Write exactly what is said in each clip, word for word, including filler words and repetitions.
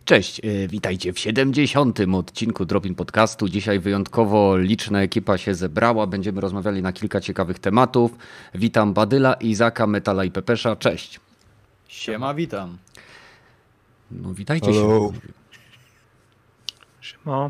Cześć, y, witajcie w siedemdziesiątym odcinku Dropin Podcastu. Dzisiaj wyjątkowo liczna ekipa się zebrała. Będziemy rozmawiali na kilka ciekawych tematów. Witam Badyla, Izaka, Metala i Pepesza. Cześć. Siema, witam. No witajcie Hello. się. Siema.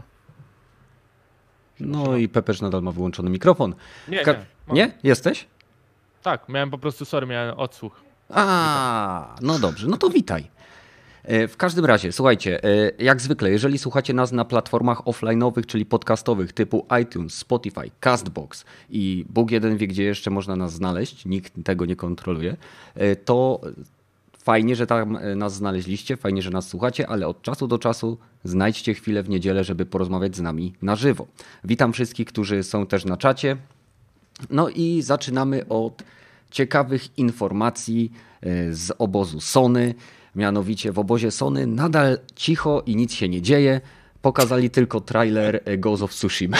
No i Pepesz nadal ma wyłączony mikrofon. Nie, Ka- nie. Mam. Nie? Jesteś? Tak, miałem po prostu, sorry, miałem odsłuch. A, no dobrze, no to witaj. W każdym razie, słuchajcie, jak zwykle, jeżeli słuchacie nas na platformach offline'owych, czyli podcastowych typu iTunes, Spotify, Castbox i Bóg jeden wie, gdzie jeszcze można nas znaleźć, nikt tego nie kontroluje, to fajnie, że tam nas znaleźliście, fajnie, że nas słuchacie, ale od czasu do czasu znajdźcie chwilę w niedzielę, żeby porozmawiać z nami na żywo. Witam wszystkich, którzy są też na czacie. No i zaczynamy od ciekawych informacji z obozu Sony. Mianowicie w obozie Sony nadal cicho i nic się nie dzieje. Pokazali tylko trailer Ghost of Tsushima.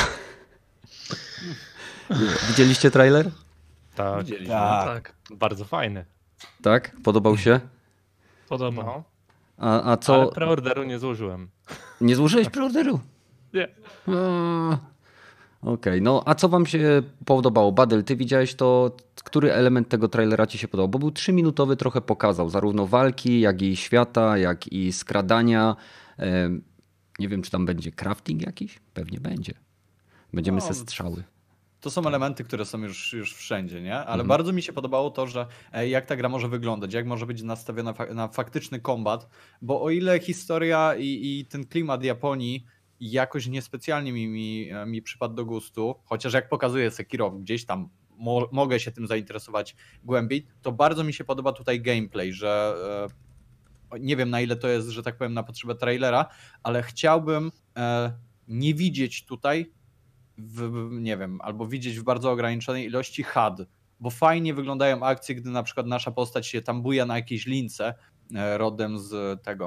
Widzieliście trailer? Tak, Widzieliśmy. Tak. Tak, bardzo fajny. Tak? Podobał się? podoba. No, A, a ale co? preorderu nie złożyłem. Nie złożyłeś preorderu? Nie. A, Okej, okay. No a co wam się podobało? Badyl, ty widziałeś to, który element tego trailera ci się podobał? Bo był trzyminutowy, trochę pokazał zarówno walki, jak i świata, jak i skradania. Em, Nie wiem, czy tam będzie crafting jakiś? Pewnie będzie. Będziemy No, se strzały. To są elementy, które są już, już wszędzie, nie? Ale Mhm. bardzo mi się podobało to, że e, jak ta gra może wyglądać, jak może być nastawiona fa- na faktyczny kombat, bo o ile historia i, i ten klimat Japonii jakoś niespecjalnie mi, mi, e, mi przypadł do gustu, chociaż jak pokazuje Sekiro, gdzieś tam mo- mogę się tym zainteresować głębiej, to bardzo mi się podoba tutaj gameplay, że e, nie wiem na ile to jest, że tak powiem, na potrzebę trailera, ale chciałbym e, nie widzieć tutaj w, nie wiem, albo widzieć w bardzo ograniczonej ilości H U D, bo fajnie wyglądają akcje, gdy na przykład nasza postać się tam buja na jakiejś lince e, rodem z tego,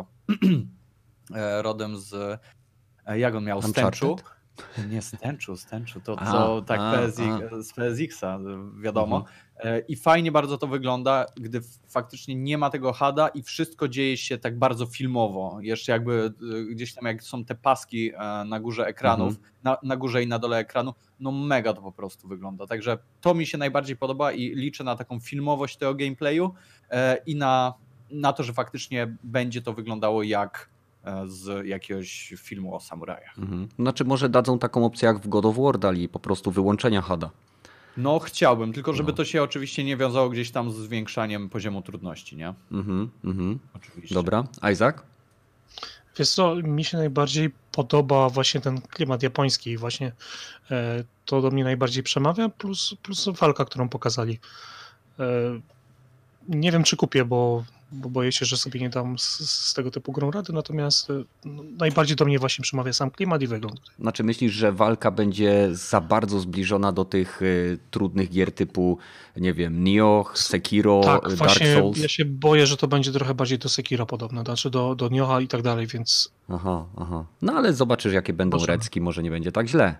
e, rodem z, e, jak on miał, z Uncharted? tęczu. Nie, z tęczu, z tęczu, to A, co tak a, P S X, z P S X-a, wiadomo. E, I fajnie bardzo to wygląda, gdy faktycznie nie ma tego H U D-a i wszystko dzieje się tak bardzo filmowo. Jeszcze jakby e, gdzieś tam jak są te paski e, na górze ekranów, na, na górze i na dole ekranu, no mega to po prostu wygląda. Także to mi się najbardziej podoba i liczę na taką filmowość tego gameplayu e, i na, na to, że faktycznie będzie to wyglądało jak e, z jakiegoś filmu o samurajach. Mhm. Znaczy może dadzą taką opcję jak w God of War dali, po prostu wyłączenia H U D-a. No chciałbym, tylko żeby No. to się oczywiście nie wiązało gdzieś tam z zwiększaniem poziomu trudności, nie? Mhm, mhm. Oczywiście. Dobra, Isaac? Wiesz co, mi się najbardziej podoba właśnie ten klimat japoński, właśnie e, to do mnie najbardziej przemawia, plus, plus walka, którą pokazali. E, nie wiem, czy kupię, bo, bo boję się, że sobie nie dam z, z tego typu grą rady, natomiast e, no, najbardziej do mnie właśnie przemawia sam klimat i wygląd. Znaczy myślisz, że walka będzie za bardzo zbliżona do tych y, trudnych gier typu, nie wiem, Nioh, Sekiro, Tak, y, Dark właśnie Souls? ja się boję, że to będzie trochę bardziej do Sekiro podobne, znaczy do, do Nioha i tak dalej, więc Aha, aha. No ale zobaczysz, jakie będą Zobaczymy. recki, może nie będzie tak źle.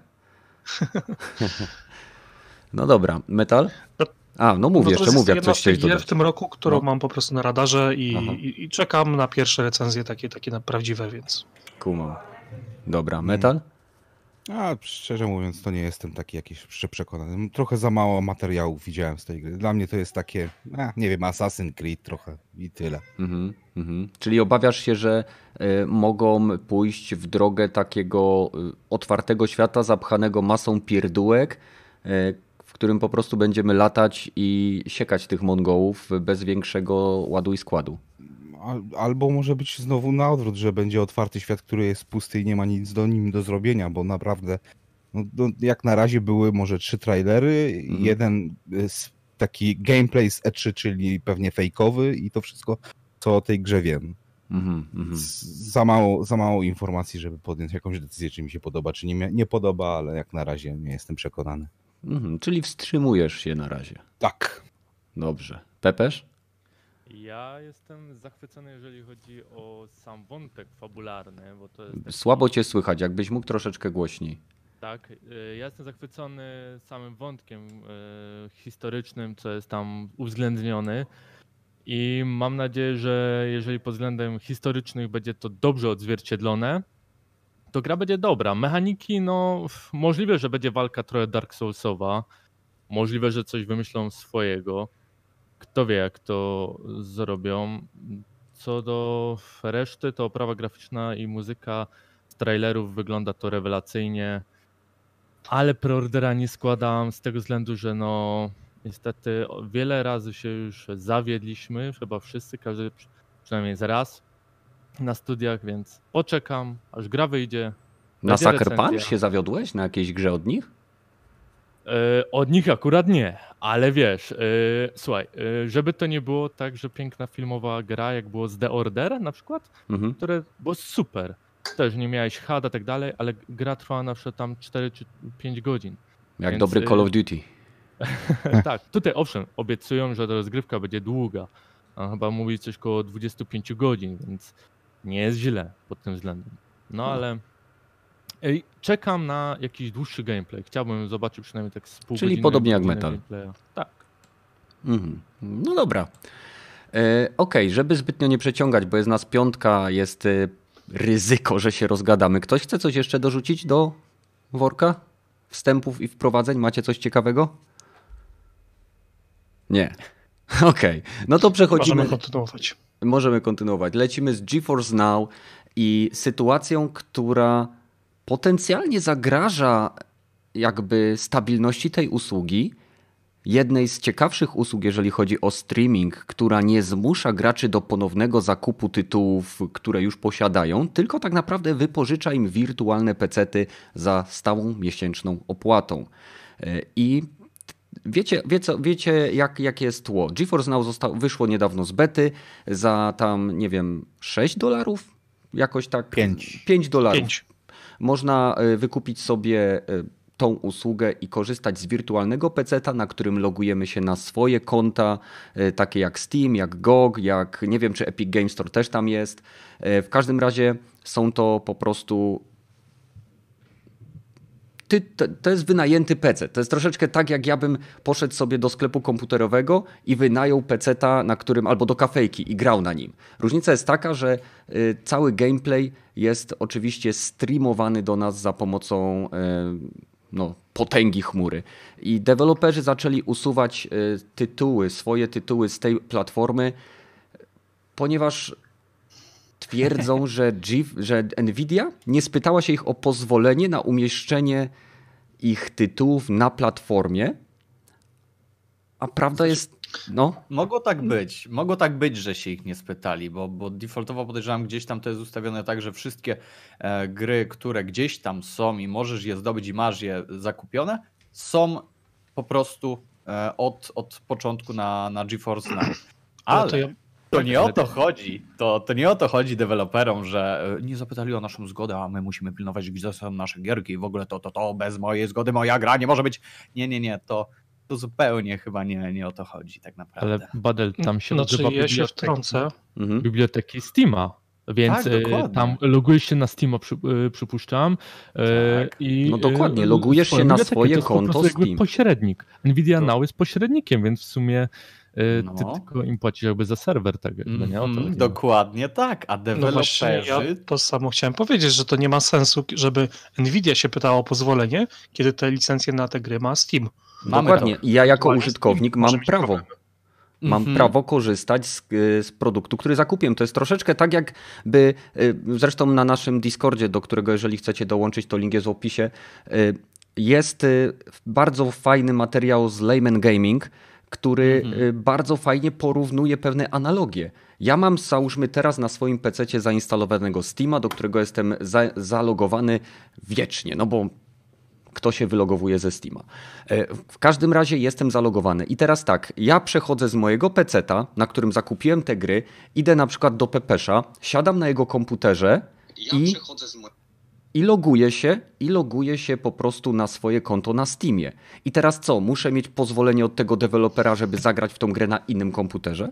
No dobra, Metal? A, no mów no to jeszcze, jest mów jak jedna coś z tych chciałeś gier dodać. w tym roku, którą No. mam po prostu na radarze i, Aha. i, i czekam na pierwsze recenzje takie, takie na prawdziwe, więc Kumam. Dobra, Metal? A szczerze mówiąc, to nie jestem taki jakiś jeszcze przekonany. Trochę za mało materiałów widziałem z tej gry. Dla mnie to jest takie, a, nie wiem, Assassin's Creed trochę i tyle. Mhm, mhm. Czyli obawiasz się, że y, mogą pójść w drogę takiego y, otwartego świata zapchanego masą pierdółek, y, w którym po prostu będziemy latać i siekać tych Mongołów bez większego ładu i składu. Al- Albo może być znowu na odwrót, że będzie otwarty świat, który jest pusty i nie ma nic do nim do zrobienia, bo naprawdę, no, no, jak na razie były może trzy trailery, Mhm. jeden z, taki gameplay z E trzy, czyli pewnie fejkowy i to wszystko, co o tej grze wiem. Mhm, mhm. Z- Za mało, za mało informacji, żeby podjąć jakąś decyzję, czy mi się podoba, czy nie, mia- nie podoba, ale jak na razie nie jestem przekonany. Mhm. Czyli wstrzymujesz się na razie. Tak. Dobrze. Pepesz? Ja jestem zachwycony, jeżeli chodzi o sam wątek fabularny, bo to jest taki, Słabo cię słychać, jakbyś mógł troszeczkę głośniej. tak, y, ja jestem zachwycony samym wątkiem y, historycznym, co jest tam uwzględniony I mam nadzieję, że jeżeli pod względem historycznych będzie to dobrze odzwierciedlone, to gra będzie dobra. Mechaniki, no możliwe, że będzie walka trochę Dark Soulsowa, możliwe, że coś wymyślą swojego. Kto wie, jak to zrobią. Co do reszty, to oprawa graficzna i muzyka z trailerów wygląda to rewelacyjnie, ale preordera nie składam z tego względu, że no niestety wiele razy się już zawiedliśmy, chyba wszyscy, każdy przynajmniej z raz na studiach, więc poczekam, aż gra wyjdzie. Na Będzie Sucker recenzja. Punch się zawiodłeś? Na jakiejś grze od nich? E, Od nich akurat nie, ale wiesz, e, słuchaj, e, żeby to nie było tak, że piękna filmowa gra, jak było z The Order na przykład, Mhm. które było super. Też nie miałeś H D i tak dalej, ale gra trwała na przykład tam cztery czy pięć godzin. Jak Więc, dobry y- Call of Duty. Tak, tutaj owszem, obiecują, że ta rozgrywka będzie długa. A chyba mówi coś koło dwadzieścia pięć godzin, więc nie jest źle pod tym względem. No ale ej, czekam na jakiś dłuższy gameplay. Chciałbym zobaczyć przynajmniej tak z pół Czyli godziny, podobnie jak godzinę Metal. gameplaya. Tak. Mhm. No dobra. E, Okej, żeby zbytnio nie przeciągać, bo jest nas piątka, jest e, ryzyko, że się rozgadamy. Ktoś chce coś jeszcze dorzucić do worka? Wstępów i wprowadzeń? Macie coś ciekawego? Nie. Okej, no to przechodzimy. Możemy kontynuować. Możemy kontynuować. Lecimy z GeForce Now i sytuacją, która potencjalnie zagraża jakby stabilności tej usługi. Jednej z ciekawszych usług, jeżeli chodzi o streaming, która nie zmusza graczy do ponownego zakupu tytułów, które już posiadają, tylko tak naprawdę wypożycza im wirtualne pecety za stałą miesięczną opłatą. I Wiecie, wiecie, wiecie jak, jakie jest tło. GeForce Now zostało, wyszło niedawno z bety za tam, nie wiem, sześć dolarów? Jakoś tak. Pięć. pięć dolarów. Pięć. Można y, wykupić sobie y, tą usługę i korzystać z wirtualnego peceta, na którym logujemy się na swoje konta, y, takie jak Steam, jak G O G, jak nie wiem, czy Epic Games Store też tam jest. Y, W każdym razie są to po prostu Ty, to, to jest wynajęty pecet. To jest troszeczkę tak, jak ja bym poszedł sobie do sklepu komputerowego i wynajął peceta, na którym, albo do kafejki i grał na nim. Różnica jest taka, że y, cały gameplay jest oczywiście streamowany do nas za pomocą y, no, potęgi chmury. I deweloperzy zaczęli usuwać y, tytuły, swoje tytuły z tej platformy, ponieważ twierdzą, że, G, że Nvidia nie spytała się ich o pozwolenie na umieszczenie ich tytułów na platformie, a prawda jest, no... Mogło tak być, mogło tak być, że się ich nie spytali, bo, bo defaultowo podejrzewam gdzieś tam to jest ustawione tak, że wszystkie e, gry, które gdzieś tam są i możesz je zdobyć i masz je zakupione, są po prostu e, od, od początku na, na GeForce Now. Ale... to ja- To nie o to chodzi, to, to nie o to chodzi deweloperom, że e, nie zapytali o naszą zgodę, a my musimy pilnować, gdzie są nasze gierki i w ogóle to, to, to, bez mojej zgody moja gra nie może być. Nie, nie, nie, to, to zupełnie chyba nie, nie o to chodzi tak naprawdę. Ale Badel, tam się Znaczy, odbywa ja się biblioteka- wtrącę. Mhm. biblioteki Steama. Więc Tak, y, dokładnie. tam logujesz się na Steama, przy, y, przypuszczam. y, Tak. I, No dokładnie, y, logujesz swoją się na bibliotekę. swoje To jest po konto prostu jakby Steam. pośrednik. Nvidia To- Now jest pośrednikiem, więc w sumie y, ty No. tylko im płacisz jakby za serwer. Tak, jakby, nie? O to Mhm, chodzi. dokładnie tak, a No właśnie, ja deweloperzy... to samo chciałem powiedzieć, że to nie ma sensu, żeby Nvidia się pytała o pozwolenie, kiedy te licencje na te gry ma Steam. Mamy Dokładnie. to. I ja jako Aktualnie użytkownik Steam może mam mieć prawo. problemy. Mam Mhm. prawo korzystać z, y, z produktu, który zakupiłem. To jest troszeczkę tak, jakby y, zresztą na naszym Discordzie, do którego jeżeli chcecie dołączyć, to link jest w opisie, y, jest y, bardzo fajny materiał z Layman Gaming, który Mhm. y, bardzo fajnie porównuje pewne analogie. Ja mam, załóżmy teraz na swoim pececie zainstalowanego Steama, do którego jestem za, zalogowany wiecznie, no bo kto się wylogowuje ze Steama. E, W każdym razie jestem zalogowany. I teraz tak, ja przechodzę z mojego peceta, na którym zakupiłem te gry, idę na przykład do Pepesza, siadam na jego komputerze i, i loguję się, i loguję się po prostu na swoje konto na Steamie. I teraz co, muszę mieć pozwolenie od tego dewelopera, żeby zagrać w tą grę na innym komputerze?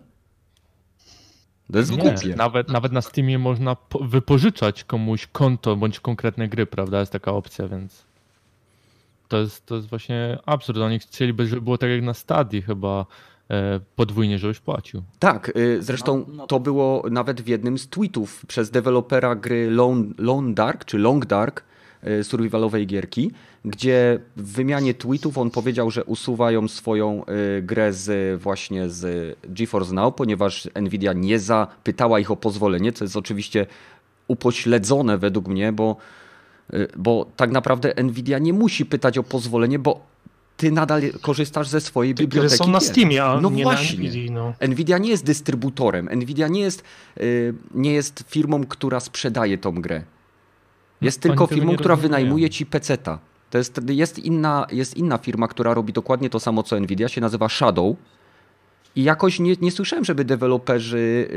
To jest Nie, głupie. nawet, nawet na Steamie można po- wypożyczać komuś konto bądź konkretne gry, prawda? Jest taka opcja, więc to jest, to jest właśnie absurd. Oni chcieliby, żeby było tak jak na Stadii chyba, podwójnie, żebyś płacił. Tak, zresztą No, no. to było nawet w jednym z tweetów przez dewelopera gry Lone, Lone Dark, czy Long Dark, survivalowej gierki, gdzie w wymianie tweetów on powiedział, że usuwają swoją grę z właśnie z GeForce Now, ponieważ Nvidia nie zapytała ich o pozwolenie, co jest oczywiście upośledzone według mnie, bo, bo tak naprawdę Nvidia nie musi pytać o pozwolenie, bo ty nadal korzystasz ze swojej Te biblioteki. gry są na Steamie, a no nie właśnie. na Nvidia. No. Nvidia nie jest dystrybutorem. Nvidia nie jest, yy, nie jest firmą, która sprzedaje tą grę. Jest No, tylko oni tego firmą, nie która rozumieją. wynajmuje ci peceta. To jest, jest, inna, jest inna firma, która robi dokładnie to samo co Nvidia, się nazywa Shadow. I jakoś nie, nie słyszałem, żeby deweloperzy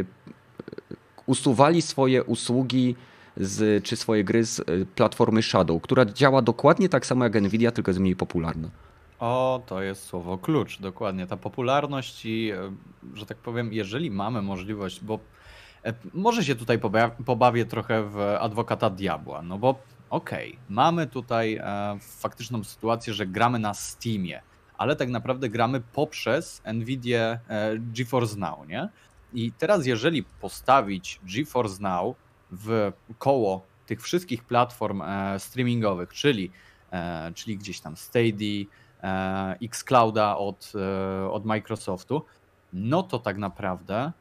usuwali swoje usługi z, czy swoje gry z platformy Shadow, która działa dokładnie tak samo jak Nvidia, tylko jest mniej popularna. O, to jest słowo klucz, dokładnie. Ta popularność i, że tak powiem, jeżeli mamy możliwość, bo może się tutaj pobawię trochę w adwokata diabła, no bo okej, okay, mamy tutaj e, faktyczną sytuację, że gramy na Steamie, ale tak naprawdę gramy poprzez Nvidia e, GeForce Now, nie? I teraz jeżeli postawić GeForce Now w koło tych wszystkich platform e, streamingowych, czyli, e, czyli gdzieś tam Stadia, e, Xclouda od, e, od Microsoftu, no to tak naprawdę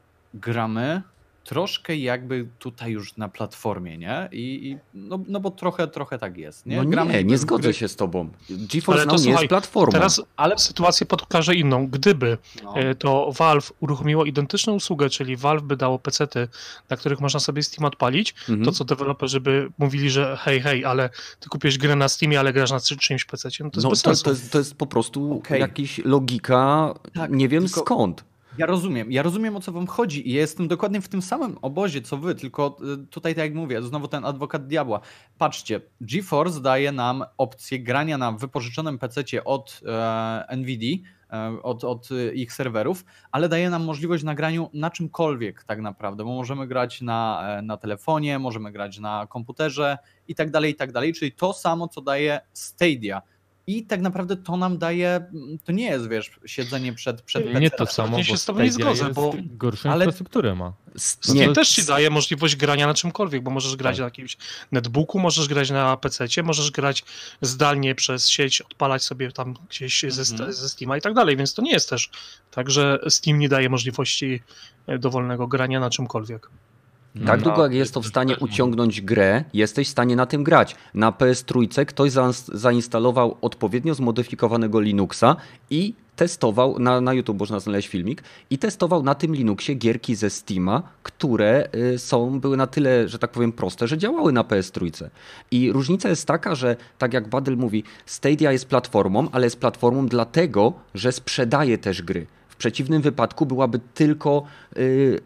gramy troszkę jakby tutaj już na platformie, nie? I, i no, no bo trochę, trochę tak jest, nie? No Gramy nie, nie w zgodzę gry. się z tobą. GeForce Ale to Now nie słuchaj, jest platformą. Teraz Ale- sytuację pokażę inną. Gdyby No. e, to Valve uruchomiło identyczną usługę, czyli Valve by dało pecety, na których można sobie Steam odpalić, Mhm. to co deweloperzy by mówili, że hej, hej, ale ty kupiłeś grę na Steamie, ale grasz na czy- czyimś pececie, no to jest No, bez to, sensu. to, jest, to jest po prostu Okej. jakaś logika, Tak, nie wiem tylko- skąd. Ja rozumiem, ja rozumiem o co wam chodzi i ja jestem dokładnie w tym samym obozie co wy, tylko y, tutaj tak jak mówię, znowu ten adwokat diabła. Patrzcie, GeForce daje nam opcję grania na wypożyczonym pececie od e, Nvidia, e, od, od ich serwerów, ale daje nam możliwość nagraniu na czymkolwiek tak naprawdę, bo możemy grać na, e, na telefonie, możemy grać na komputerze i tak dalej, i tak dalej, czyli to samo co daje Stadia. I tak naprawdę to nam daje, to nie jest, wiesz, siedzenie przed, przed Nie pecetem. to samo, Ja się bo z tobą nie Stadia zgodzę, jest bo- gorszą ale- infrastrukturę ma. S- Steam Nie, też ci daje możliwość grania na czymkolwiek, bo możesz grać Tak. na jakimś netbooku, możesz grać na pececie, możesz grać zdalnie przez sieć, odpalać sobie tam gdzieś ze, Mhm. ze Steama i tak dalej, więc to nie jest też tak, że Steam nie daje możliwości e, dowolnego grania na czymkolwiek. tak No, długo jak to jest to w też stanie może. uciągnąć grę, jesteś w stanie na tym grać. Na P S trzy ktoś zains- zainstalował odpowiednio zmodyfikowanego Linuxa i testował, na, na YouTube można znaleźć filmik, i testował na tym Linuxie gierki ze Steama, które y, są, były na tyle, że tak powiem, proste, że działały na P S trzy. I różnica jest taka, że tak jak Badel mówi, Stadia jest platformą, ale jest platformą dlatego, że sprzedaje też gry. W przeciwnym wypadku byłaby tylko y,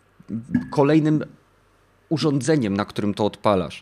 kolejnym urządzeniem, na którym to odpalasz.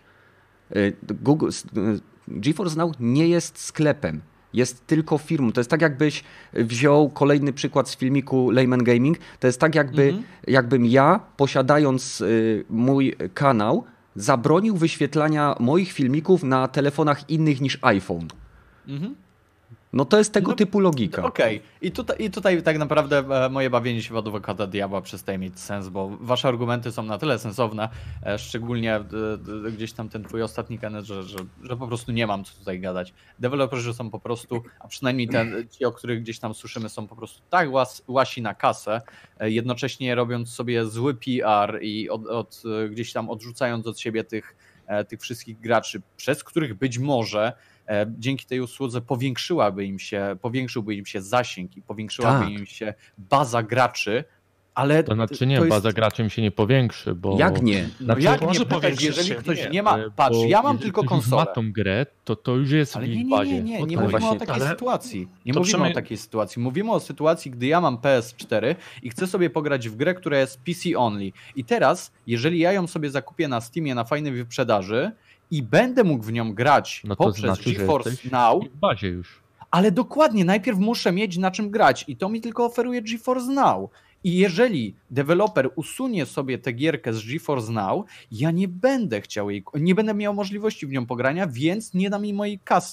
Y, Google, y, GeForce Now nie jest sklepem. Jest tylko firmą. To jest tak, jakbyś wziął kolejny przykład z filmiku Layman Gaming. To jest tak, jakby, Mhm. jakbym ja, posiadając y, mój kanał, zabronił wyświetlania moich filmików na telefonach innych niż iPhone. Mhm. No to jest tego No, typu logika. Okej, I, tutaj, i tutaj tak naprawdę e, moje bawienie się w adwokata diabła przestaje mieć sens, bo wasze argumenty są na tyle sensowne, e, szczególnie e, e, gdzieś tam ten twój ostatni kanet, że, że, że po prostu nie mam co tutaj gadać. Deweloperzy są po prostu, a przynajmniej ten, ci, o których gdzieś tam słyszymy, są po prostu tak łas, łasi na kasę, e, jednocześnie robiąc sobie zły P R i od, od, e, gdzieś tam odrzucając od siebie tych, e, tych wszystkich graczy, przez których być może e, dzięki tej usłudze powiększyłaby im się, powiększyłby im się zasięg i powiększyłaby Tak. im się baza graczy, ale To znaczy nie, to jest- baza graczem się nie powiększy, bo... Jak nie? No Znaczy, jak może nie pytać, powiększyć jeżeli się. ktoś Nie, nie ma, e, patrz, bo ja mam jeżeli tylko ktoś już konsolę. ma tą grę, to to już jest Ale w nie, ich nie, bazie. nie, nie, nie O to mówimy właśnie- o takiej ale sytuacji. Nie to mówimy przynajmniej- o takiej sytuacji. Mówimy o sytuacji, gdy ja mam P S cztery i chcę sobie pograć w grę, która jest P C only. I teraz, jeżeli ja ją sobie zakupię na Steamie na fajnej wyprzedaży i będę mógł w nią grać No to poprzez znaczy, że GeForce jesteś Now, w bazie już. ale dokładnie, najpierw muszę mieć na czym grać i to mi tylko oferuje GeForce Now. I jeżeli deweloper usunie sobie tę gierkę z GeForce Now, ja nie będę chciał jej, nie będę miał możliwości w nią pogrania, więc nie da mi mojej kasy. W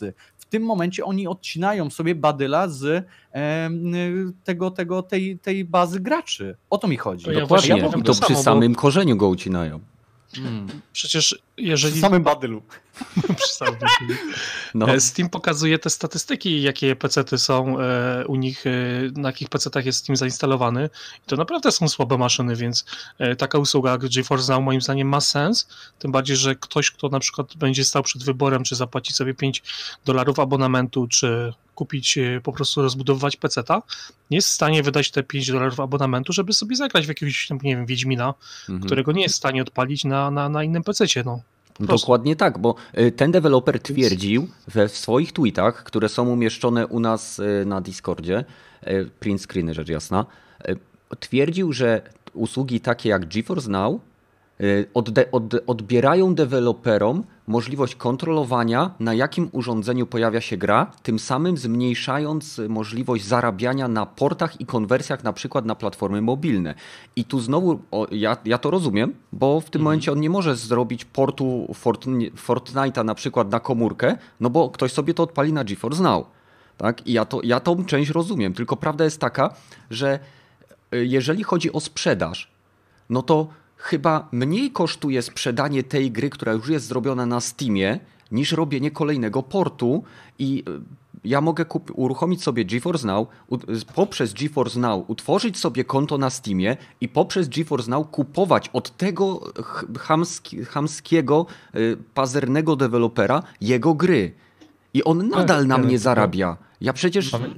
tym momencie oni odcinają sobie badyla z e, tego, tego, tej, tej bazy graczy. O to mi chodzi. To ja Dokładnie. właśnie I to samo, przy bo- samym korzeniu go ucinają. Hmm. Przecież Przy jeżeli... samym badylu. przy samym No. E, Steam pokazuje te statystyki, jakie pecety są e, u nich, e, na jakich pecetach jest Steam zainstalowany. I to naprawdę są słabe maszyny, więc e, taka usługa jak GeForce Now moim zdaniem ma sens. Tym bardziej, że ktoś, kto na przykład będzie stał przed wyborem, czy zapłacić sobie pięć dolarów abonamentu, czy kupić, e, po prostu rozbudowywać peceta, nie jest w stanie wydać te pięć dolarów abonamentu, żeby sobie zagrać w jakiegoś, nie wiem, Wiedźmina, Mhm. którego nie jest w stanie odpalić na, na, na innym pececie. No. Po prostu. Dokładnie tak, bo y, ten deweloper twierdził we w swoich tweetach, które są umieszczone u nas y, na Discordzie, y, print screeny rzecz jasna, y, twierdził, że usługi takie jak GeForce Now y, odde, od, odbierają deweloperom możliwość kontrolowania, na jakim urządzeniu pojawia się gra, tym samym zmniejszając możliwość zarabiania na portach i konwersjach na przykład na platformy mobilne. I tu znowu, o, ja, ja to rozumiem, bo w tym Mhm. momencie on nie może zrobić portu Fortni- Fortnite'a na przykład na komórkę, no bo ktoś sobie to odpali na GeForce Now. Tak? I ja, to, ja tą część rozumiem, tylko prawda jest taka, że y, jeżeli chodzi o sprzedaż, no to chyba mniej kosztuje sprzedanie tej gry, która już jest zrobiona na Steamie, niż robienie kolejnego portu i y, ja mogę kup- uruchomić sobie GeForce Now, u- poprzez GeForce Now utworzyć sobie konto na Steamie i poprzez GeForce Now kupować od tego ch- chamski- chamskiego, y, pazernego dewelopera jego gry. I on nadal na ale mnie to- zarabia. Ja przecież... Pamię-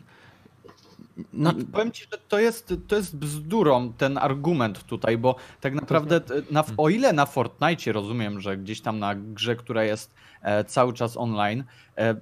Na... I powiem ci, że to jest, to jest bzdurą ten argument tutaj, bo tak naprawdę t- na, o ile na Fortnite rozumiem, że gdzieś tam na grze, która jest e, cały czas online, e,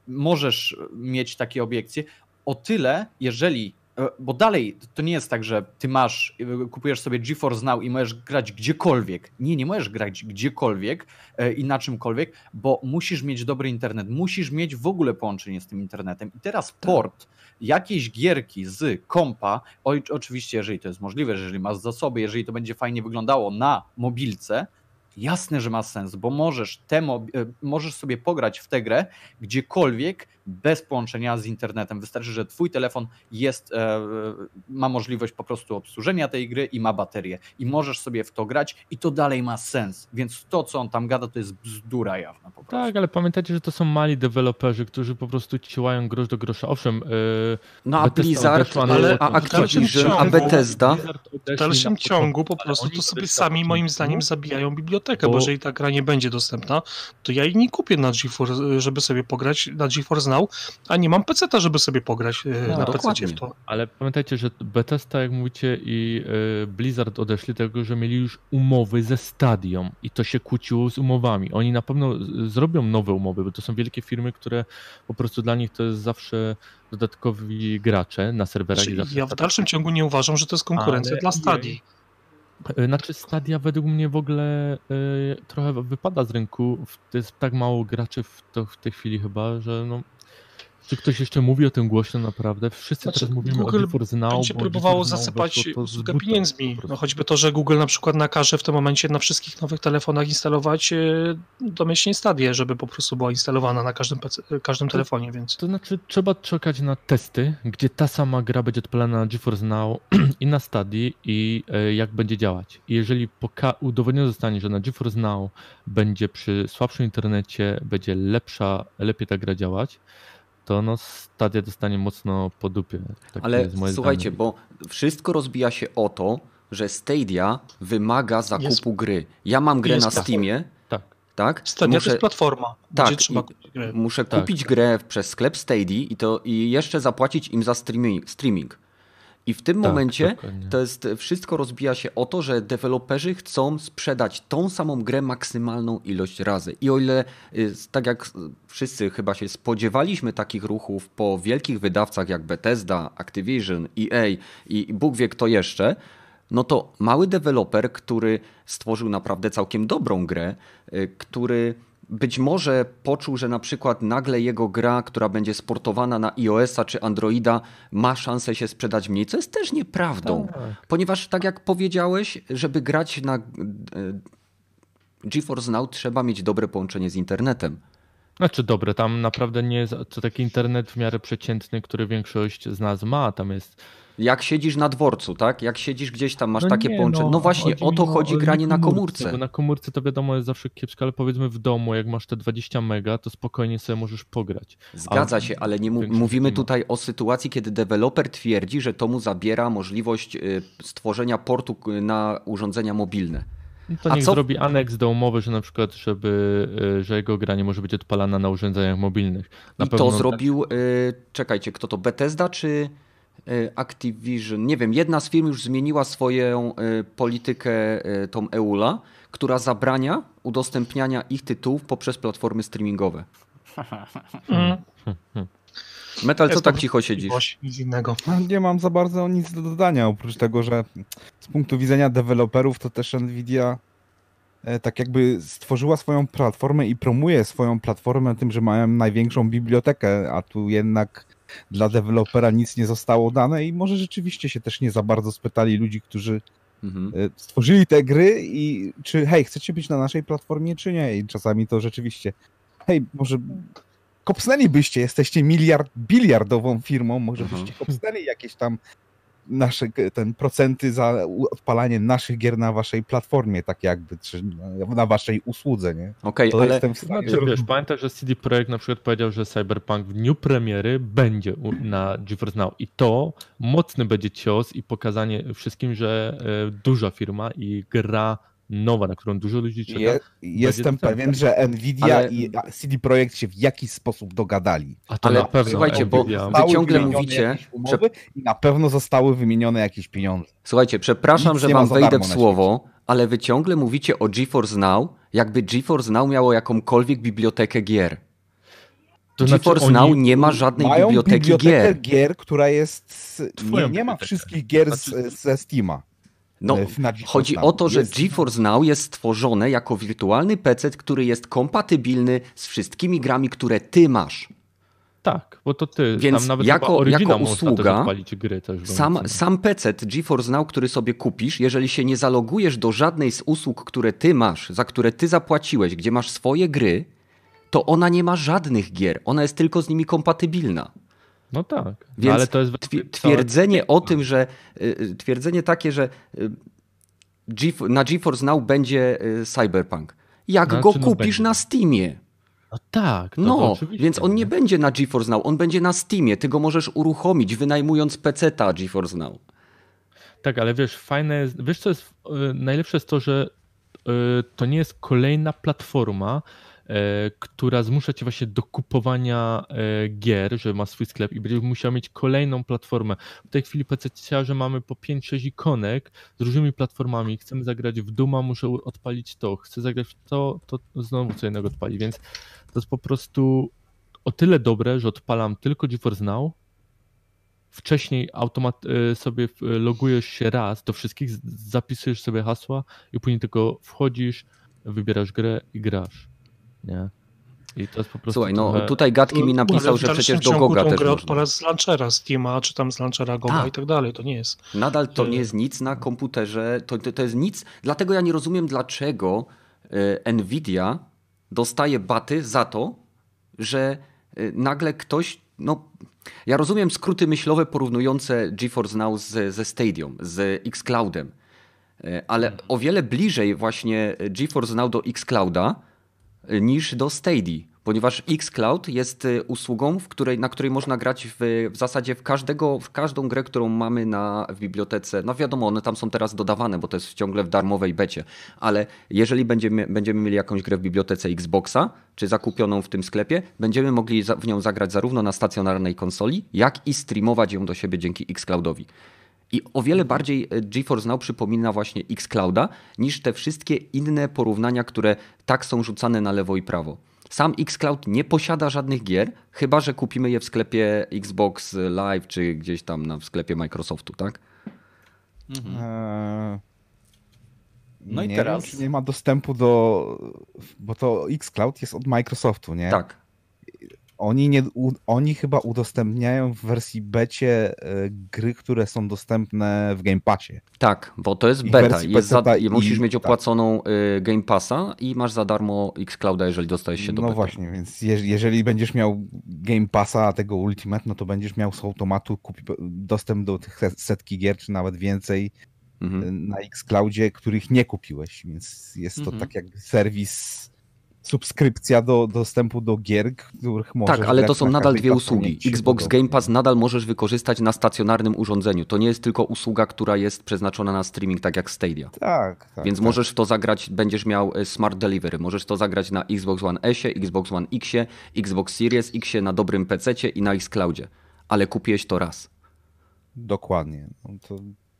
możesz mieć takie obiekcje, o tyle jeżeli, e, bo dalej to nie jest tak, że ty masz, e, kupujesz sobie GeForce Now i możesz grać gdziekolwiek. Nie, nie możesz grać gdziekolwiek e, i na czymkolwiek, bo musisz mieć dobry internet, musisz mieć w ogóle połączenie z tym internetem. I teraz port jakiejś gierki z kompa, oj, oczywiście jeżeli to jest możliwe, jeżeli masz zasoby, jeżeli to będzie fajnie wyglądało na mobilce, jasne, że ma sens, bo możesz, te mob- e, możesz sobie pograć w tę grę gdziekolwiek bez połączenia z internetem. Wystarczy, że twój telefon jest, e, ma możliwość po prostu obsłużenia tej gry i ma baterię. I możesz sobie w to grać i to dalej ma sens. Więc to, co on tam gada, to jest bzdura jawna po prostu. Tak, ale pamiętajcie, że to są mali deweloperzy, którzy po prostu ciłają grosz do grosza. Owszem, yy, No a Bethesda Blizzard, odeszła na- ale- a w dalszym Activision, a ciągu- Bethesda... Blizzard W odeszli dalszym na ciągu po początku, prostu ale to oni sobie odeszli sami na moim początku. zdaniem zabijają bibliotekę, bo, Bo- jeżeli ta gra nie będzie dostępna, to ja jej nie kupię na GeForce, żeby sobie pograć na GeForce Now, a nie mam peceta, żeby sobie pograć e, No, na dokładnie. pececie w to. Ale pamiętajcie, że Bethesda, jak mówicie, i y, Blizzard odeszli tego, że mieli już umowy ze Stadią i to się kłóciło z umowami. Oni na pewno z- zrobią nowe umowy, bo to są wielkie firmy, które po prostu dla nich to jest zawsze dodatkowi gracze na serwerach. i Znaczy, zawsze ja w tak- dalszym ciągu nie uważam, że to jest konkurencja Ale dla E A. Stadii. Y, Znaczy Stadia według mnie w ogóle y, trochę wypada z rynku. W- To jest tak mało graczy w, to, w tej chwili chyba, że no... Czy ktoś jeszcze mówi o tym głośno naprawdę? Wszyscy Znaczy, teraz mówimy Google o GeForce Now, Będzie bo próbowało GeForce Now zasypać weszło to z usługę buta pieniędzmi. po prostu. No choćby to, że Google na przykład nakaże w tym momencie na wszystkich nowych telefonach instalować e, domyślnie Stadię, żeby po prostu była instalowana na każdym, P C, każdym telefonie, więc... To znaczy trzeba czekać na testy, gdzie ta sama gra będzie odpalana na GeForce Now i na Stadii i e, jak będzie działać. I jeżeli poka- udowodnione zostanie, że na GeForce Now będzie przy słabszym internecie, będzie lepsza, lepiej ta gra działać, to no Stadia dostanie mocno po dupie. Takie Ale jest moje słuchajcie, zdanie. bo wszystko rozbija się o to, że Stadia wymaga zakupu Jest- gry. Ja mam grę jest na platforma. Steamie, Tak. tak? Stadia to Muszę, jest platforma, tak, gdzie trzeba i- kupić grę. muszę Tak, kupić tak. grę przez sklep Stadia i, to, i jeszcze zapłacić im za streaming. streaming. I w tym Tak, momencie dokładnie. to jest, wszystko rozbija się o to, że deweloperzy chcą sprzedać tą samą grę maksymalną ilość razy. I o ile, y, tak jak wszyscy chyba się spodziewaliśmy takich ruchów po wielkich wydawcach jak Bethesda, Activision, E A i, i Bóg wie kto jeszcze, no to mały deweloper, który stworzył naprawdę całkiem dobrą grę, y, który być może poczuł, że na przykład nagle jego gra, która będzie sportowana na iOS-a czy Androida, ma szansę się sprzedać mniej, co jest też nieprawdą. Tak. Ponieważ tak jak powiedziałeś, żeby grać na e, GeForce Now trzeba mieć dobre połączenie z internetem. Znaczy dobre, tam naprawdę nie jest to taki internet w miarę przeciętny, który większość z nas ma, tam jest... Jak siedzisz na dworcu, tak? Jak siedzisz gdzieś tam, masz No takie nie, połączenie. No właśnie, chodzi o mi to chodzi o granie na Bo komórce. na komórce to wiadomo jest zawsze kiepsko, ale powiedzmy w domu, jak masz te dwadzieścia mega, to spokojnie sobie możesz pograć. Zgadza A się, ale nie mu- większość mówimy nie ma. tutaj o sytuacji, kiedy deweloper twierdzi, że to mu zabiera możliwość y, stworzenia portu y, na urządzenia mobilne. No to A niech co- zrobi aneks do umowy, że na przykład, żeby, y, że jego gra nie może być odpalana na urządzeniach mobilnych. Na I pewno to zrobił, y, czekajcie, kto to, Bethesda czy y, Activision? Nie wiem, jedna z firm już zmieniła swoją y, politykę, y, tą E U L A, która zabrania udostępniania ich tytułów poprzez platformy streamingowe. Mm. Metal, co Jest tak to cicho siedzisz? wątpliwość, nic innego. No, nie mam za bardzo nic do dodania, oprócz tego, że z punktu widzenia deweloperów to też Nvidia e, tak jakby stworzyła swoją platformę i promuje swoją platformę tym, że mają największą bibliotekę, a tu jednak dla dewelopera nic nie zostało dane i może rzeczywiście się też nie za bardzo spytali ludzi, którzy Mhm. e, stworzyli te gry i czy hej, chcecie być na naszej platformie, czy nie? I czasami to rzeczywiście hej, może kopsnęlibyście, jesteście miliard, biliardową firmą, może Mhm. byście kopsnęli jakieś tam nasze ten procenty za odpalanie naszych gier na waszej platformie, tak jakby, czy na waszej usłudze, nie? Okej, To ale jestem w stanie Znaczy, wiesz, pamiętaj, że C D Projekt na przykład powiedział, że Cyberpunk w dniu premiery będzie u- na GeForce Now i to mocny będzie cios i pokazanie wszystkim, że e, duża firma i gra nowa, na którą dużo ludzi czeka. Je, jestem dostępne. pewien, że Nvidia Ale- i C D Projekt się w jakiś sposób dogadali. A to ale na pewno słuchajcie, bo Nvidia. wy Zostały ciągle wymienione mówicie, jakieś umowy i na pewno zostały wymienione jakieś pieniądze. Słuchajcie, przepraszam, Nic że nie ma wam za wejdę darmo w na słowo, ale wy ciągle mówicie o GeForce Now, jakby GeForce Now miało jakąkolwiek bibliotekę gier. To GeForce znaczy, Now oni- nie ma żadnej Mają biblioteki bibliotekę gier. gier, która jest... z- Nie, Twoją nie ma bibliotekę. wszystkich gier Znaczy- z, ze Steama. No, e, na GeForce chodzi Now. o to, że Jest- GeForce Now jest stworzone jako wirtualny P C, który jest kompatybilny z wszystkimi grami, które ty masz. Tak, bo to ty, Więc tam nawet jako- chyba Origina jako można usługa też odpalić gry też. Sam, więc- sam P C GeForce Now, który sobie kupisz, jeżeli się nie zalogujesz do żadnej z usług, które ty masz, za które ty zapłaciłeś, gdzie masz swoje gry, to ona nie ma żadnych gier. Ona jest tylko z nimi kompatybilna. No tak, no, Więc ale to jest... twi- twierdzenie o tym, że y, twierdzenie takie, że y, Ge- na GeForce Now będzie y, Cyberpunk. Jak Znaczy, go no kupisz będzie. na Steamie? No tak, to, to No, oczywiście. więc on nie będzie na GeForce Now, on będzie na Steamie. Ty go możesz uruchomić, wynajmując peceta GeForce Now. Tak, ale wiesz, fajne jest, wiesz co jest, y, najlepsze jest to, że y, to nie jest kolejna platforma, y, która zmusza cię właśnie do kupowania y, gier, że ma swój sklep i będziesz musiał mieć kolejną platformę. W tej chwili P C że mamy po pięć sześć ikonek z różnymi platformami. Chcemy zagrać w Duma, muszę odpalić to. Chcę zagrać w to, to znowu co innego odpali, więc to jest po prostu o tyle dobre, że odpalam tylko GeForce Now. Wcześniej automat y, sobie y, logujesz się raz do wszystkich, z- zapisujesz sobie hasła i później tylko wchodzisz, wybierasz grę i grasz. Nie? I to jest po prostu Słuchaj, no trochę... tutaj Gatki mi Ale napisał, w że dalszym przecież do ciągu Goga tą też grę można. odpala z launchera Steama, czy tam z launchera Goga Tak. i tak dalej. To nie jest. Nadal to nie jest nic na komputerze, to, to, to jest nic, dlatego ja nie rozumiem, dlaczego e, Nvidia dostaje baty za to, że e, nagle ktoś, no ja rozumiem skróty myślowe porównujące GeForce Now z, ze Stadium, z xCloudem, e, ale o wiele bliżej właśnie GeForce Now do xClouda e, niż do Stadia. Ponieważ xCloud jest y, usługą, w której, na której można grać w, w zasadzie w, każdego, w każdą grę, którą mamy na, w bibliotece. No wiadomo, one tam są teraz dodawane, bo to jest ciągle w darmowej becie, ale jeżeli będziemy, będziemy mieli jakąś grę w bibliotece Xboxa, czy zakupioną w tym sklepie, będziemy mogli za, w nią zagrać zarówno na stacjonarnej konsoli, jak i streamować ją do siebie dzięki xCloudowi. I o wiele bardziej GeForce Now przypomina właśnie xClouda niż te wszystkie inne porównania, które tak są rzucane na lewo i prawo. Sam xCloud nie posiada żadnych gier, chyba że kupimy je w sklepie Xbox Live czy gdzieś tam na, w sklepie Microsoftu, tak? Mhm. Eee, No i nie teraz? wiem, czy nie ma dostępu do... Bo to xCloud jest od Microsoftu, nie? Tak. Oni, nie, u, oni chyba udostępniają w wersji becie e, gry, które są dostępne w Game Passie. Tak, bo to jest I beta. wersji Jest za, peceta i- musisz mieć tak. opłaconą y, Game Passa i masz za darmo Xclouda, jeżeli dostajesz się do No bety. właśnie, więc je, jeżeli będziesz miał Game Passa tego Ultimate, no to będziesz miał z automatu kupi, dostęp do tych setki gier, czy nawet więcej Mhm. na Xcloudzie, których nie kupiłeś, więc jest to Mhm. tak jakby serwis, subskrypcja do dostępu do gier, których możesz Tak, ale to grać są na nadal każdej dwie platformie, usługi. jak ci się Xbox podoba. Game Pass nadal możesz wykorzystać na stacjonarnym urządzeniu. To nie jest tylko usługa, która jest przeznaczona na streaming, tak jak Stadia. Tak, tak. Więc tak. możesz w to zagrać, będziesz miał e, Smart Delivery, możesz to zagrać na Xbox One S, Xbox One X, Xbox Series X na dobrym pececie i na Xcloudzie. Ale kupiłeś to raz. Dokładnie. No to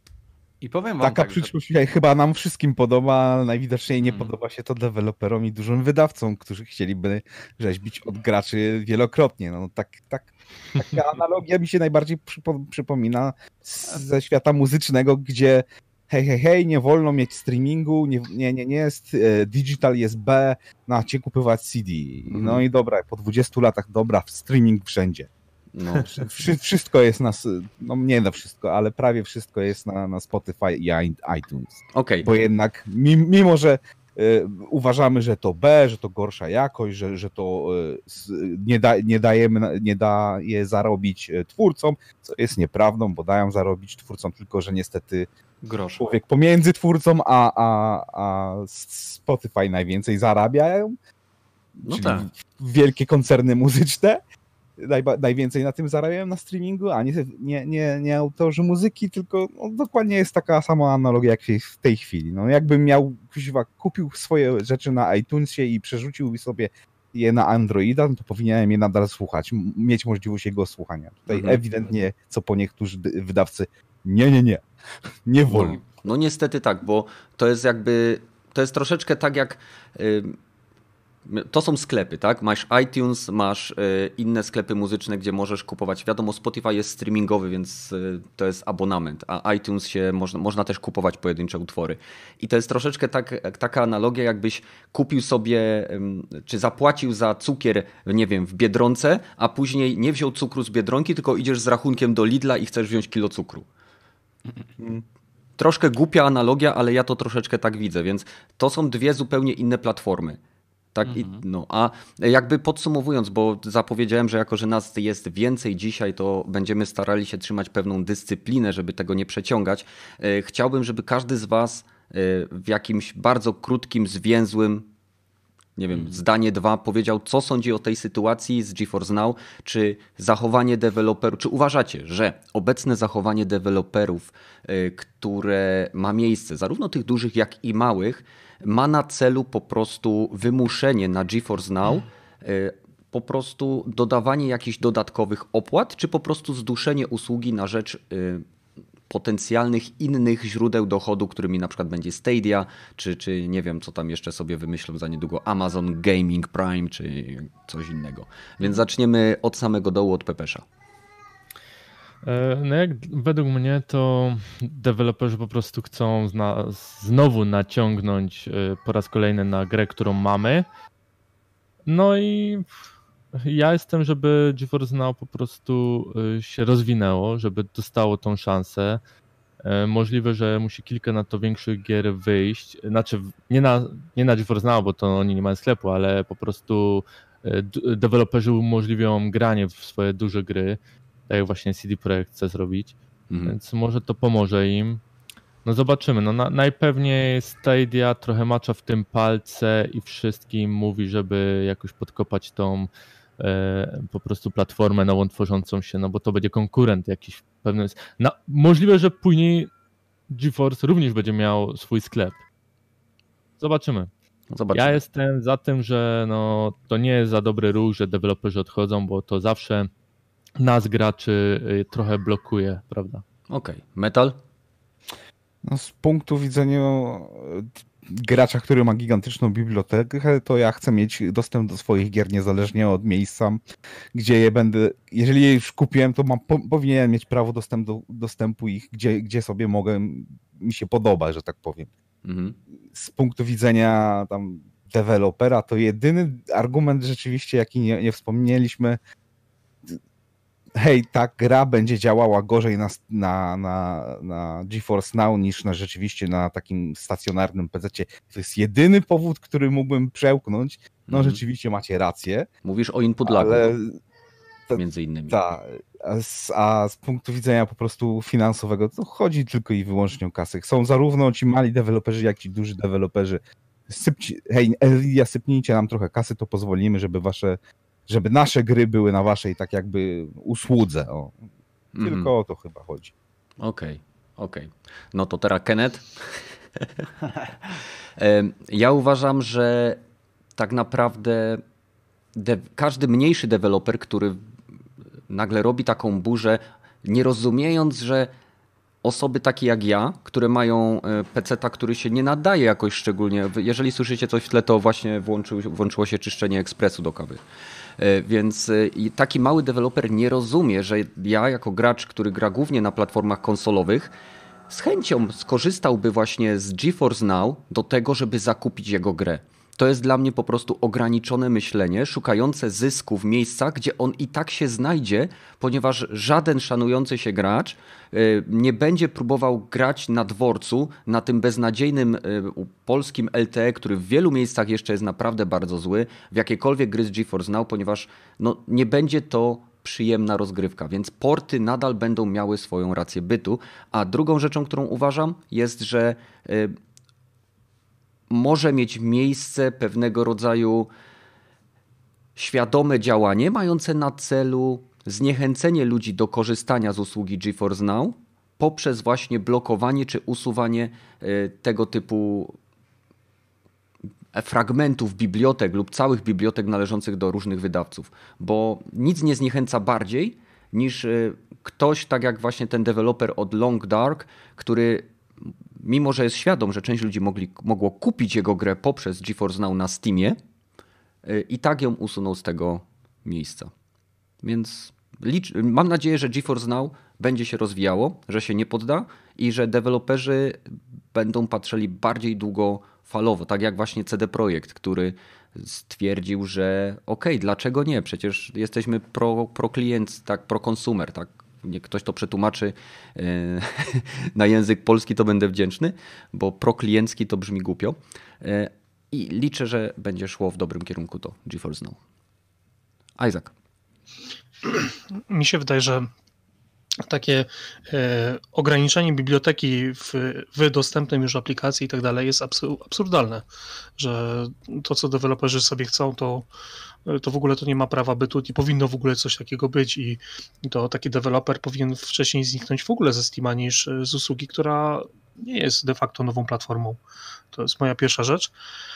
I powiem wam taka tak, że przyszłość się chyba nam wszystkim podoba, ale najwidoczniej nie Mhm. podoba się to deweloperom i dużym wydawcom, którzy chcieliby rzeźbić od graczy wielokrotnie. No tak, tak, taka analogia mi się najbardziej przypo, przypomina z, ze świata muzycznego, gdzie hej, hej, hej, nie wolno mieć streamingu, nie, nie, nie, nie jest, e, digital jest B, na cię kupywać C D. No Mhm. i dobra, po dwudziestu latach, dobra, streaming wszędzie. No. Wszy, wszystko jest na, s- no nie na wszystko, ale prawie wszystko jest na, na Spotify i i- iTunes. Okej, Bo jednak mi- mimo, że y, uważamy, że to B, że to gorsza jakość, że, że to y, s- nie, da, nie, dajemy, na- nie daje zarobić y, twórcom, co jest nieprawdą, bo dają zarobić twórcom, tylko że niestety grosz. człowiek pomiędzy twórcą a, a, a Spotify najwięcej zarabiają, no czyli tak. wielkie koncerny muzyczne najba, najwięcej na tym zarabiają na streamingu, a nie, nie, nie, nie autorzy muzyki, tylko no, dokładnie jest taka sama analogia jak w tej chwili. No, jakbym miał, kuźwa, kupił swoje rzeczy na iTunesie i przerzucił sobie je na Androida, no to powinienem je nadal słuchać, m- mieć możliwość jego słuchania. Tutaj Mhm. ewidentnie, co po niektórzy dy- wydawcy, nie, nie, nie, nie wolno. No, no niestety tak, bo to jest jakby, to jest troszeczkę tak jak, y, to są sklepy, tak? Masz iTunes, masz y, inne sklepy muzyczne, gdzie możesz kupować. Wiadomo, Spotify jest streamingowy, więc y, to jest abonament, a iTunes się można, można też kupować pojedyncze utwory. I to jest troszeczkę tak, taka analogia, jakbyś kupił sobie, ym, czy zapłacił za cukier, nie wiem, w Biedronce, a później nie wziął cukru z Biedronki, tylko idziesz z rachunkiem do Lidla i chcesz wziąć kilo cukru. Troszkę głupia analogia, ale ja to troszeczkę tak widzę, więc to są dwie zupełnie inne platformy. Tak, i, no, a jakby podsumowując, bo zapowiedziałem, że jako, że nas jest więcej dzisiaj, to będziemy starali się trzymać pewną dyscyplinę, żeby tego nie przeciągać. E, Chciałbym, żeby każdy z was e, w jakimś bardzo krótkim, zwięzłym, nie wiem, zdanie dwa powiedział, co sądzi o tej sytuacji z GeForce Now, czy zachowanie deweloperów, czy uważacie, że obecne zachowanie deweloperów, y, które ma miejsce, zarówno tych dużych, jak i małych, ma na celu po prostu wymuszenie na GeForce Now, y, po prostu dodawanie jakichś dodatkowych opłat, czy po prostu zduszenie usługi na rzecz y, potencjalnych innych źródeł dochodu, którymi na przykład będzie Stadia, czy, czy nie wiem, co tam jeszcze sobie wymyślą za niedługo, Amazon Gaming Prime, czy coś innego. Więc zaczniemy od samego dołu, od Pepesza. E, No jak według mnie to deweloperzy po prostu chcą zna, znowu naciągnąć e, po raz kolejny na grę, którą mamy. No i ja jestem, żeby GeForce Now po prostu e, się rozwinęło, żeby dostało tą szansę. E, Możliwe, że musi kilka na to większych gier wyjść. Znaczy nie na, nie na GeForce Now, bo to oni nie mają sklepu, ale po prostu e, d- deweloperzy umożliwią granie w swoje duże gry, tak jak właśnie C D Projekt chce zrobić, Mhm. więc może to pomoże im. No zobaczymy, no na, najpewniej Stadia trochę macza w tym palce i wszystkim mówi, żeby jakoś podkopać tą e, po prostu platformę nową tworzącą się, no bo to będzie konkurent jakiś pewny. No, możliwe, że później GeForce również będzie miał swój sklep. Zobaczymy. Zobaczymy. Ja jestem za tym, że no, to nie jest za dobry ruch, że deweloperzy odchodzą, bo to zawsze nas graczy y, trochę blokuje, prawda? Okej. Metal? No, z punktu widzenia e, gracza, który ma gigantyczną bibliotekę, to ja chcę mieć dostęp do swoich gier niezależnie od miejsca, gdzie je będę, jeżeli je już kupiłem, to mam, po, powinienem mieć prawo dostęp do, dostępu ich, gdzie, gdzie sobie mogę, mi się podoba, że tak powiem. Mhm. Z punktu widzenia tam dewelopera, to jedyny argument rzeczywiście, jaki nie, nie wspomnieliśmy, hej, ta gra będzie działała gorzej na, na, na, na GeForce Now niż na rzeczywiście na takim stacjonarnym pececie. To jest jedyny powód, który mógłbym przełknąć. No Mhm. rzeczywiście macie rację. Mówisz o input lagu, ale no, między innymi. Tak, a, z- a z punktu widzenia po prostu finansowego to chodzi tylko i wyłącznie o kasy. Są zarówno ci mali deweloperzy, jak i duży deweloperzy. Sypci, hej, Nvidia, sypnijcie nam trochę kasy, to pozwolimy, żeby wasze, żeby nasze gry były na waszej tak jakby usłudze. O. Mhm. Tylko o to chyba chodzi. Okej, okej. No to teraz Kenneth. Em, Ja uważam, że tak naprawdę de- każdy mniejszy deweloper, który nagle robi taką burzę, nie rozumiejąc, że osoby takie jak ja, które mają e, peceta, który się nie nadaje jakoś szczególnie, wy- jeżeli słyszycie coś w tle, to właśnie włączył, włączyło się czyszczenie ekspresu do kawy. E, Więc e, i taki mały deweloper nie rozumie, że ja jako gracz, który gra głównie na platformach konsolowych, z chęcią skorzystałby właśnie z GeForce Now do tego, żeby zakupić jego grę. To jest dla mnie po prostu ograniczone myślenie, szukające zysku w miejscach, gdzie on i tak się znajdzie, ponieważ żaden szanujący się gracz y, nie będzie próbował grać na dworcu, na tym beznadziejnym y, u- polskim L T E, który w wielu miejscach jeszcze jest naprawdę bardzo zły, w jakiekolwiek gry z GeForce Now, ponieważ no, nie będzie to przyjemna rozgrywka, więc porty nadal będą miały swoją rację bytu. A drugą rzeczą, którą uważam, jest, że y, może mieć miejsce pewnego rodzaju świadome działanie mające na celu zniechęcenie ludzi do korzystania z usługi GeForce Now poprzez właśnie blokowanie czy usuwanie y, tego typu fragmentów bibliotek lub całych bibliotek należących do różnych wydawców, bo nic nie zniechęca bardziej niż y, ktoś, tak jak właśnie ten deweloper od Long Dark, który mimo, że jest świadom, że część ludzi mogli, mogło kupić jego grę poprzez GeForce Now na Steamie, y, i tak ją usunął z tego miejsca. Więc licz, mam nadzieję, że GeForce Now będzie się rozwijało, że się nie podda i że deweloperzy będą patrzyli bardziej długofalowo, tak jak właśnie C D Projekt, który stwierdził, że okej, okay, dlaczego nie? Przecież jesteśmy pro, pro klient, tak, pro konsumer, tak? Niech ktoś to przetłumaczy e, na język polski, to będę wdzięczny, bo prokliencki to brzmi głupio. E, I liczę, że będzie szło w dobrym kierunku to GeForce Now. Isaac. Mi się wydaje, że takie e, ograniczenie biblioteki w, w dostępnej już aplikacji i tak dalej jest absu- absurdalne, że to, co deweloperzy sobie chcą, to, to w ogóle to nie ma prawa bytu, nie powinno w ogóle coś takiego być i, i to taki deweloper powinien wcześniej zniknąć w ogóle ze Steama niż z usługi, która nie jest de facto nową platformą. To jest moja pierwsza rzecz.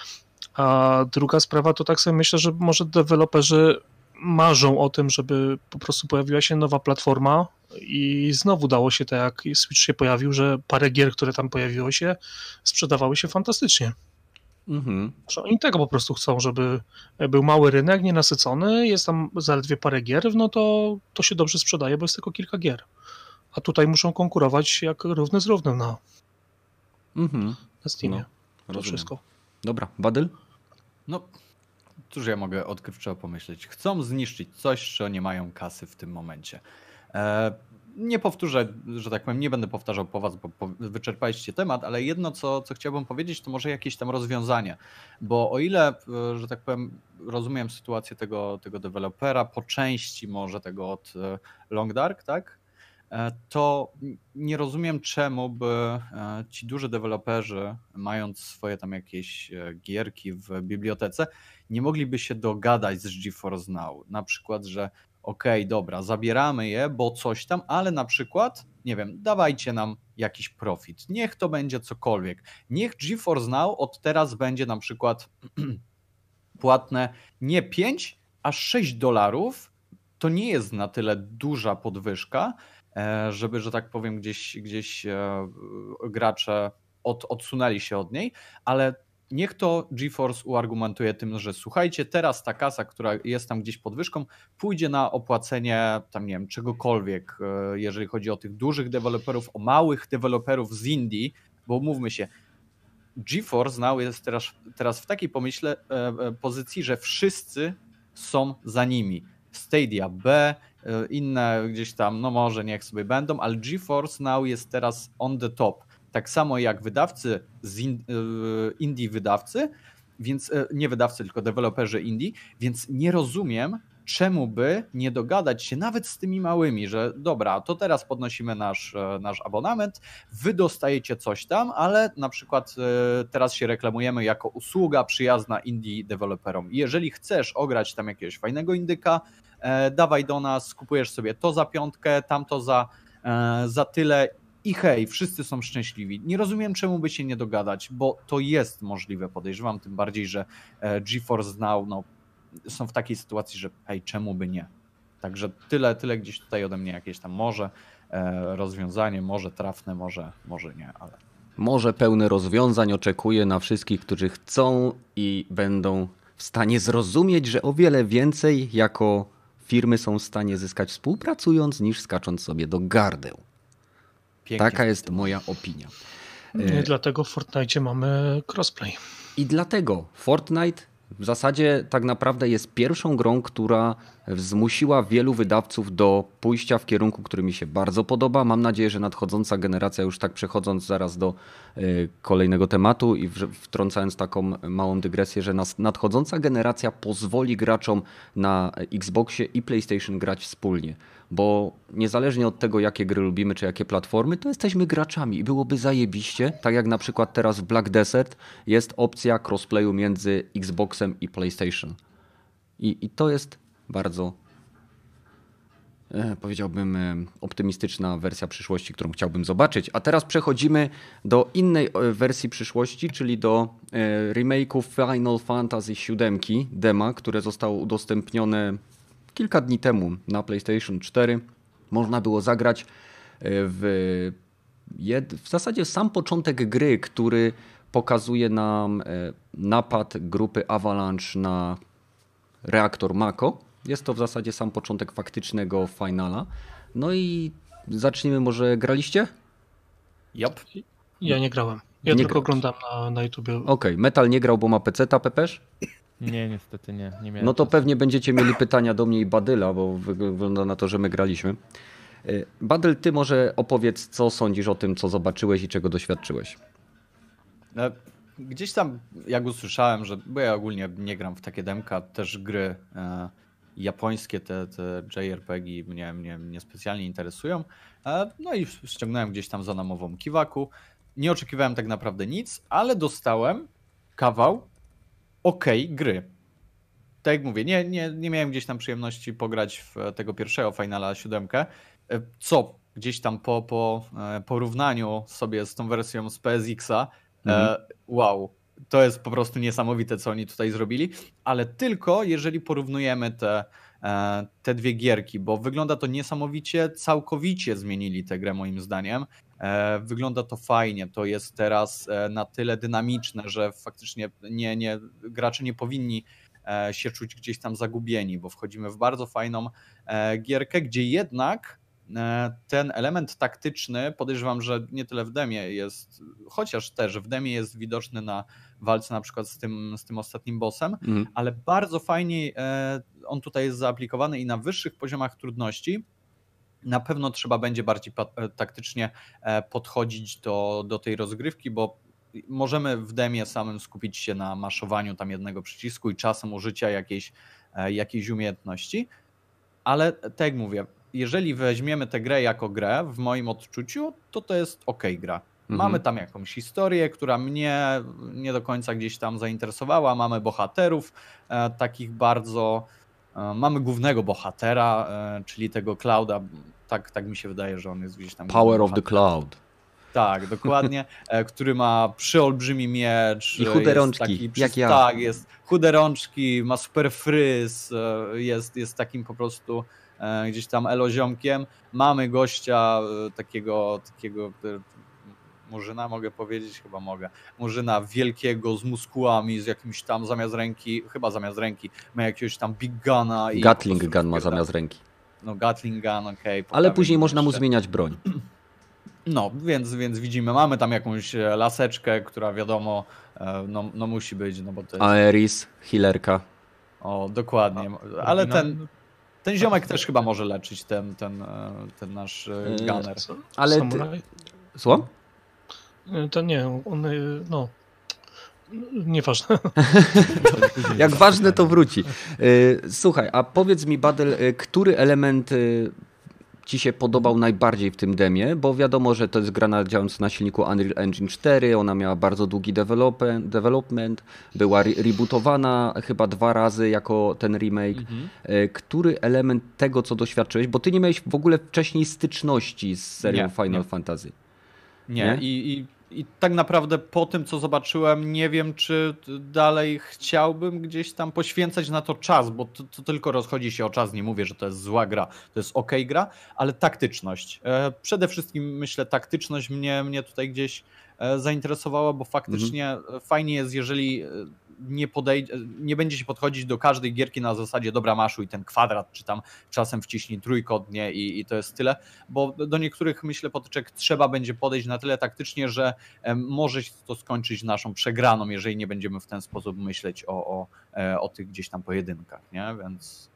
A druga sprawa to tak sobie myślę, że może deweloperzy marzą o tym, żeby po prostu pojawiła się nowa platforma i znowu dało się tak, jak Switch się pojawił, że parę gier, które tam pojawiło się, sprzedawały się fantastycznie. Mhm. Że oni tego po prostu chcą, żeby był mały rynek, nienasycony, jest tam zaledwie parę gier, no to, to się dobrze sprzedaje, bo jest tylko kilka gier. A tutaj muszą konkurować jak równy z równym na, Mhm. na Steamie. No, to rozumiem. wszystko. Dobra, Badyl? No, cóż ja mogę odkrywczo pomyśleć. Chcą zniszczyć coś, czego nie mają kasy w tym momencie. E, nie powtórzę, że tak powiem, nie będę powtarzał po was, bo po, wyczerpaliście temat, ale jedno, co, co chciałbym powiedzieć, to może jakieś tam rozwiązanie. Bo o ile, e, że tak powiem, rozumiem sytuację tego, tego dewelopera, po części może tego od e, Long Dark, tak? E, to nie rozumiem, czemu by e, ci duży deweloperzy, mając swoje tam jakieś e, gierki w bibliotece, nie mogliby się dogadać z GeForce Now. Na przykład, że okej, dobra, zabieramy je, bo coś tam, ale na przykład, nie wiem, dawajcie nam jakiś profit. Niech to będzie cokolwiek. Niech GeForce Now od teraz będzie na przykład płatne nie pięć, a sześć dolarów. To nie jest na tyle duża podwyżka, e, żeby, że tak powiem, gdzieś, gdzieś e, gracze od, odsunęli się od niej, ale niech to GeForce uargumentuje tym, że słuchajcie, teraz ta kasa, która jest tam gdzieś podwyżką, pójdzie na opłacenie tam, nie wiem, czegokolwiek, e, jeżeli chodzi o tych dużych deweloperów, o małych deweloperów z Indii, bo mówmy się, GeForce Now jest teraz, teraz w takiej pomyśle e, e, pozycji, że wszyscy są za nimi. Stadia B, e, inne gdzieś tam, no może niech sobie będą, ale GeForce Now jest teraz on the top. Tak samo jak wydawcy, z in, e, indie wydawcy, więc e, nie wydawcy, tylko deweloperzy indie, więc nie rozumiem, czemu by nie dogadać się nawet z tymi małymi, że dobra, to teraz podnosimy nasz, nasz abonament, wy dostajecie coś tam, ale na przykład teraz się reklamujemy jako usługa przyjazna indie deweloperom. I jeżeli chcesz ograć tam jakiegoś fajnego indyka, e, dawaj do nas, kupujesz sobie to za piątkę, tamto za, e, za tyle i hej, wszyscy są szczęśliwi. Nie rozumiem, czemu by się nie dogadać, bo to jest możliwe, podejrzewam, tym bardziej, że e, GeForce Now, no są w takiej sytuacji, że hej, czemu by nie? Także tyle, tyle gdzieś tutaj ode mnie jakieś tam może e, rozwiązanie, może trafne, może, może nie, ale... Może pełne rozwiązań oczekuje na wszystkich, którzy chcą i będą w stanie zrozumieć, że o wiele więcej jako firmy są w stanie zyskać współpracując, niż skacząc sobie do gardeł. Pięknie. Taka jest moja opinia. I dlatego w Fortnite mamy crossplay. I dlatego Fortnite w zasadzie tak naprawdę jest pierwszą grą, która zmusiła wielu wydawców do pójścia w kierunku, który mi się bardzo podoba. Mam nadzieję, że nadchodząca generacja, już tak przechodząc zaraz do y, kolejnego tematu i w, wtrącając taką małą dygresję, że nas, nadchodząca generacja pozwoli graczom na Xboxie i PlayStation grać wspólnie. Bo niezależnie od tego, jakie gry lubimy, czy jakie platformy, to jesteśmy graczami i byłoby zajebiście, tak jak na przykład teraz w Black Desert jest opcja crossplayu między Xboxem i PlayStation. I, i to jest bardzo, e, powiedziałbym, e, optymistyczna wersja przyszłości, którą chciałbym zobaczyć. A teraz przechodzimy do innej wersji przyszłości, czyli do e, remake'u Final Fantasy siedem dema, które zostało udostępnione kilka dni temu na PlayStation cztery. Można było zagrać w, jed... w zasadzie sam początek gry, który pokazuje nam napad grupy Avalanche na reaktor Mako. Jest to w zasadzie sam początek faktycznego finala. No i zacznijmy, może graliście? Yep. Ja nie grałem. Ja Nie tylko grałeś. oglądam na, na YouTubie. Okej, okay. Metal nie grał, bo ma peceta, Pepesz? Nie, niestety nie. nie miałem No to czasu. pewnie będziecie mieli pytania do mnie i Badyla, bo wygląda na to, że my graliśmy. Badyl, ty może opowiedz, co sądzisz o tym, co zobaczyłeś i czego doświadczyłeś. Gdzieś tam, jak usłyszałem, że, bo ja ogólnie nie gram w takie demka, też gry e, japońskie, te, te J R P G mnie, mnie, mnie specjalnie interesują. E, no i ściągnąłem gdzieś tam za namową Kiwaku. Nie oczekiwałem tak naprawdę nic, ale dostałem kawał okej okay, gry. Tak jak mówię, nie, nie, nie miałem gdzieś tam przyjemności pograć w tego pierwszego Finala siódemkę, co gdzieś tam po, po porównaniu sobie z tą wersją z P S X-a, mhm. wow, to jest po prostu niesamowite, co oni tutaj zrobili, ale tylko jeżeli porównujemy te, te dwie gierki, bo wygląda to niesamowicie, całkowicie zmienili tę grę moim zdaniem. Wygląda to fajnie, to jest teraz na tyle dynamiczne, że faktycznie nie, nie, gracze nie powinni się czuć gdzieś tam zagubieni, bo wchodzimy w bardzo fajną gierkę, gdzie jednak ten element taktyczny, podejrzewam, że nie tyle w demie jest, chociaż też w demie jest widoczny na walce na przykład z tym, z tym ostatnim bossem, mm. ale bardzo fajnie on tutaj jest zaaplikowany i na wyższych poziomach trudności. Na pewno trzeba będzie bardziej taktycznie podchodzić do, do tej rozgrywki, bo możemy w demie samym skupić się na maszowaniu tam jednego przycisku i czasem użycia jakiejś, jakiejś umiejętności, ale tak jak mówię, jeżeli weźmiemy tę grę jako grę, w moim odczuciu, to to jest okej gra. Mhm. Mamy tam jakąś historię, która mnie nie do końca gdzieś tam zainteresowała, mamy bohaterów e, takich bardzo... E, mamy głównego bohatera, e, czyli tego Clouda, tak, tak mi się wydaje, że on jest gdzieś tam... Power of the Cloud. Tak, dokładnie, e, który ma przeolbrzymi miecz. I chude rączki, taki, jak ja. Tak, jest chude rączki, ma super fryz, e, jest, jest takim po prostu... gdzieś tam eloziomkiem. Mamy gościa takiego, takiego murzyna, mogę powiedzieć? Chyba mogę. Murzyna wielkiego, z muskułami, z jakimś tam zamiast ręki, chyba zamiast ręki, ma jakiegoś tam big guna. I Gatling gun ma zamiast ręki. No Gatling gun, okej. Okay, ale później można mu zmieniać broń. No, więc, więc widzimy, mamy tam jakąś e, laseczkę, która wiadomo, e, no, no musi być, no bo to jest... Aeris, healerka. O, dokładnie. Ale ten, Oryginalny- ten ziomek też chyba może leczyć, ten, ten, e, ten nasz e, Yy, gunner. Co? Ale ty- Samuraj? Słucham? Y, To nie, on, y, no, nieważne. Jak ważne to wróci. Y, Słuchaj, a powiedz mi, Badel, y, który element y, ci się podobał najbardziej w tym demie? Bo wiadomo, że to jest gra na- działająca na silniku Unreal Engine cztery, ona miała bardzo długi development, development była re rebootowana chyba dwa razy jako ten remake. Mhm. Y, Który element tego, co doświadczyłeś, bo ty nie miałeś w ogóle wcześniej styczności z serią Nie, Final nie. Fantasy. Nie, Nie? I, i, i tak naprawdę po tym, co zobaczyłem, nie wiem, czy t- dalej chciałbym gdzieś tam poświęcać na to czas, bo to, to tylko rozchodzi się o czas. Nie mówię, że to jest zła gra, to jest okej gra, ale taktyczność. E, przede wszystkim myślę, taktyczność mnie, mnie tutaj gdzieś e, zainteresowała, bo faktycznie e, fajnie jest, jeżeli e, nie, podejdzie, nie będzie się podchodzić do każdej gierki na zasadzie dobra, maszuj ten kwadrat, czy tam czasem wciśnij trójkąt, nie, i, i to jest tyle, bo do niektórych, myślę, potyczek trzeba będzie podejść na tyle taktycznie, że em, może się to skończyć naszą przegraną, jeżeli nie będziemy w ten sposób myśleć o, o, e, o tych gdzieś tam pojedynkach, nie, więc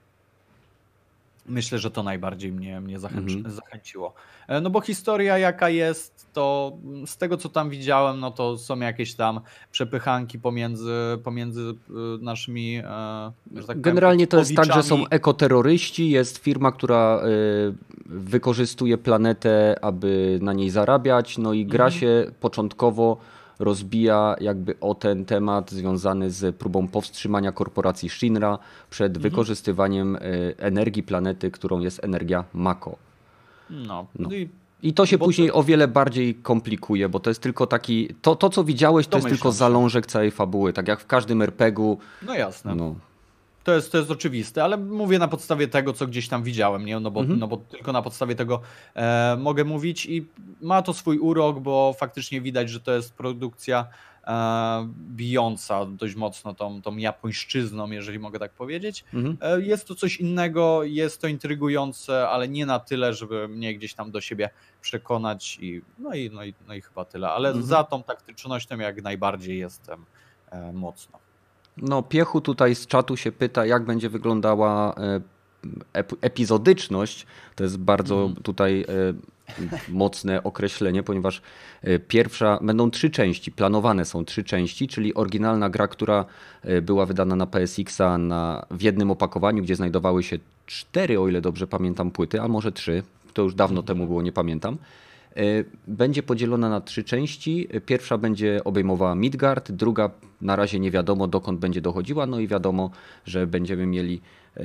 myślę, że to najbardziej mnie, mnie zachęci, Mhm. zachęciło. E, No bo historia jaka jest, to mm, z tego co tam widziałem, no to są jakieś tam przepychanki pomiędzy, pomiędzy y, naszymi, e, że tak powiem, Generalnie to jest tak, że są ekipowiczami. ekoterroryści, jest firma, która y, wykorzystuje planetę, aby na niej zarabiać, no i gra Mhm. się początkowo rozbija jakby o ten temat związany z próbą powstrzymania korporacji Shinra przed Mhm. wykorzystywaniem y, energii planety, którą jest energia Mako. No, No. no i I to się Bo później to- o wiele bardziej komplikuje, bo to jest tylko taki, to, to co widziałeś, to jest Domyślam tylko się. zalążek całej fabuły, tak jak w każdym er pe gie u, no jasne. no. To jest, to jest oczywiste, ale mówię na podstawie tego, co gdzieś tam widziałem, nie? No bo, Mhm. no bo tylko na podstawie tego e, mogę mówić i ma to swój urok, bo faktycznie widać, że to jest produkcja e, bijąca dość mocno tą, tą japońszczyzną, jeżeli mogę tak powiedzieć. Mhm. E, jest to coś innego, jest to intrygujące, ale nie na tyle, żeby mnie gdzieś tam do siebie przekonać i no i, no i, no i chyba tyle, ale Mhm. za tą taktycznością jak najbardziej jestem e, mocno. No, Piechu tutaj z czatu się pyta, jak będzie wyglądała e, ep- epizodyczność. To jest bardzo Mhm. tutaj e, mocne określenie, ponieważ e, pierwsza, będą trzy części, planowane są trzy części, czyli oryginalna gra, która e, była wydana na P S X a na, w jednym opakowaniu, gdzie znajdowały się cztery, o ile dobrze pamiętam, płyty, a może trzy, to już dawno temu było, nie pamiętam. E, Będzie podzielona na trzy części. Pierwsza będzie obejmowała Midgard, druga na razie nie wiadomo dokąd będzie dochodziła, no i wiadomo, że będziemy mieli... e,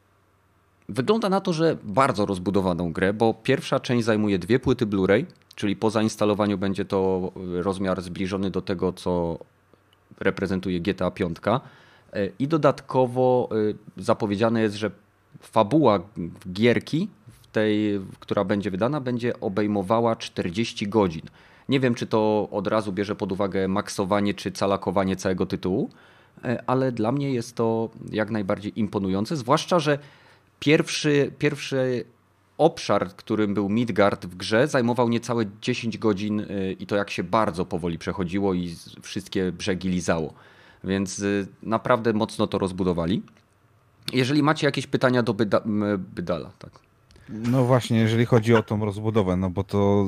Wygląda na to, że bardzo rozbudowaną grę, bo pierwsza część zajmuje dwie płyty Blu-ray, czyli po zainstalowaniu będzie to rozmiar zbliżony do tego, co reprezentuje G T A pięć. E, I dodatkowo e, zapowiedziane jest, że fabuła gierki, w tej, która będzie wydana, będzie obejmowała czterdzieści godzin. Nie wiem, czy to od razu bierze pod uwagę maksowanie czy calakowanie całego tytułu, e, ale dla mnie jest to jak najbardziej imponujące, zwłaszcza, że pierwszy, pierwszy obszar, którym był Midgard w grze, zajmował niecałe dziesięć godzin y, i to jak się bardzo powoli przechodziło i z- wszystkie brzegi lizało. Więc y, naprawdę mocno to rozbudowali. Jeżeli macie jakieś pytania do Byda, m, Bydala, tak. No właśnie, jeżeli chodzi o tą rozbudowę, no bo to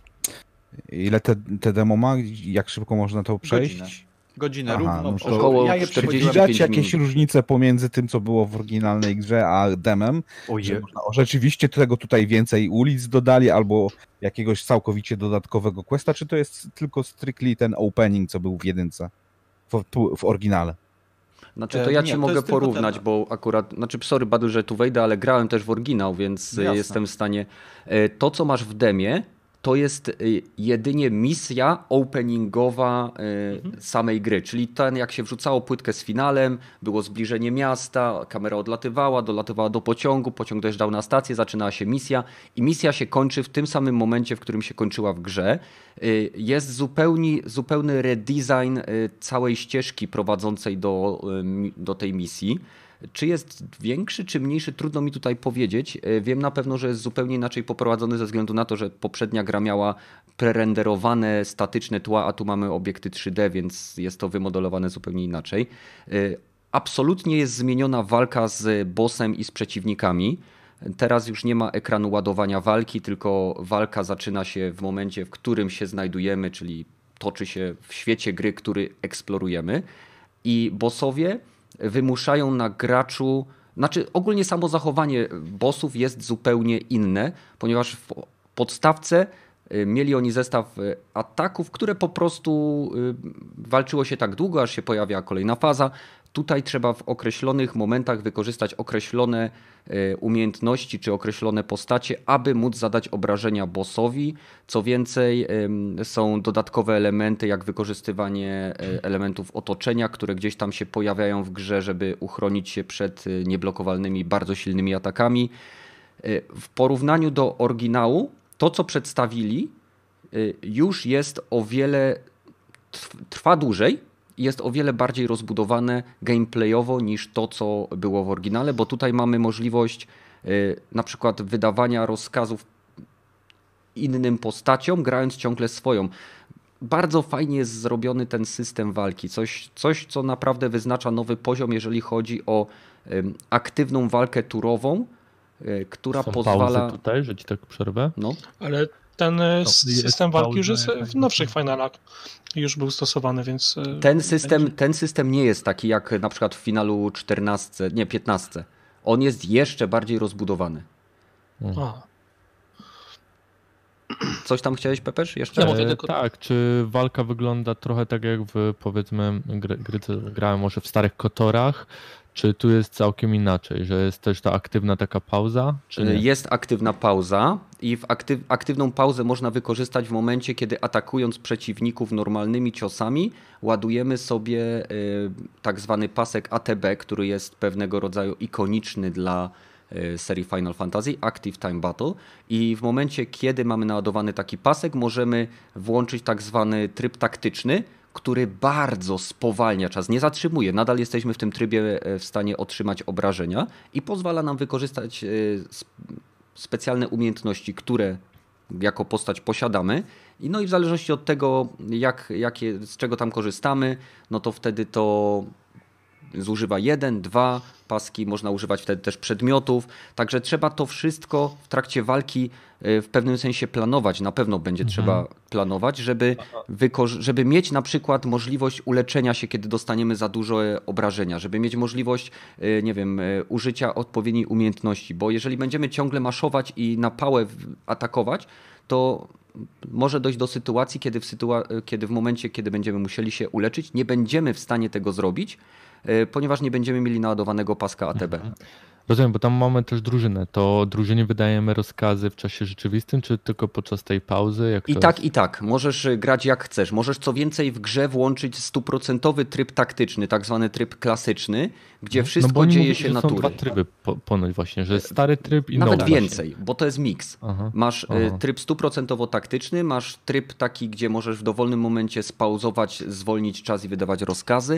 ile te, te demo ma? Jak szybko można to przejść? Godzinę. Godzinę Aha, równo. no to- przeszło. Około ja je czterdzieści przechodziłem. Widać pięć jakieś minut. różnice pomiędzy tym, co było w oryginalnej grze, a demem? Że Oje. można, o, rzeczywiście tego tutaj więcej ulic dodali, albo jakiegoś całkowicie dodatkowego questa, czy to jest tylko strictly ten opening, co był w jedynce, w, tu, w oryginale? Znaczy E, to ja nie, ci to mogę jest tylko porównać, ten- bo akurat, znaczy sorry Badu, że tu wejdę, ale grałem też w oryginał, więc No y, jasne. jestem w stanie. e, To, co masz w demie, to jest y, jedynie misja openingowa y, Mhm. samej gry, czyli ten jak się wrzucało płytkę z finalem, było zbliżenie miasta, kamera odlatywała, dolatywała do pociągu, pociąg dojeżdżał na stację, zaczynała się misja i misja się kończy w tym samym momencie, w którym się kończyła w grze. Y, Jest zupełnie, zupełny redesign y, całej ścieżki prowadzącej do, y, mi- do tej misji. Czy jest większy, czy mniejszy, trudno mi tutaj powiedzieć. Wiem na pewno, że jest zupełnie inaczej poprowadzony ze względu na to, że poprzednia gra miała prerenderowane statyczne tła, a tu mamy obiekty trzy D, więc jest to wymodelowane zupełnie inaczej. Absolutnie jest zmieniona walka z bossem i z przeciwnikami. Teraz już nie ma ekranu ładowania walki, tylko walka zaczyna się w momencie, w którym się znajdujemy, czyli toczy się w świecie gry, który eksplorujemy. I bossowie wymuszają na graczu, znaczy ogólnie samo zachowanie bossów jest zupełnie inne, ponieważ w podstawce mieli oni zestaw ataków, które po prostu walczyło się tak długo, aż się pojawia kolejna faza. Tutaj trzeba w określonych momentach wykorzystać określone umiejętności czy określone postacie, aby móc zadać obrażenia bossowi. Co więcej, są dodatkowe elementy, jak wykorzystywanie elementów otoczenia, które gdzieś tam się pojawiają w grze, żeby uchronić się przed nieblokowalnymi, bardzo silnymi atakami. W porównaniu do oryginału, to co przedstawili już jest o wiele, trwa dłużej, jest o wiele bardziej rozbudowane gameplayowo niż to, co było w oryginale, bo tutaj mamy możliwość na przykład wydawania rozkazów innym postaciom, grając ciągle swoją. Bardzo fajnie jest zrobiony ten system walki. Coś, coś co naprawdę wyznacza nowy poziom, jeżeli chodzi o aktywną walkę turową, która Są pozwala... pauzy tutaj, że ci tak przerwę? No. Ale ten jest system walki już jest pauza w nowszych finalach. Już był stosowany, więc... Ten system, ten system nie jest taki jak na przykład w finalu czternastce, nie, piętnastce. On jest jeszcze bardziej rozbudowany. A. Coś tam chciałeś, Pepesz, jeszcze? Ja mówię E, tylko- Tak, czy walka wygląda trochę tak jak w, powiedzmy, gry, gry co grałem może w starych Kotorach, czy tu jest całkiem inaczej, że jest też ta aktywna taka pauza, czy nie? Jest aktywna pauza i w aktyw, aktywną pauzę można wykorzystać w momencie, kiedy atakując przeciwników normalnymi ciosami, ładujemy sobie y, tak zwany pasek A T B, który jest pewnego rodzaju ikoniczny dla y, serii Final Fantasy, Active Time Battle, i w momencie, kiedy mamy naładowany taki pasek, możemy włączyć tak zwany tryb taktyczny, który bardzo spowalnia czas, nie zatrzymuje. Nadal jesteśmy w tym trybie w stanie otrzymać obrażenia i pozwala nam wykorzystać specjalne umiejętności, które jako postać posiadamy. No i w zależności od tego, jak, jakie, z czego tam korzystamy, no to wtedy to zużywa jeden, dwa paski, można używać wtedy też przedmiotów, także trzeba to wszystko w trakcie walki w pewnym sensie planować, na pewno będzie mhm. trzeba planować, żeby, żeby mieć na przykład możliwość uleczenia się, kiedy dostaniemy za dużo obrażenia, żeby mieć możliwość, nie wiem, użycia odpowiedniej umiejętności, bo jeżeli będziemy ciągle maszować i na pałę atakować, to może dojść do sytuacji, kiedy w, sytua- kiedy w momencie, kiedy będziemy musieli się uleczyć, nie będziemy w stanie tego zrobić, ponieważ nie będziemy mieli naładowanego paska A T B. Mhm. Rozumiem, bo tam mamy też drużynę. To drużynie wydajemy rozkazy w czasie rzeczywistym, czy tylko podczas tej pauzy? Jak I to tak, jest? i tak. Możesz grać jak chcesz. Możesz co więcej w grze włączyć stuprocentowy tryb taktyczny, tak zwany tryb klasyczny, gdzie wszystko no dzieje mówili, się że natury. Są dwa tryby po, ponoć właśnie, że jest stary tryb i Nawet nowy. więcej, właśnie. bo to jest miks. Aha, masz aha. tryb stuprocentowo taktyczny, masz tryb taki, gdzie możesz w dowolnym momencie spauzować, zwolnić czas i wydawać rozkazy.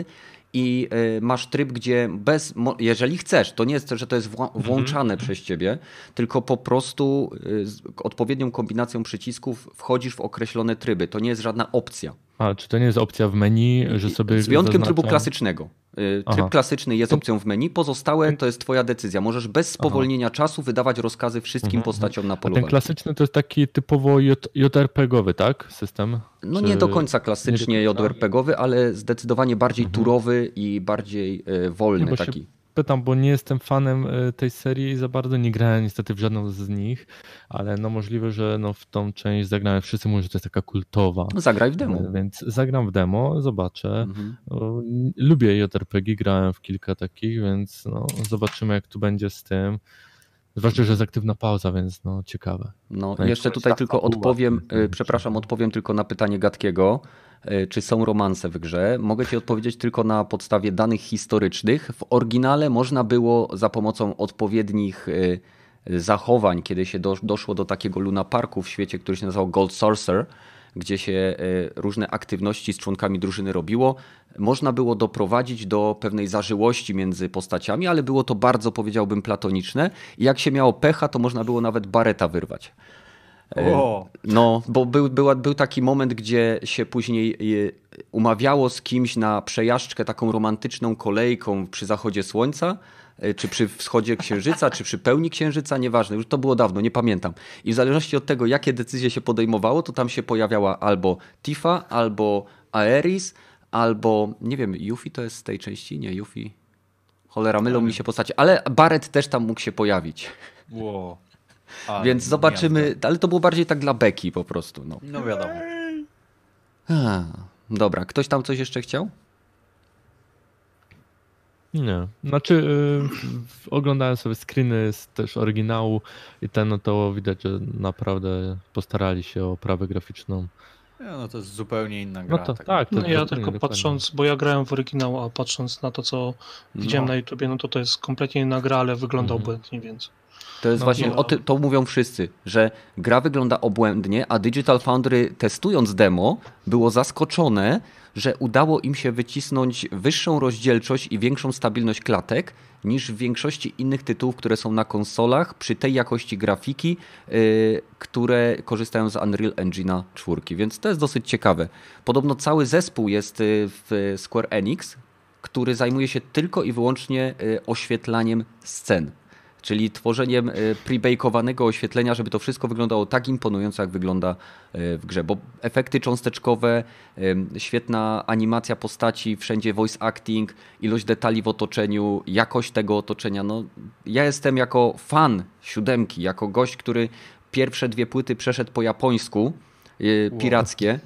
I masz tryb, gdzie bez, jeżeli chcesz, to nie jest, że to jest włączane mhm. przez ciebie, tylko po prostu z odpowiednią kombinacją przycisków wchodzisz w określone tryby. To nie jest żadna opcja. A, czy to nie jest opcja w menu, że sobie z wyjątkiem zaznaczam... trybu klasycznego. Tryb Aha. klasyczny jest opcją w menu, pozostałe to jest twoja decyzja. Możesz bez spowolnienia Aha. czasu wydawać rozkazy wszystkim mhm. postaciom na polu walki. Ten walki. klasyczny to jest taki typowo J R P G-owy, tak? System? No czy... nie do końca klasycznie J R P G-owy, ale zdecydowanie bardziej mhm. turowy i bardziej wolny nie, taki. Się... Pytam, bo nie jestem fanem tej serii i za bardzo nie grałem niestety w żadną z nich, ale no możliwe, że no w tą część zagrałem. Wszyscy mówią, że to jest taka kultowa. No zagraj w demo. Więc zagram w demo, zobaczę. Mhm. Lubię J R P G, grałem w kilka takich, więc no zobaczymy jak tu będzie z tym. Zwłaszcza, że jest aktywna pauza, więc no ciekawe. No, no jeszcze tutaj tylko odpowiem, przepraszam, odpowiem tylko na pytanie Gatkiego. Czy są romanse w grze? Mogę ci odpowiedzieć tylko na podstawie danych historycznych. W oryginale można było za pomocą odpowiednich zachowań, kiedy się do, doszło do takiego lunaparku w świecie, który się nazywał Gold Saucer, gdzie się różne aktywności z członkami drużyny robiło, można było doprowadzić do pewnej zażyłości między postaciami, ale było to bardzo, powiedziałbym, platoniczne i jak się miało pecha, to można było nawet Barreta wyrwać. O. No, bo był, był, był taki moment, gdzie się później umawiało z kimś na przejażdżkę taką romantyczną kolejką przy zachodzie słońca, czy przy wschodzie księżyca, czy przy pełni księżyca, nieważne, już to było dawno, nie pamiętam. I w zależności od tego, jakie decyzje się podejmowało, to tam się pojawiała albo Tifa, albo Aerys, albo, nie wiem, Yuffie to jest z tej części? Nie, Yuffie. Cholera, mylą mi się postacie, ale Barret też tam mógł się pojawić. Wow. Więc zobaczymy, miazda. Ale to było bardziej tak dla beki po prostu. No, no wiadomo. A, dobra, ktoś tam coś jeszcze chciał? Nie, znaczy yy, oglądałem sobie screeny z też oryginału i ten, no to widać, że naprawdę postarali się o oprawę graficzną. Ja, no to jest zupełnie inna gra. No to, tak, tak, to no ja tylko patrząc, bo ja grałem w oryginał, a patrząc na to, co no. widziałem na YouTubie, no to to jest kompletnie inna gra, ale wygląda mhm. obłędnie, więc... To jest no, właśnie, no. o ty, to mówią wszyscy, że gra wygląda obłędnie, a Digital Foundry testując demo było zaskoczone, że udało im się wycisnąć wyższą rozdzielczość i większą stabilność klatek niż w większości innych tytułów, które są na konsolach przy tej jakości grafiki, yy, które korzystają z Unreal Engine'a cztery, więc to jest dosyć ciekawe. Podobno cały zespół jest w Square Enix, który zajmuje się tylko i wyłącznie oświetlaniem scen. Czyli tworzeniem pre-bake'owanego oświetlenia, żeby to wszystko wyglądało tak imponująco, jak wygląda w grze. Bo efekty cząsteczkowe, świetna animacja postaci, wszędzie voice acting, ilość detali w otoczeniu, jakość tego otoczenia. No, ja jestem jako fan siódemki, jako gość, który pierwsze dwie płyty przeszedł po japońsku, pirackie,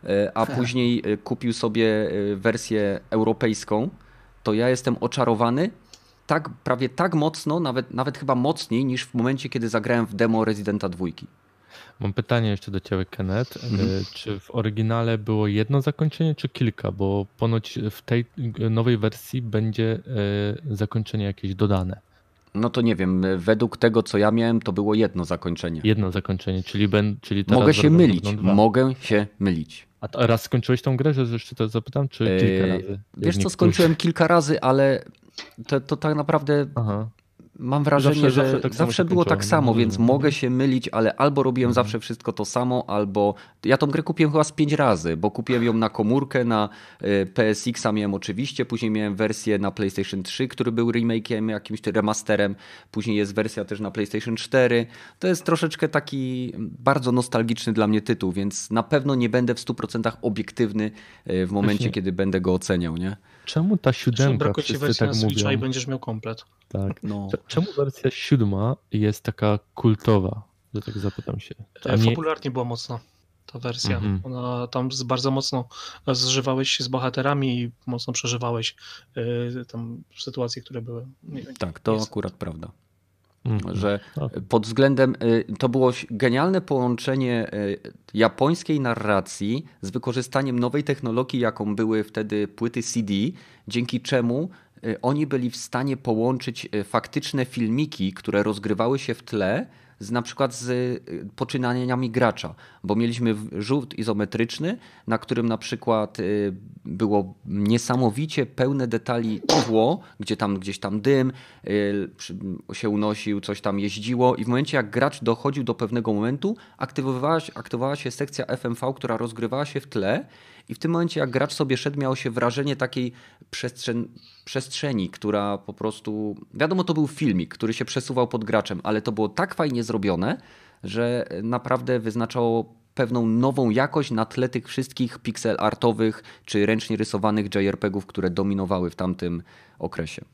a później kupił sobie wersję europejską, to ja jestem oczarowany. Tak, prawie tak mocno, nawet, nawet chyba mocniej niż w momencie, kiedy zagrałem w demo Residenta dwójki. Mam pytanie jeszcze do ciebie, Kenneth. Mhm. Czy w oryginale było jedno zakończenie, czy kilka? Bo ponoć w tej nowej wersji będzie zakończenie jakieś dodane. No to nie wiem, według tego, co ja miałem, to było jedno zakończenie. Jedno zakończenie, czyli, ben, czyli teraz mogę się mylić, mogę się mylić. A raz skończyłeś tą grę, że jeszcze to zapytam, czy kilka razy? Wiesz co, skończyłem kilka razy, ale to, to tak naprawdę Aha. mam wrażenie, zawsze, że zawsze, tak zawsze było tak samo, no, więc no, mogę się mylić, ale albo robiłem mhm. zawsze wszystko to samo, albo ja tą grę kupiłem chyba z pięć razy, bo kupiłem ją na komórkę, na P S X a miałem oczywiście, później miałem wersję na PlayStation trzy, który był remake'iem, jakimś remasterem, później jest wersja też na PlayStation cztery. To jest troszeczkę taki bardzo nostalgiczny dla mnie tytuł, więc na pewno nie będę w stu procentach obiektywny w momencie, Właśnie. kiedy będę go oceniał, nie? Czemu ta siódemka, brakuje ci wersji tak na Switcha mówią? I będziesz miał komplet. Tak. No. Czemu wersja siódma jest taka kultowa? Że tak zapytam się. A nie... Popularnie była mocno ta wersja. Mm-hmm. Ona tam bardzo mocno zżywałeś się z bohaterami i mocno przeżywałeś y, tam sytuacje, które były. Tak, to jest. Akurat prawda. Mm-hmm. Że pod względem, to było genialne połączenie japońskiej narracji z wykorzystaniem nowej technologii, jaką były wtedy płyty C D, dzięki czemu oni byli w stanie połączyć faktyczne filmiki, które rozgrywały się w tle, z na przykład z poczynaniami gracza, bo mieliśmy rzut izometryczny, na którym na przykład było niesamowicie pełne detali tło, gdzie tam gdzieś tam dym się unosił, coś tam jeździło i w momencie jak gracz dochodził do pewnego momentu, aktywowała się, aktywowała się sekcja F M V, która rozgrywała się w tle i w tym momencie jak gracz sobie szedł, miało się wrażenie takiej przestrzeni, przestrzeni, która po prostu, wiadomo, to był filmik, który się przesuwał pod graczem, ale to było tak fajnie zrobione, że naprawdę wyznaczało pewną nową jakość na tle tych wszystkich pixel artowych czy ręcznie rysowanych J R P G ów, które dominowały w tamtym okresie.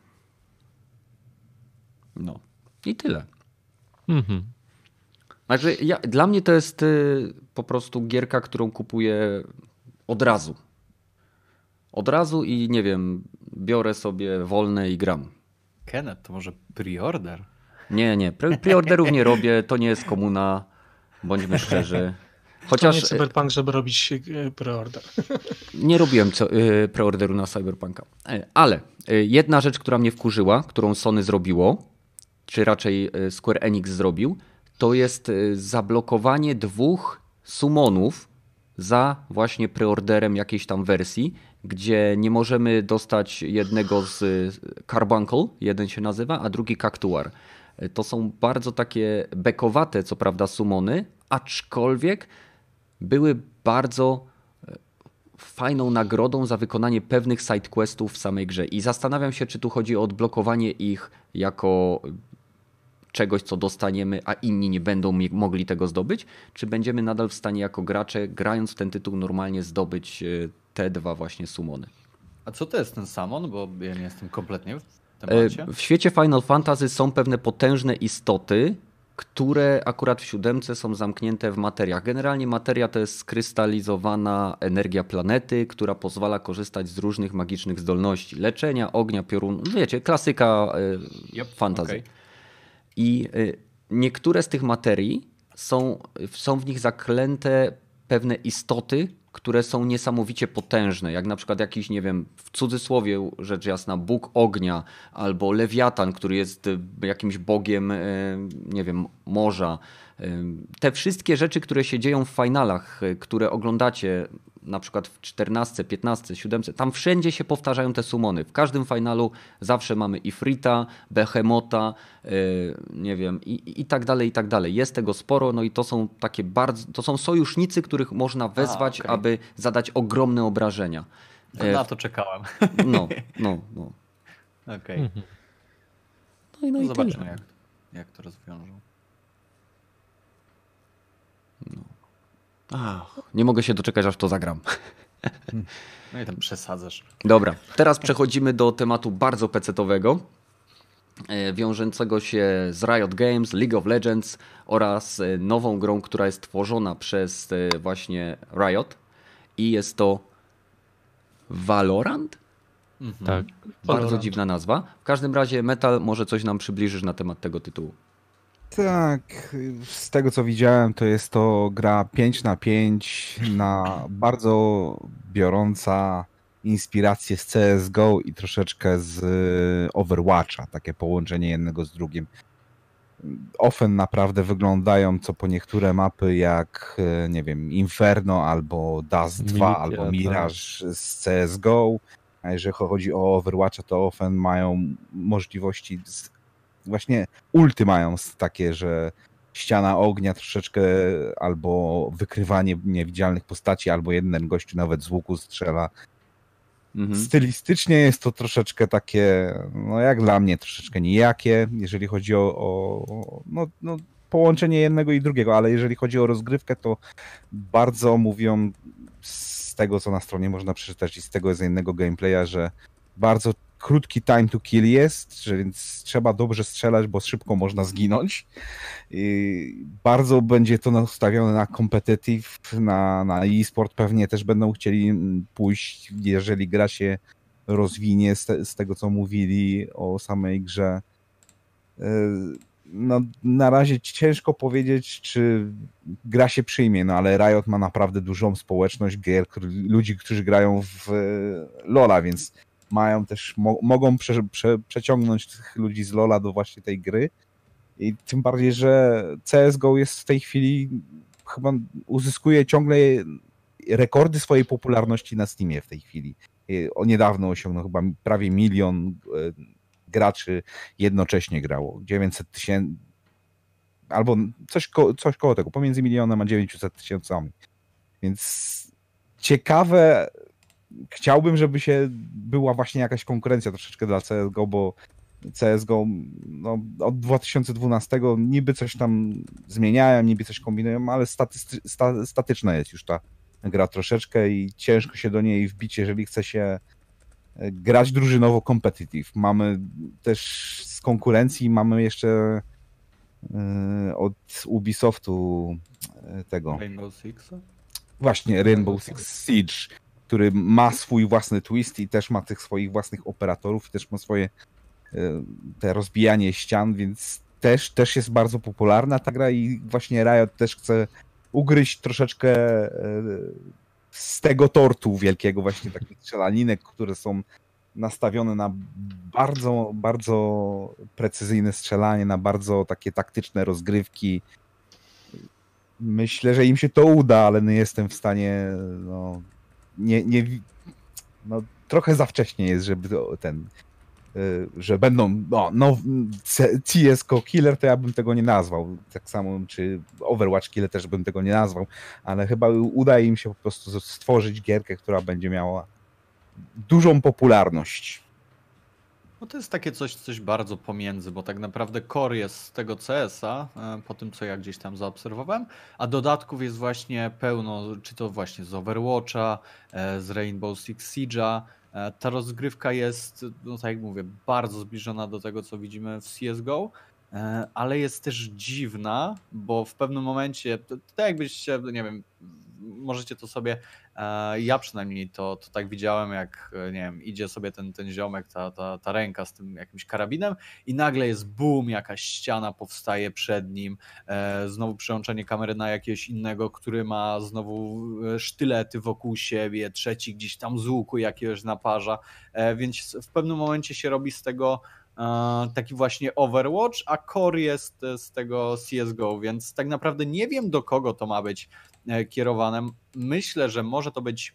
No i tyle. Mhm. Także ja, dla mnie to jest y, po prostu gierka, którą kupuję od razu. Od razu i nie wiem, biorę sobie wolne i gram. Kenneth, to może pre-order? Nie, nie, pre- pre-orderów nie robię, to nie jest komuna, bądźmy szczerzy. Chociaż to nie Cyberpunk, żeby robić pre-order. Nie robiłem pre-orderu na Cyberpunka. Ale jedna rzecz, która mnie wkurzyła, którą Sony zrobiło, czy raczej Square Enix zrobił, to jest zablokowanie dwóch summonów za właśnie preorderem jakiejś tam wersji, gdzie nie możemy dostać jednego z Carbuncle, jeden się nazywa, a drugi Cactuar. To są bardzo takie bekowate, co prawda, summony, aczkolwiek były bardzo fajną nagrodą za wykonanie pewnych sidequestów w samej grze. I zastanawiam się, czy tu chodzi o odblokowanie ich jako czegoś, co dostaniemy, a inni nie będą mogli tego zdobyć, czy będziemy nadal w stanie jako gracze, grając w ten tytuł, normalnie zdobyć te dwa właśnie summony. A co to jest ten summon? Bo ja nie jestem kompletnie w temacie. W świecie Final Fantasy są pewne potężne istoty, które akurat w siódemce są zamknięte w materiach. Generalnie materia to jest skrystalizowana energia planety, która pozwala korzystać z różnych magicznych zdolności. Leczenia, ognia, piorun. Wiecie, klasyka yep, fantasy. Okay. I niektóre z tych materii są, są w nich zaklęte pewne istoty, które są niesamowicie potężne, jak na przykład jakiś, nie wiem, w cudzysłowie rzecz jasna, Bóg ognia, albo Lewiatan, który jest jakimś bogiem, nie wiem, morza. Te wszystkie rzeczy, które się dzieją w finalach, które oglądacie na przykład w czternastce, piętnastce, siódemce, tam wszędzie się powtarzają te summony. W każdym finalu zawsze mamy Ifrita, Behemota, nie wiem, i, i tak dalej, i tak dalej. Jest tego sporo, no i to są takie bardzo, to są sojusznicy, których można wezwać, A, okay. aby zadać ogromne obrażenia. Na to czekałem. No, no, no. Okej. Okay. Mhm. No i, no no i zobaczymy, jak, jak to rozwiążą. No. Ach, nie mogę się doczekać, aż to zagram. No i tam przesadzasz. Dobra, teraz przechodzimy do tematu bardzo pecetowego, wiążącego się z Riot Games, League of Legends oraz nową grą, która jest tworzona przez właśnie Riot i jest to Valorant? Mhm. Tak. Bardzo Valorant. Dziwna nazwa. W każdym razie Metal, może coś nam przybliżysz na temat tego tytułu. Tak, z tego co widziałem, to jest to gra pięć na pięć na bardzo biorąca inspirację z C S G O i troszeczkę z Overwatcha, takie połączenie jednego z drugim. Ofen naprawdę wyglądają co po niektóre mapy jak, nie wiem, Inferno albo Dust dwa Militia, albo Mirage tak. z C S G O, a jeżeli chodzi o Overwatcha, to Ofen mają możliwości z właśnie ulty mają takie, że ściana ognia troszeczkę albo wykrywanie niewidzialnych postaci, albo jeden gościu nawet z łuku strzela. Mhm. Stylistycznie jest to troszeczkę takie, no jak dla mnie troszeczkę nijakie, jeżeli chodzi o, o no, no, połączenie jednego i drugiego, ale jeżeli chodzi o rozgrywkę, to bardzo mówią z tego, co na stronie można przeczytać i z tego z innego gameplaya, że bardzo krótki time to kill jest, że więc trzeba dobrze strzelać, bo szybko można zginąć. I bardzo będzie to nastawione na competitive, na, na e-sport. Pewnie też będą chcieli pójść, jeżeli gra się rozwinie z, te, z tego, co mówili o samej grze. No, na razie ciężko powiedzieć, czy gra się przyjmie, no ale Riot ma naprawdę dużą społeczność gier, ludzi, którzy grają w LoLa, więc mają też, mo mogą prze, prze, przeciągnąć tych ludzi z LoLa do właśnie tej gry. I tym bardziej, że C S G O jest w tej chwili, chyba uzyskuje ciągle rekordy swojej popularności na Steamie w tej chwili. O niedawno osiągnął chyba prawie milion graczy jednocześnie grało. dziewięćset tysięcy, albo coś, ko coś koło tego, pomiędzy milionem a dziewięćset tysiącami. Więc ciekawe, chciałbym, żeby się była właśnie jakaś konkurencja troszeczkę dla C S G O, bo C S G O no, od dwa tysiące dwunastego niby coś tam zmieniają, niby coś kombinują, ale sta statyczna jest już ta gra troszeczkę i ciężko się do niej wbić, jeżeli chce się grać drużynowo competitive. Mamy też z konkurencji, mamy jeszcze yy, od Ubisoftu yy, tego. Rainbow Six? Właśnie, Rainbow Six Siege, który ma swój własny twist i też ma tych swoich własnych operatorów, i też ma swoje yy, te rozbijanie ścian, więc też, też jest bardzo popularna ta gra i właśnie Riot też chce ugryźć troszeczkę yy, z tego tortu wielkiego, właśnie takich strzelaninek, które są nastawione na bardzo, bardzo precyzyjne strzelanie, na bardzo takie taktyczne rozgrywki. Myślę, że im się to uda, ale nie jestem w stanie, no, nie, nie, no, trochę za wcześnie jest, żeby to, ten, y, że będą, no, no C S G O Killer, to ja bym tego nie nazwał, tak samo, czy Overwatch Killer też bym tego nie nazwał, ale chyba uda im się po prostu stworzyć gierkę, która będzie miała dużą popularność. No to jest takie coś, coś bardzo pomiędzy, bo tak naprawdę core jest z tego C S a, e, po tym co ja gdzieś tam zaobserwowałem, a dodatków jest właśnie pełno, czy to właśnie z Overwatcha, e, z Rainbow Six Siege'a. E, Ta rozgrywka jest, no tak jak mówię, bardzo zbliżona do tego, co widzimy w C S G O, e, ale jest też dziwna, bo w pewnym momencie, to, to jakbyście, nie wiem, możecie to sobie, e, ja przynajmniej to, to tak widziałem, jak e, nie wiem, idzie sobie ten, ten ziomek, ta, ta, ta ręka z tym jakimś karabinem i nagle jest boom, jakaś ściana powstaje przed nim, e, znowu przełączenie kamery na jakiegoś innego, który ma znowu e, sztylety wokół siebie, trzeci gdzieś tam z łuku jakiegoś naparza, e, więc w pewnym momencie się robi z tego e, taki właśnie Overwatch, a core jest e, z tego C S G O, więc tak naprawdę nie wiem, do kogo to ma być e, kierowane. Myślę, że może to być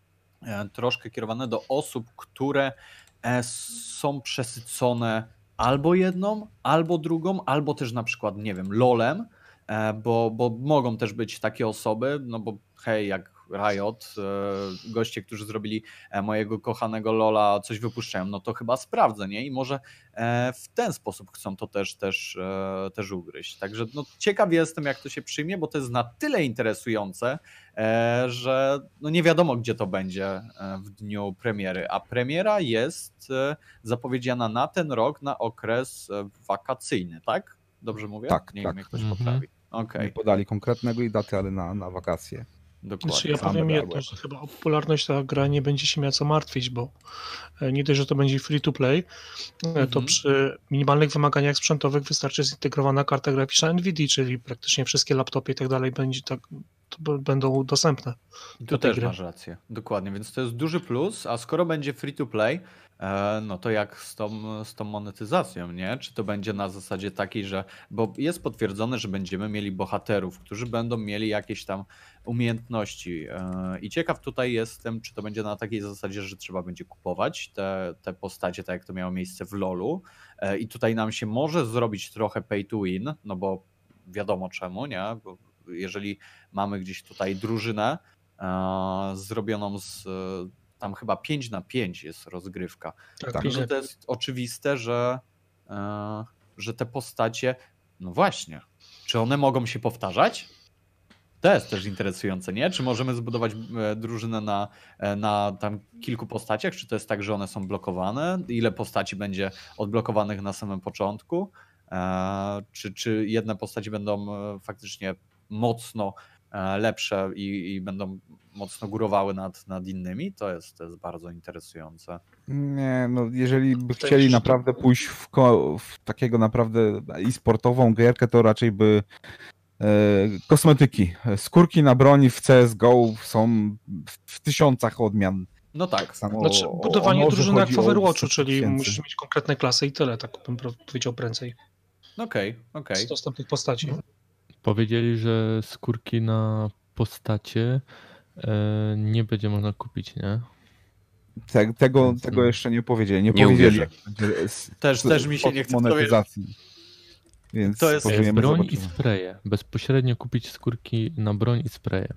e, troszkę kierowane do osób, które e, są przesycone albo jedną, albo drugą, albo też na przykład, nie wiem, lolem, e, bo, bo mogą też być takie osoby, no bo hej, jak Riot, e, goście, którzy zrobili e, mojego kochanego Lola, coś wypuszczają, no to chyba sprawdzę, nie? I może e, w ten sposób chcą to też, też, e, też ugryźć. Także no, ciekaw jestem, jak to się przyjmie, bo to jest na tyle interesujące, e, że no nie wiadomo, gdzie to będzie e, w dniu premiery. A premiera jest e, zapowiedziana na ten rok, na okres e, wakacyjny, tak? Dobrze mówię? Tak, nie tak. wiem, jak ktoś Mhm. poprawi. Okej, Nie podali konkretnego i daty, ale na, na wakacje. dokładnie. Znaczy ja Sam powiem będę jedno, albo że chyba o popularność ta gra nie będzie się miała co martwić, bo e, nie dość, że to będzie free to play, e, to Mhm. przy minimalnych wymaganiach sprzętowych wystarczy zintegrowana karta graficzna Nvidia, czyli praktycznie wszystkie laptopy i tak dalej będzie tak, to b- będą dostępne. Tu do tej też gry. masz rację, dokładnie, więc to jest duży plus, a skoro będzie free to play, e, no to jak z tą, z tą monetyzacją, nie? Czy to będzie na zasadzie takiej, że, bo jest potwierdzone, że będziemy mieli bohaterów, którzy będą mieli jakieś tam umiejętności e, i ciekaw tutaj jestem, czy to będzie na takiej zasadzie, że trzeba będzie kupować te, te postacie, tak jak to miało miejsce w lolu e, i tutaj nam się może zrobić trochę pay to win, no bo wiadomo czemu, nie? Bo jeżeli mamy gdzieś tutaj drużynę e, zrobioną z, e, tam chyba pięć na pięć jest rozgrywka. Tak, Tak. pięć No na- to jest oczywiste, że, e, że te postacie, no właśnie, czy one mogą się powtarzać? To jest też interesujące, nie? Czy możemy zbudować e, drużynę na, e, na tam kilku postaciach? Czy to jest tak, że one są blokowane? Ile postaci będzie odblokowanych na samym początku? E, Czy, czy jedne postaci będą e, faktycznie mocno e, lepsze i, i będą mocno górowały nad, nad innymi? To jest, to jest bardzo interesujące. Nie, no jeżeli by Wydaje chcieli mi się, że- naprawdę pójść w, ko- w takiego naprawdę e-sportową gierkę, to raczej by e, kosmetyki. Skórki na broni w C S G O są w, w tysiącach odmian. No tak. Tak samo Znaczy o- o budowanie noże drużyny jak chodzi w o Overwatchu, setki czyli tysięcy. musisz mieć konkretne klasy i tyle, tak bym pro- powiedział prędzej, Okej, okej. z dostępnych postaci. Powiedzieli, że skórki na postacie e, nie będzie można kupić, nie? Te, tego, Więc tego nie. jeszcze nie powiedzieli. Nie, Nie powiedzieli, uwierzę. jak będzie s- Też- s- też mi się nie sposób chce w to monetyzacji. Więc To jest- E, pożyjemy, broń zobaczymy. i spreje. Bezpośrednio kupić skórki na broń i spreje.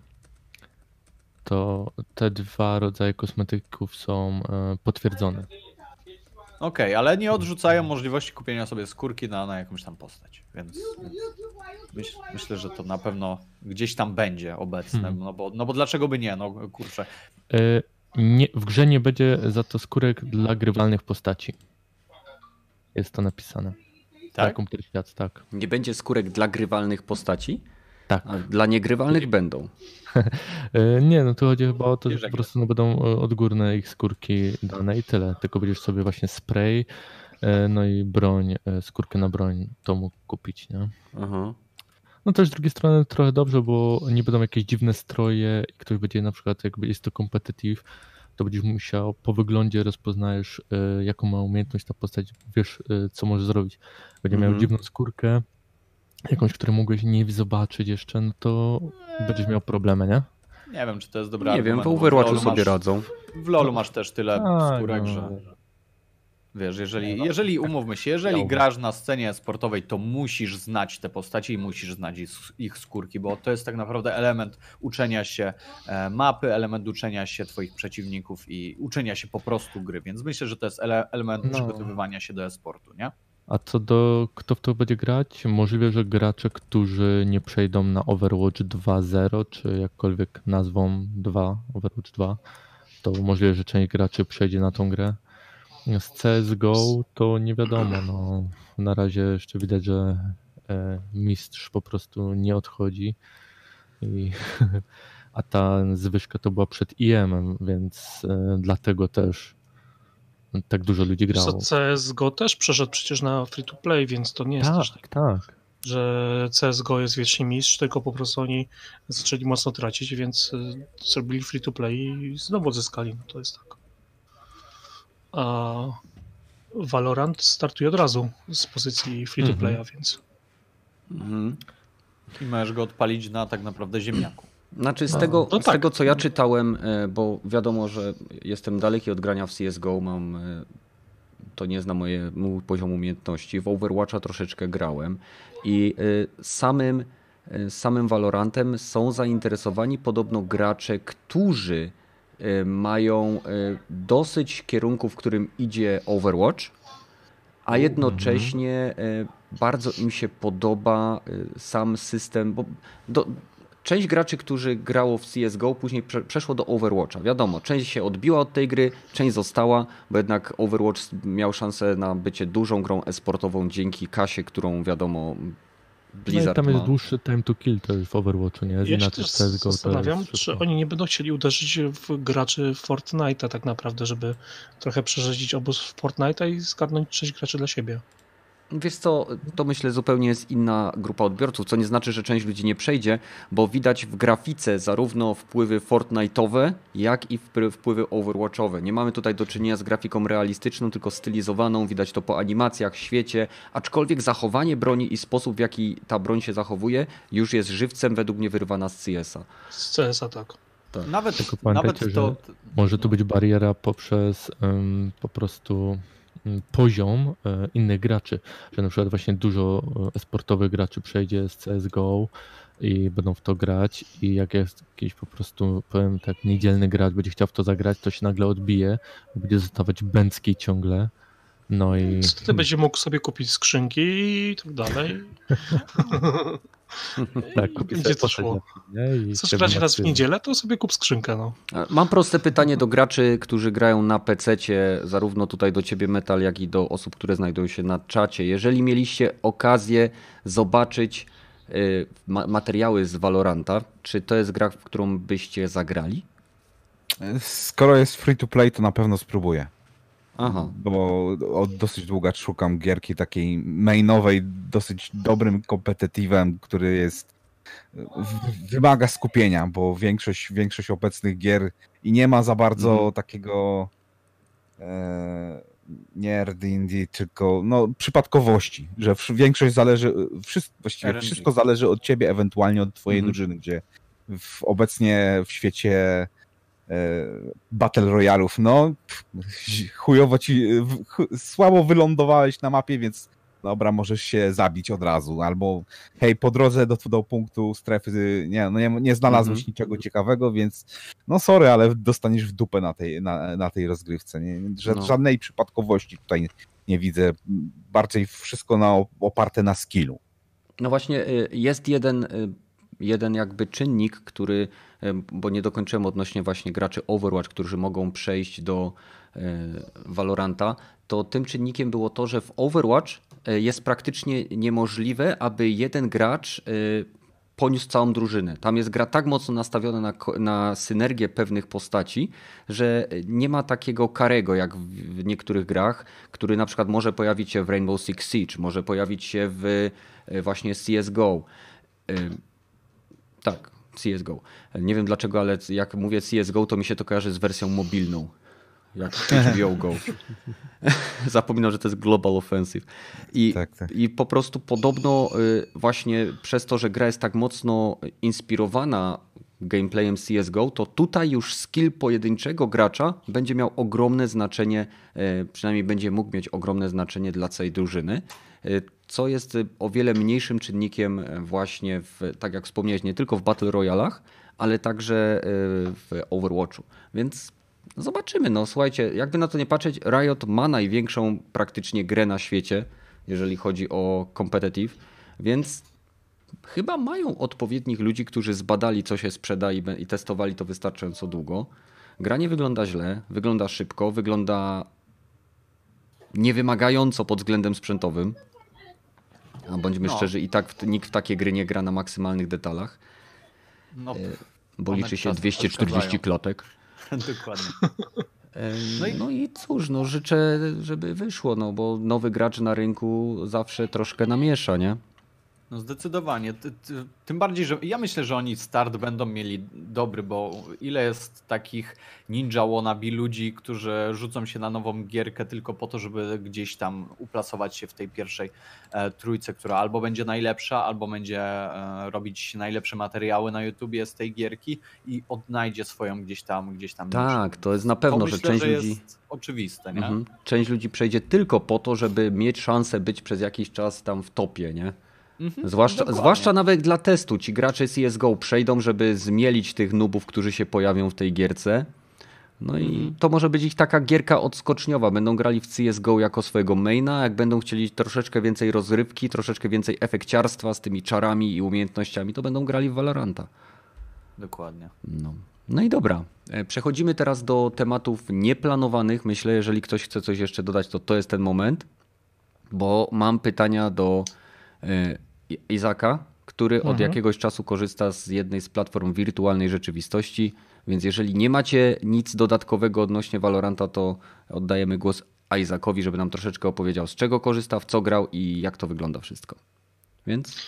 To te dwa rodzaje kosmetyków są e, potwierdzone. Okej, ale nie odrzucają możliwości kupienia sobie skórki na, na jakąś tam postać, więc, więc myśl, myślę, że to na pewno gdzieś tam będzie obecne, Hmm. no, bo, no bo dlaczego by nie, no kurczę. E, nie, w grze nie będzie za to skórek dla grywalnych postaci. Jest to napisane. Tak? Na Computer Świat, tak. Nie będzie skórek dla grywalnych postaci, Tak. a dla niegrywalnych będą. E, Nie, no tu chodzi chyba o to, że Wiesz, po jak prostu no, będą e, odgórne ich skórki dane i tyle. Tylko będziesz sobie właśnie spray, e, no i broń, e, skórkę na broń to mógł kupić, nie? Aha. No też z drugiej strony trochę dobrze, bo nie będą jakieś dziwne stroje i ktoś będzie na przykład, jakby jest to competitive, to będziesz musiał, po wyglądzie rozpoznajesz e, jaką ma umiejętność ta postać, wiesz e, co może zrobić. Będzie miał Mhm. dziwną skórkę, jakąś, którą mogłeś nie zobaczyć jeszcze, no to będziesz miał problemy, nie? Nie wiem, czy to jest dobry Nie argument. wiem, w bo Overwatchu LoLu sobie masz, radzą. W LoLu masz też tyle Tak, skórek, no. że wiesz, jeżeli, jeżeli umówmy się, jeżeli Ja grasz na scenie sportowej, to musisz znać te postacie i musisz znać ich, ich skórki, bo to jest tak naprawdę element uczenia się e, mapy, element uczenia się twoich przeciwników i uczenia się po prostu gry, więc myślę, że to jest ele, element No. przygotowywania się do e-sportu, nie? A co do kto w to będzie grać? Możliwe, że gracze, którzy nie przejdą na Overwatch dwa zero, czy jakkolwiek nazwą dwa, Overwatch dwa, to możliwe, że część graczy przejdzie na tą grę. Z C S G O to nie wiadomo. No, na razie jeszcze widać, że e, mistrz po prostu nie odchodzi. I, a ta zwyżka to była przed I M-em, więc e, dlatego też tak dużo ludzi Wiesz co, grało. C S G O też przeszedł przecież na free to play, więc to nie jest też Tak, tak, tak. że C S G O jest wiecznie mistrz, tylko po prostu oni zaczęli mocno tracić, więc y, zrobili free to play i znowu odzyskali. No to jest tak. A Valorant startuje od razu z pozycji free to Mhm. playa, więc Mhm. I możesz go odpalić na tak naprawdę ziemniaku. Znaczy z, No. tego, No z tak. tego, co ja czytałem, e, bo wiadomo, że jestem daleki od grania w C S G O, mam, e, to nie zna moje, mój poziom umiejętności. W Overwatcha troszeczkę grałem i e, samym, e, samym Valorantem są zainteresowani podobno gracze, którzy e, mają e, dosyć kierunku, w którym idzie Overwatch, a jednocześnie e, bardzo im się podoba e, sam system, bo do, część graczy, którzy grało w C S G O, później prze, przeszło do Overwatcha. Wiadomo, część się odbiła od tej gry, część została, bo jednak Overwatch miał szansę na bycie dużą grą e-sportową dzięki kasie, którą wiadomo No i Blizzard tam jest ma. dłuższy time to kill też w Overwatchu, nie? ja się Inaczej też w C S G O to zastanawiam, jest czy szybko. oni nie będą chcieli uderzyć w graczy Fortnite'a tak naprawdę, żeby trochę przerzedzić obóz w Fortnite'a i zgarnąć część graczy dla siebie. Wiesz co, to myślę zupełnie jest inna grupa odbiorców, co nie znaczy, że część ludzi nie przejdzie, bo widać w grafice zarówno wpływy Fortnite'owe, jak i wpry- wpływy Overwatchowe. Nie mamy tutaj do czynienia z grafiką realistyczną, tylko stylizowaną, widać to po animacjach, świecie, aczkolwiek zachowanie broni i sposób, w jaki ta broń się zachowuje, już jest żywcem według mnie wyrwana z C S a. Z C S a tak. Nawet, Tylko pamiętajcie, nawet to... Może to być bariera poprzez um, po prostu um, poziom e, innych graczy, że na przykład właśnie dużo e, sportowych graczy przejdzie z C S G O i będą w to grać i jak jest jakiś po prostu, powiem tak, niedzielny gracz będzie chciał w to zagrać, to się nagle odbije, będzie zostawać bęcki ciągle. No i Wtedy będzie mógł sobie kupić skrzynki i tak dalej. tak, I kupi będzie sobie to postać szło. na filmie i Chcesz wtedy grać ma raz w styl. niedzielę, to sobie kup skrzynkę, no. Mam proste pytanie do graczy, którzy grają na pececie, zarówno tutaj do ciebie Metal, jak i do osób, które znajdują się na czacie. Jeżeli mieliście okazję zobaczyć y, ma- materiały z Valoranta, czy to jest gra, w którą byście zagrali? Skoro jest free to play, to na pewno spróbuję. Aha. Bo od dosyć długa szukam gierki takiej mainowej, dosyć dobrym kompetitywem, który jest w- wymaga skupienia, bo większość, większość obecnych gier i nie ma za bardzo Mhm. takiego e, nie R D D, tylko no, przypadkowości, że wsz- większość zależy, wszystko, właściwie R N G. wszystko zależy od ciebie, ewentualnie od twojej Mhm. drużyny, gdzie w, obecnie w świecie e, Battle Royalów, no pff, chujowo ci, w- chu- słabo wylądowałeś na mapie, więc dobra, możesz się zabić od razu, albo hej, po drodze do, do punktu strefy nie, no nie, nie znalazłeś Mhm. niczego ciekawego, więc no sorry, ale dostaniesz w dupę na tej, na, na tej rozgrywce. Nie? Ża- No. Żadnej przypadkowości tutaj nie widzę, bardziej wszystko na, oparte na skillu. No właśnie y, jest jeden, y, jeden jakby czynnik, który, y, bo nie dokończyłem odnośnie właśnie graczy Overwatch, którzy mogą przejść do y, Valoranta, to tym czynnikiem było to, że w Overwatch y, jest praktycznie niemożliwe, aby jeden gracz y, poniósł całą drużynę. Tam jest gra tak mocno nastawiona na, ko- na synergię pewnych postaci, że nie ma takiego Karego jak w, w niektórych grach, który na przykład może pojawić się w Rainbow Six Siege, może pojawić się w e, właśnie C S G O. Y, Tak, C S G O. Nie wiem dlaczego, ale jak mówię C S G O, to mi się to kojarzy z wersją mobilną. jak H B O Go. Zapominam, że to jest Global Offensive. I, Tak, tak. I po prostu podobno właśnie przez to, że gra jest tak mocno inspirowana gameplayem C S G O, to tutaj już skill pojedynczego gracza będzie miał ogromne znaczenie, przynajmniej będzie mógł mieć ogromne znaczenie dla całej drużyny, co jest o wiele mniejszym czynnikiem właśnie, w, tak jak wspomniałeś, nie tylko w Battle Royalach, ale także w Overwatchu. Więc zobaczymy. No słuchajcie, jakby na to nie patrzeć, Riot ma największą praktycznie grę na świecie, jeżeli chodzi o competitive, więc chyba mają odpowiednich ludzi, którzy zbadali, co się sprzeda i, i testowali to wystarczająco długo. Gra nie wygląda źle, wygląda szybko, wygląda niewymagająco pod względem sprzętowym. A bądźmy No. szczerzy, i tak w, nikt w takie gry nie gra na maksymalnych detalach, No, bo one liczy się czasem dwieście czterdzieści przeszkadzają. klatek. dokładnie. No i, no i cóż, no życzę, żeby wyszło, no bo nowy gracz na rynku zawsze troszkę namiesza, nie? No zdecydowanie. Ty, ty, tym bardziej, że ja myślę, że oni start będą mieli dobry, bo ile jest takich ninja wannabe ludzi, którzy rzucą się na nową gierkę tylko po to, żeby gdzieś tam uplasować się w tej pierwszej e, trójce, która albo będzie najlepsza, albo będzie e, robić najlepsze materiały na YouTubie z tej gierki i odnajdzie swoją gdzieś tam, gdzieś tam Tak, niszę. to jest na pewno, to że myślę, część że ludzi... jest oczywiste, nie? Mhm. Część ludzi przejdzie tylko po to, żeby mieć szansę być przez jakiś czas tam w topie, nie? Mhm, Zwłaszcza, dokładnie. zwłaszcza nawet dla testu. Ci gracze C S G O przejdą, żeby zmielić tych nubów, którzy się pojawią w tej gierce. No i Mhm. to może być ich taka gierka odskoczniowa. Będą grali w C S G O jako swojego maina, jak będą chcieli troszeczkę więcej rozrywki, troszeczkę więcej efekciarstwa z tymi czarami i umiejętnościami, to będą grali w Valoranta. Dokładnie. No. No i dobra. E, Przechodzimy teraz do tematów nieplanowanych. Myślę, jeżeli ktoś chce coś jeszcze dodać, to to jest ten moment, bo mam pytania do e, I- Izaka, który od Mhm. jakiegoś czasu korzysta z jednej z platform wirtualnej rzeczywistości, więc jeżeli nie macie nic dodatkowego odnośnie Valoranta, to oddajemy głos Izakowi, żeby nam troszeczkę opowiedział, z czego korzysta, w co grał i jak to wygląda wszystko. Więc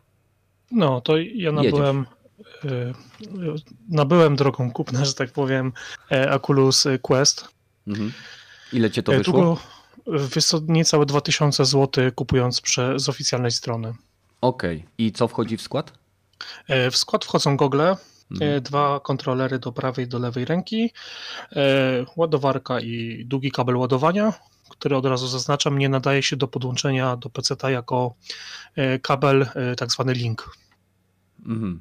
No, to ja nabyłem, y, y, nabyłem drogą kupna, że tak powiem, e, Oculus Quest. mhm. Ile cię to E, wyszło? Długo, wiesz co, niecałe dwa tysiące złotych kupując prze, z oficjalnej strony. Okej. I co wchodzi w skład? E, W skład wchodzą gogle, Mhm. e, dwa kontrolery do prawej i do lewej ręki, e, ładowarka i długi kabel ładowania, który od razu zaznaczam, nie nadaje się do podłączenia do peceta jako e, kabel e, tak zwany link. Mhm.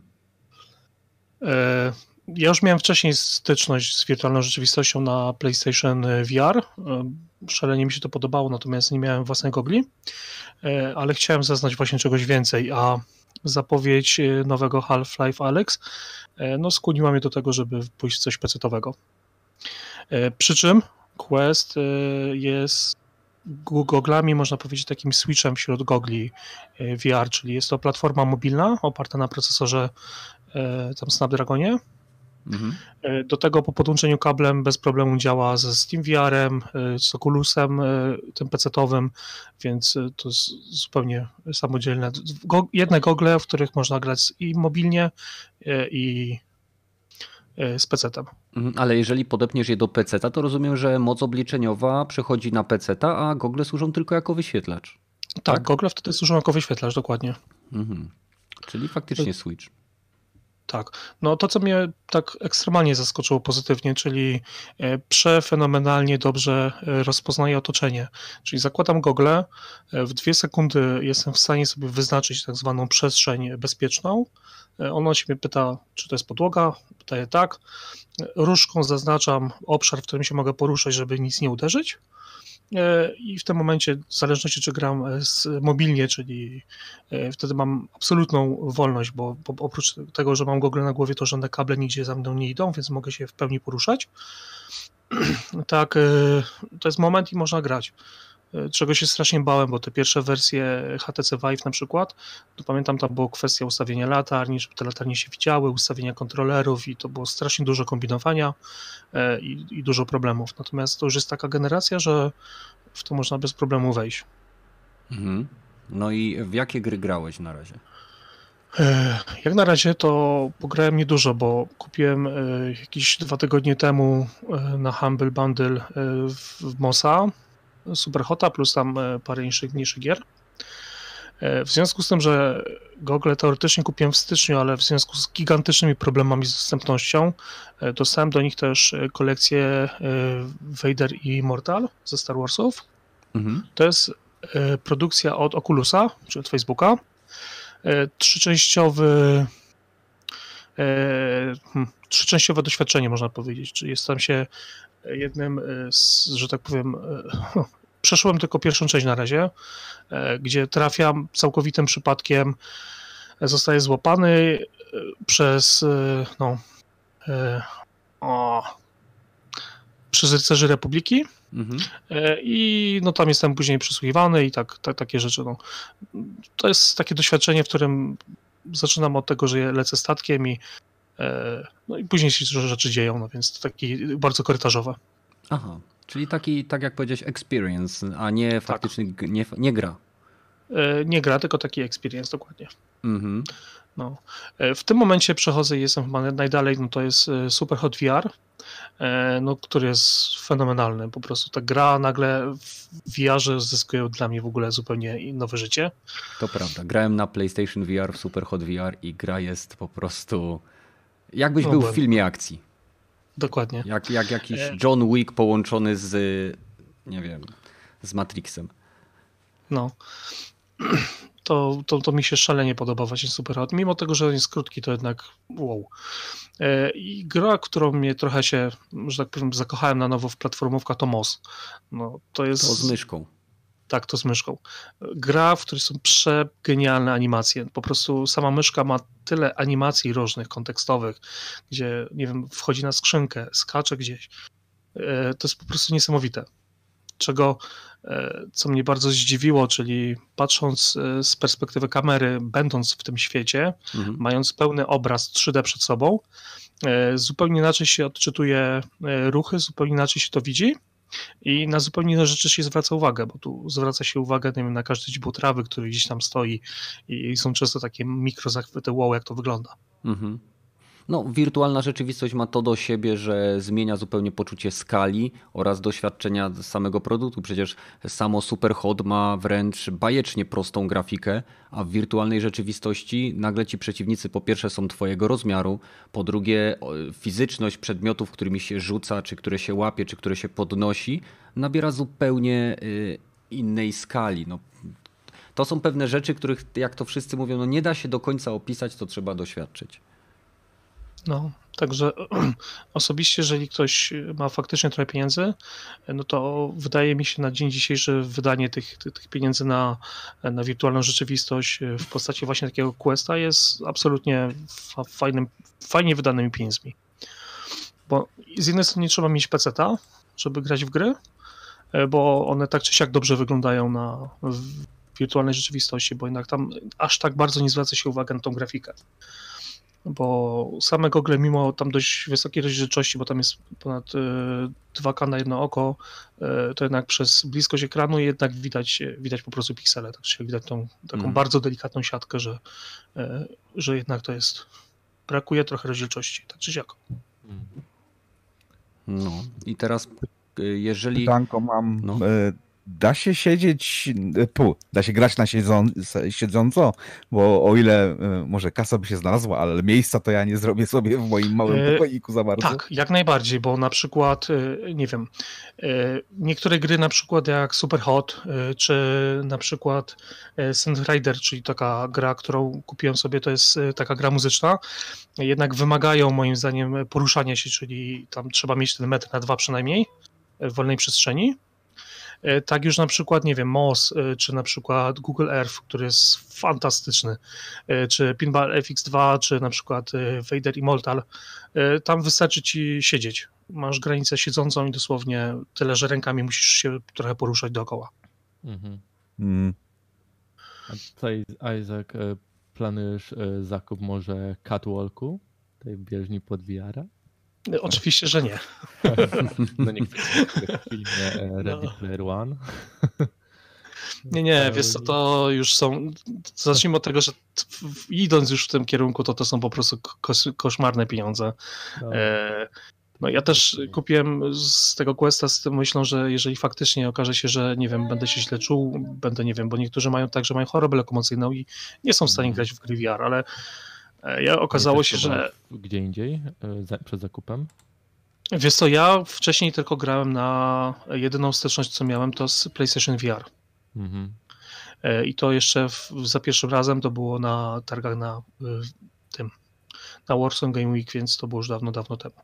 E, Ja już miałem wcześniej styczność z wirtualną rzeczywistością na PlayStation V R. E, Szalenie mi się to podobało, natomiast nie miałem własnej gogli, E, ale chciałem zaznać właśnie czegoś więcej, a zapowiedź e, nowego Half-Life Alyx e, no, skłoniła mnie do tego, żeby pójść w coś pecetowego. E, Przy czym Quest e, jest gu- goglami, można powiedzieć, takim switchem wśród gogli e, V R, czyli jest to platforma mobilna oparta na procesorze e, tam Snapdragonie. Mhm. E, Do tego po podłączeniu kablem bez problemu działa ze SteamVR-em, e, z Oculusem e, tym pecetowym, więc e, to jest zupełnie samodzielne. Go- Jedne gogle, w których można grać i mobilnie, e, i e, z pecetem. Mhm. Ale jeżeli podepniesz je do peceta, to rozumiem, że moc obliczeniowa przechodzi na peceta, a gogle służą tylko jako wyświetlacz. Tak, Tak? gogle wtedy służą jako wyświetlacz, dokładnie. Mhm. Czyli faktycznie Switch. Tak. No to, co mnie tak ekstremalnie zaskoczyło pozytywnie, czyli e, przefenomenalnie dobrze e, rozpoznaje otoczenie. Czyli zakładam gogle, e, w dwie sekundy jestem w stanie sobie wyznaczyć tak zwaną przestrzeń bezpieczną. E, Ono się mnie pyta, czy to jest podłoga, pytaję tak. E, Różdżką zaznaczam obszar, w którym się mogę poruszać, żeby nic nie uderzyć. E, I w tym momencie, w zależności czy gram e, z, mobilnie, czyli e, wtedy mam absolutną wolność, bo, bo oprócz tego, że mam gogle na głowie, to żadne kable nigdzie za mną nie idą, więc mogę się w pełni poruszać. Tak, e, to jest moment i można grać. E, Czego się strasznie bałem, bo te pierwsze wersje H T C Vive na przykład, to pamiętam, tam była kwestia ustawienia latarni, żeby te latarnie się widziały, ustawienia kontrolerów i to było strasznie dużo kombinowania e, i, i dużo problemów. Natomiast to już jest taka generacja, że w to można bez problemu wejść. Mhm. No i w jakie gry grałeś na razie? Jak na razie to pograłem niedużo, bo kupiłem jakieś dwa tygodnie temu na Humble Bundle w Mosa Superhota plus tam parę mniejszych, mniejszych gier. W związku z tym, że gogle teoretycznie kupiłem w styczniu, ale w związku z gigantycznymi problemami z dostępnością dostałem do nich też kolekcję Vader i Immortal ze Star Warsów. Mhm. To jest produkcja od Oculusa, czy od Facebooka. Trzyczęściowy hmm, trzyczęściowe doświadczenie, można powiedzieć. Czyli jestem się jednym z, że tak powiem, przeszłem tylko pierwszą część na razie, gdzie trafiam całkowitym przypadkiem, zostaję złapany przez no o, przez rycerzy Republiki. Mhm. I no tam jestem później przysłuchiwany i tak, tak takie rzeczy. No. To jest takie doświadczenie, w którym zaczynam od tego, że lecę statkiem i, no i później się rzeczy dzieją, no więc to taki bardzo korytarzowe. Aha, czyli taki, tak jak powiedziałeś, experience, a nie faktyczny, tak. nie, nie gra. Nie gra, tylko taki experience, dokładnie. Mhm. No. W tym momencie przechodzę i jestem chyba najdalej, no to jest Superhot V R, no, który jest fenomenalny. Po prostu ta gra nagle w V R-ze zyskuje dla mnie w ogóle zupełnie nowe życie. To prawda. Grałem na PlayStation V R w Superhot V R i gra jest po prostu jakbyś no, był w filmie akcji. Dokładnie. Jak, jak jakiś John Wick połączony z, nie wiem, z Matrixem. No. To, to, to mi się szalenie podoba właśnie Superhot. Mimo tego, że on jest krótki, to jednak wow. I gra, którą mnie trochę się, że tak powiem, zakochałem na nowo w platformówkach, to Moss. No, to jest... To z myszką. Tak, to z myszką. Gra, w której są przegenialne animacje. Po prostu sama myszka ma tyle animacji różnych, kontekstowych, gdzie, nie wiem, wchodzi na skrzynkę, skacze gdzieś. To jest po prostu niesamowite. Czego, co mnie bardzo zdziwiło, czyli patrząc z perspektywy kamery, będąc w tym świecie, mhm. mając pełny obraz trzy D przed sobą, zupełnie inaczej się odczytuje ruchy, zupełnie inaczej się to widzi i na zupełnie inne rzeczy się zwraca uwagę, bo tu zwraca się uwagę, nie wiem, na każdy źdźbło trawy, który gdzieś tam stoi i są często takie mikrozachwyty, wow, jak to wygląda. Mhm. No, wirtualna rzeczywistość ma to do siebie, że zmienia zupełnie poczucie skali oraz doświadczenia samego produktu. Przecież samo Superhot ma wręcz bajecznie prostą grafikę, a w wirtualnej rzeczywistości nagle ci przeciwnicy po pierwsze są twojego rozmiaru, po drugie fizyczność przedmiotów, którymi się rzuca, czy które się łapie, czy które się podnosi, nabiera zupełnie innej skali. No, to są pewne rzeczy, których, jak to wszyscy mówią, no nie da się do końca opisać, to trzeba doświadczyć. No, także osobiście, jeżeli ktoś ma faktycznie trochę pieniędzy, no to wydaje mi się na dzień dzisiejszy wydanie tych, tych, tych pieniędzy na, na wirtualną rzeczywistość w postaci właśnie takiego questa jest absolutnie fajnym, fajnie wydanymi pieniędzmi. Bo z jednej strony nie trzeba mieć peceta, żeby grać w gry, bo one tak czy siak dobrze wyglądają na w wirtualnej rzeczywistości, bo jednak tam aż tak bardzo nie zwraca się uwagi na tą grafikę. Bo same gogle, mimo tam dość wysokiej rozdzielczości, bo tam jest ponad dwa K na jedno oko, to jednak przez bliskość ekranu jednak widać, widać po prostu piksele, tak się widać tą taką mm. bardzo delikatną siatkę, że, że jednak to jest, brakuje trochę rozdzielczości, tak czy siak. No i teraz jeżeli... Pytanko mam... No. Da się siedzieć, pu, da się grać na siedzą, siedząco, bo o ile może kasa by się znalazła, ale miejsca to ja nie zrobię sobie w moim małym pokoiku za bardzo. Tak, jak najbardziej, bo na przykład, nie wiem, niektóre gry na przykład jak Superhot, czy na przykład Sand Rider, czyli taka gra, którą kupiłem sobie, to jest taka gra muzyczna, jednak wymagają moim zdaniem poruszania się, czyli tam trzeba mieć ten metr na dwa przynajmniej w wolnej przestrzeni. Tak już na przykład, nie wiem, Moss, czy na przykład Google Earth, który jest fantastyczny, czy Pinball F X dwa, czy na przykład Vader Immortal, tam wystarczy ci siedzieć. Masz granicę siedzącą i dosłownie tyle, że rękami musisz się trochę poruszać dookoła. Mhm. Mm. A tutaj, Isaac, planujesz zakup może Catwalku, tej bieżni pod V R-a? Oczywiście, że nie. No nie w filmie Ready no. Player One. Nie, nie, wiesz co, to już są, zacznijmy od tego, że t- w- idąc już w tym kierunku, to to są po prostu kos, koszmarne pieniądze. No. E, no ja też kupiłem z tego Questa z tym myślą, że jeżeli faktycznie okaże się, że nie wiem, będę się źle czuł, będę, nie wiem, bo niektórzy mają tak, że mają chorobę lokomocyjną i nie są w stanie Mhm. grać w gry V R, ale e, ja okazało Nie się, testował że Gdzie indziej, e, za, przed zakupem? wiesz co, ja wcześniej tylko grałem na jedyną styczność, co miałem, to z PlayStation V R. Mhm. E, I to jeszcze w, za pierwszym razem to było na targach na y, tym, na Warsaw Game Week, więc to było już dawno, dawno temu.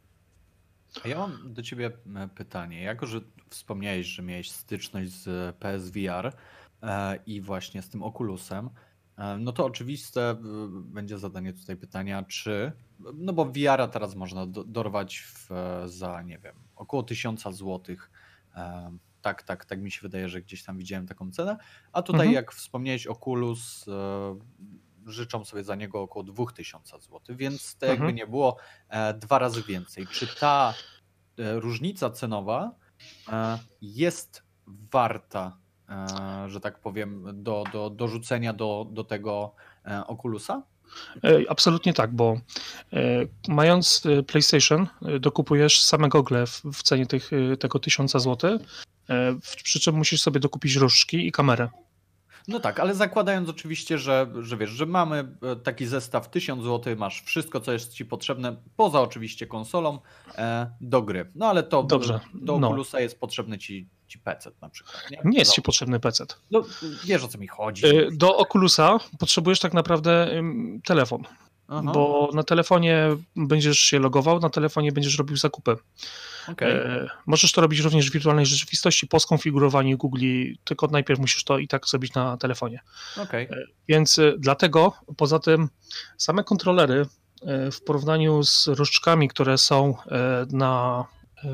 A ja mam do ciebie e, pytanie. Jako, że wspomniałeś, że miałeś styczność z P S V R e, i właśnie z tym Oculusem, e, no to oczywiste e, będzie zadanie tutaj pytania, czy, no bo V R-a teraz można do, dorwać w, e, za, nie wiem, około tysiąca złotych. E, tak, tak, tak mi się wydaje, że gdzieś tam widziałem taką cenę. A tutaj, Mhm. jak wspomniałeś, Oculus e, życzą sobie za niego około dwa tysiące złotych, więc to jakby Mhm. nie było e, dwa razy więcej. Czy ta e, różnica cenowa e, jest warta, e, że tak powiem, do, do, do rzucenia do, do tego e, Oculusa? E, Absolutnie tak, bo e, mając e, PlayStation, e, dokupujesz same gogle w, w cenie tych, e, tego tysiąca złotych, e, w- przy czym musisz sobie dokupić różdżki i kamerę. No tak, ale zakładając oczywiście, że, że wiesz, że mamy e, taki zestaw tysiąc złotych, masz wszystko, co jest ci potrzebne, poza oczywiście konsolą, e, do gry. No ale to Dobrze, do no. Oculusa jest potrzebny ci, ci P C na przykład. Nie, Nie jest ci No, potrzebny P C. no, wiesz, o co mi chodzi. E, Do Oculusa potrzebujesz tak naprawdę ym, telefon, Aha, bo na telefonie będziesz się logował, na telefonie będziesz robił zakupy. okej. E, Możesz to robić również w wirtualnej rzeczywistości po skonfigurowaniu Google, tylko najpierw musisz to i tak zrobić na telefonie. Okej. Więc e, dlatego, poza tym, same kontrolery e, w porównaniu z różdżkami, które są e, na, e,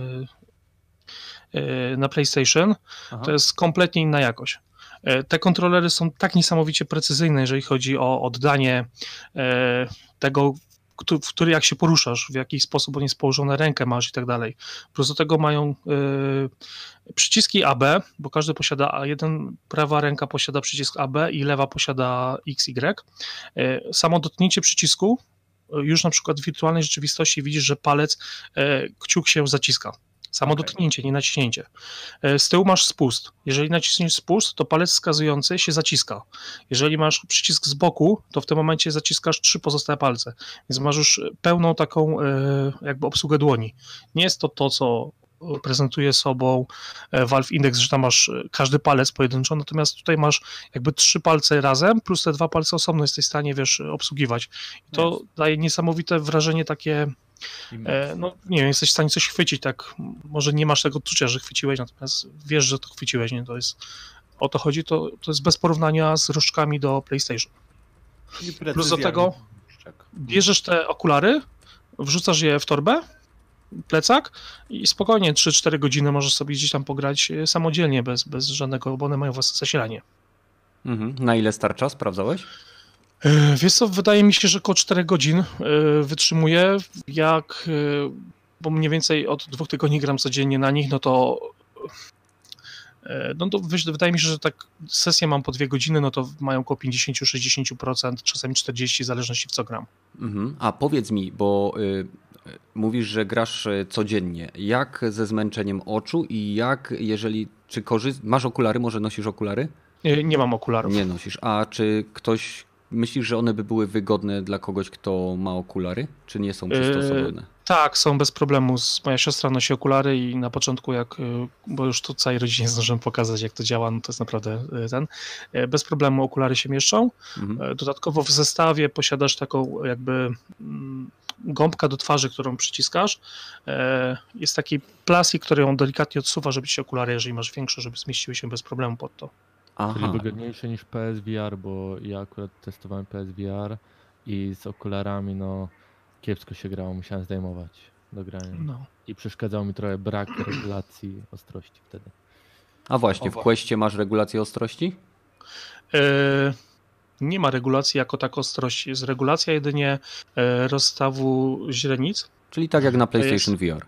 e, na PlayStation, Aha. to jest kompletnie inna jakość. E, Te kontrolery są tak niesamowicie precyzyjne, jeżeli chodzi o oddanie e, tego, któ- w który jak się poruszasz, w jaki sposób on jest położony, rękę masz i tak dalej. Plus do tego mają e, przyciski A B, bo każdy posiada A jeden, prawa ręka posiada przycisk A B i lewa posiada X Y. E, Samo dotknięcie przycisku, e, już na przykład w wirtualnej rzeczywistości widzisz, że palec, e, kciuk się zaciska. Samo Okej. dotknięcie, nie naciśnięcie. E, Z tyłu masz spust. Jeżeli naciśniesz spust, to palec wskazujący się zaciska. Jeżeli masz przycisk z boku, to w tym momencie zaciskasz trzy pozostałe palce. Więc masz już pełną taką e, jakby obsługę dłoni. Nie jest to to, co prezentuje sobą e, Valve Index, że tam masz e, każdy palec pojedynczo, natomiast tutaj masz jakby trzy palce razem, plus te dwa palce osobno jesteś w stanie, wiesz, obsługiwać. I to Jasne. daje niesamowite wrażenie takie, Imersja. E, no nie wiem, jesteś w stanie coś chwycić, tak, może nie masz tego odczucia, że chwyciłeś, natomiast wiesz, że to chwyciłeś, nie, to jest, o to chodzi, to, to jest bez porównania z różdżkami do PlayStation. Czyli Plus do precyzja tego różdżek. bierzesz te okulary, wrzucasz je w torbę, plecak i spokojnie trzy cztery godziny możesz sobie gdzieś tam pograć e, samodzielnie, bez, bez żadnego, bo one mają własne zasilanie. Mhm. Na ile starcza? Sprawdzałeś? E, Wiesz co, wydaje mi się, że około czterech godzin e, wytrzymuje, jak, e, bo mniej więcej od dwóch tygodni gram codziennie na nich, no to e, no to wyś- wydaje mi się, że tak sesję mam po dwie godziny, no to mają około pięćdziesiąt do sześćdziesięciu procent, czasami czterdzieści procent, w zależności w co gram. Mhm. A powiedz mi, bo y, y, mówisz, że grasz y, codziennie. Jak ze zmęczeniem oczu i jak, jeżeli, czy korzyst... masz okulary, może nosisz okulary? E, Nie mam okularów. Nie nosisz. A czy ktoś, myślisz, że one by były wygodne dla kogoś, kto ma okulary? Czy nie są przystosowane? Tak, są bez problemu. Z- Moja siostra nosi okulary i na początku jak, y, bo już tu całej rodzinie zdążyłem pokazać, jak to działa, no to jest naprawdę y, ten, y, bez problemu okulary się mieszczą. Mhm. Y, Dodatkowo w zestawie posiadasz taką jakby mm, gąbkę do twarzy, którą przyciskasz. Y, Jest taki plastik, który ją delikatnie odsuwa, żeby ci się okulary, jeżeli masz większe, żeby zmieściły się bez problemu pod to. Czyli Aha. wygodniejsze niż P S V R, bo ja akurat testowałem P S V R i z okularami no kiepsko się grało, musiałem zdejmować do grania. No. I przeszkadzał mi trochę brak regulacji ostrości wtedy. A właśnie, O, w Questie masz regulację ostrości? Y, Nie ma regulacji jako tak ostrości. Jest regulacja jedynie y, rozstawu źrenic. Czyli tak jak na To jest- PlayStation V R.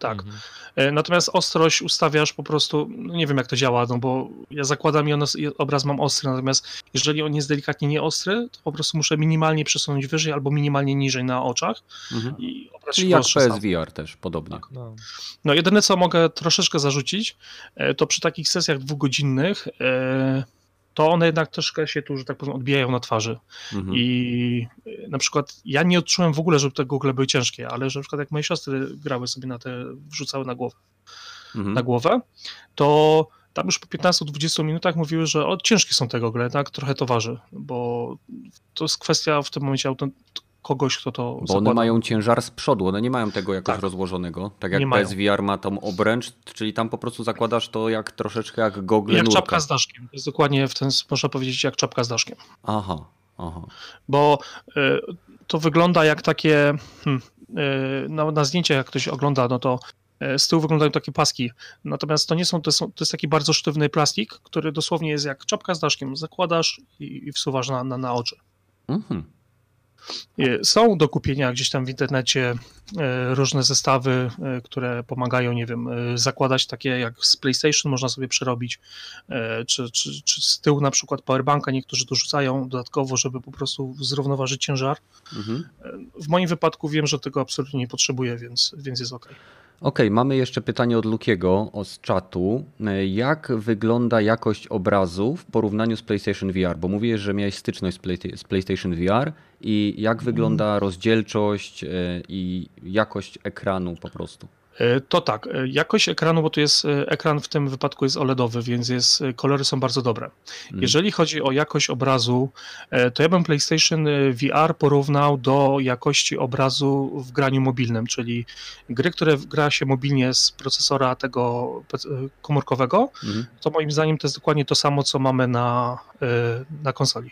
tak. Mhm. Natomiast ostrość ustawiasz po prostu, no nie wiem jak to działa, no bo ja zakładam i ono, obraz mam ostry, natomiast jeżeli on jest delikatnie nieostry, to po prostu muszę minimalnie przesunąć wyżej albo minimalnie niżej na oczach Mhm. i obraz Czyli się jak prostszy P sam. S V R też, podobnie. Tak. No. No jedyne co mogę troszeczkę zarzucić, e, to przy takich sesjach dwugodzinnych e, to one jednak troszkę się tu, że tak powiem, odbijają na twarzy. Mhm. I e, na przykład ja nie odczułem w ogóle, żeby te gogle były ciężkie, ale że na przykład jak moje siostry grały sobie na te, wrzucały na głowę, Mhm. na głowę, to tam już po piętnastu dwudziestu minutach mówiły, że o, ciężkie są te gogle, tak, trochę to waży, bo to jest kwestia w tym momencie autent- kogoś, kto to Bo one zakłada. mają ciężar z przodu, one nie mają tego jakoś Tak. rozłożonego, tak jak Nie P S mają. V R ma tą obręcz, czyli tam po prostu zakładasz to jak troszeczkę jak gogle Jak nurka. czapka z daszkiem, to jest dokładnie w ten, można powiedzieć, jak czapka z daszkiem. Aha, aha. Bo y, to wygląda jak takie, hmm, y, na, na zdjęciach jak ktoś ogląda, no to y, z tyłu wyglądają takie paski, natomiast to nie są, to, są, to jest taki bardzo sztywny plastik, który dosłownie jest jak czapka z daszkiem, zakładasz i, i wsuwasz na, na, na oczy. Mhm. Y, Są do kupienia gdzieś tam w internecie y, różne zestawy, y, które pomagają, nie wiem, y, zakładać takie jak z PlayStation można sobie przerobić, y, czy, czy, czy z tyłu na przykład powerbanka niektórzy dorzucają dodatkowo, żeby po prostu zrównoważyć ciężar. Mhm. W moim wypadku wiem, że tego absolutnie nie potrzebuję, więc, więc jest ok. Okej, mamy jeszcze pytanie od Lukiego o- z czatu. Jak wygląda jakość obrazu w porównaniu z PlayStation V R? Bo mówisz, że miałeś styczność z, Play, z PlayStation V R i jak wygląda rozdzielczość e, i jakość ekranu po prostu? To tak, jakość ekranu, bo tu jest ekran w tym wypadku jest OLEDowy, więc jest, kolory są bardzo dobre. Mhm. Jeżeli chodzi o jakość obrazu, to ja bym PlayStation V R porównał do jakości obrazu w graniu mobilnym, czyli gry, które gra się mobilnie z procesora tego komórkowego, Mhm. to moim zdaniem to jest dokładnie to samo, co mamy na, na konsoli.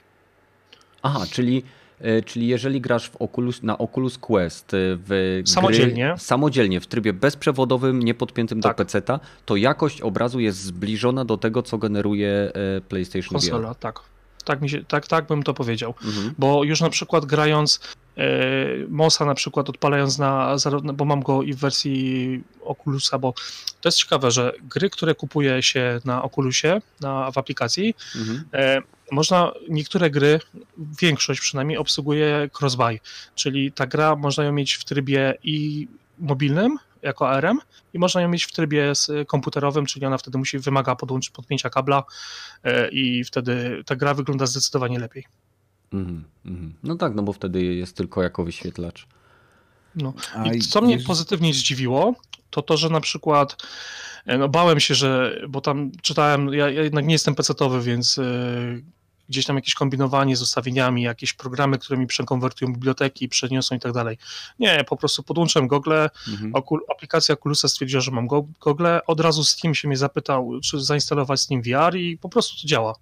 Aha, czyli, e, czyli jeżeli grasz w Oculus, na Oculus Quest e, w Samodzielnie. Gry, samodzielnie w trybie bezprzewodowym, niepodpiętym Tak. do peceta, to jakość obrazu jest zbliżona do tego, co generuje e, PlayStation V R. Konsola, tak. Tak, mi się, tak, tak bym to powiedział. Mhm. Bo już na przykład grając e, Mosa na przykład odpalając na, zarówno- bo mam go i w wersji Oculusa, bo to jest ciekawe, że gry, które kupuje się na Oculusie, na, w aplikacji, Mhm. e, można, niektóre gry, większość przynajmniej obsługuje cross-buy, czyli ta gra można ją mieć w trybie i mobilnym, jako A R M i można ją mieć w trybie z- komputerowym, czyli ona wtedy musi, wymaga podłącz, podpięcia kabla e, i wtedy ta gra wygląda zdecydowanie lepiej. Mhm. Mhm. No tak, no bo wtedy jest tylko jako wyświetlacz. No. A I co mnie jeż- pozytywnie zdziwiło, to to, że na przykład e, no bałem się, że, bo tam czytałem, ja, ja jednak nie jestem pecetowy, więc e, gdzieś tam jakieś kombinowanie z ustawieniami, jakieś programy, które mi przekonwertują biblioteki, przeniosą i tak dalej. Nie, po prostu podłączyłem gogle, Mhm. Okul- aplikacja Oculusa stwierdziła, że mam go- gogle, od razu Steam się mnie zapytał, czy zainstalować Steam V R i po prostu to działa.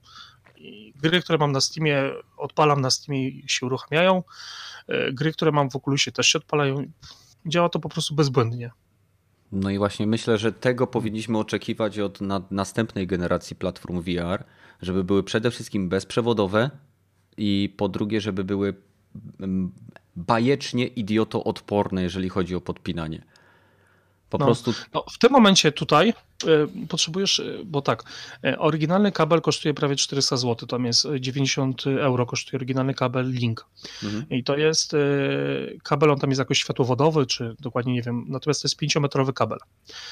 I gry, które mam na Steamie, odpalam na Steamie i się uruchamiają. E, Gry, które mam w Oculusie też się odpalają. Działa to po prostu bezbłędnie. No i właśnie myślę, że tego powinniśmy oczekiwać od na, następnej generacji platform V R, żeby były przede wszystkim bezprzewodowe i po drugie, żeby były mm, bajecznie idiotoodporne, jeżeli chodzi o podpinanie. Po No. prostu No, w tym momencie tutaj e, potrzebujesz, e, bo tak, e, oryginalny kabel kosztuje prawie czterysta złotych, tam jest e, dziewięćdziesiąt euro kosztuje oryginalny kabel Link. mhm. I to jest e, kabel, on tam jest jakoś światłowodowy, czy dokładnie nie wiem, natomiast to jest pięciometrowy kabel.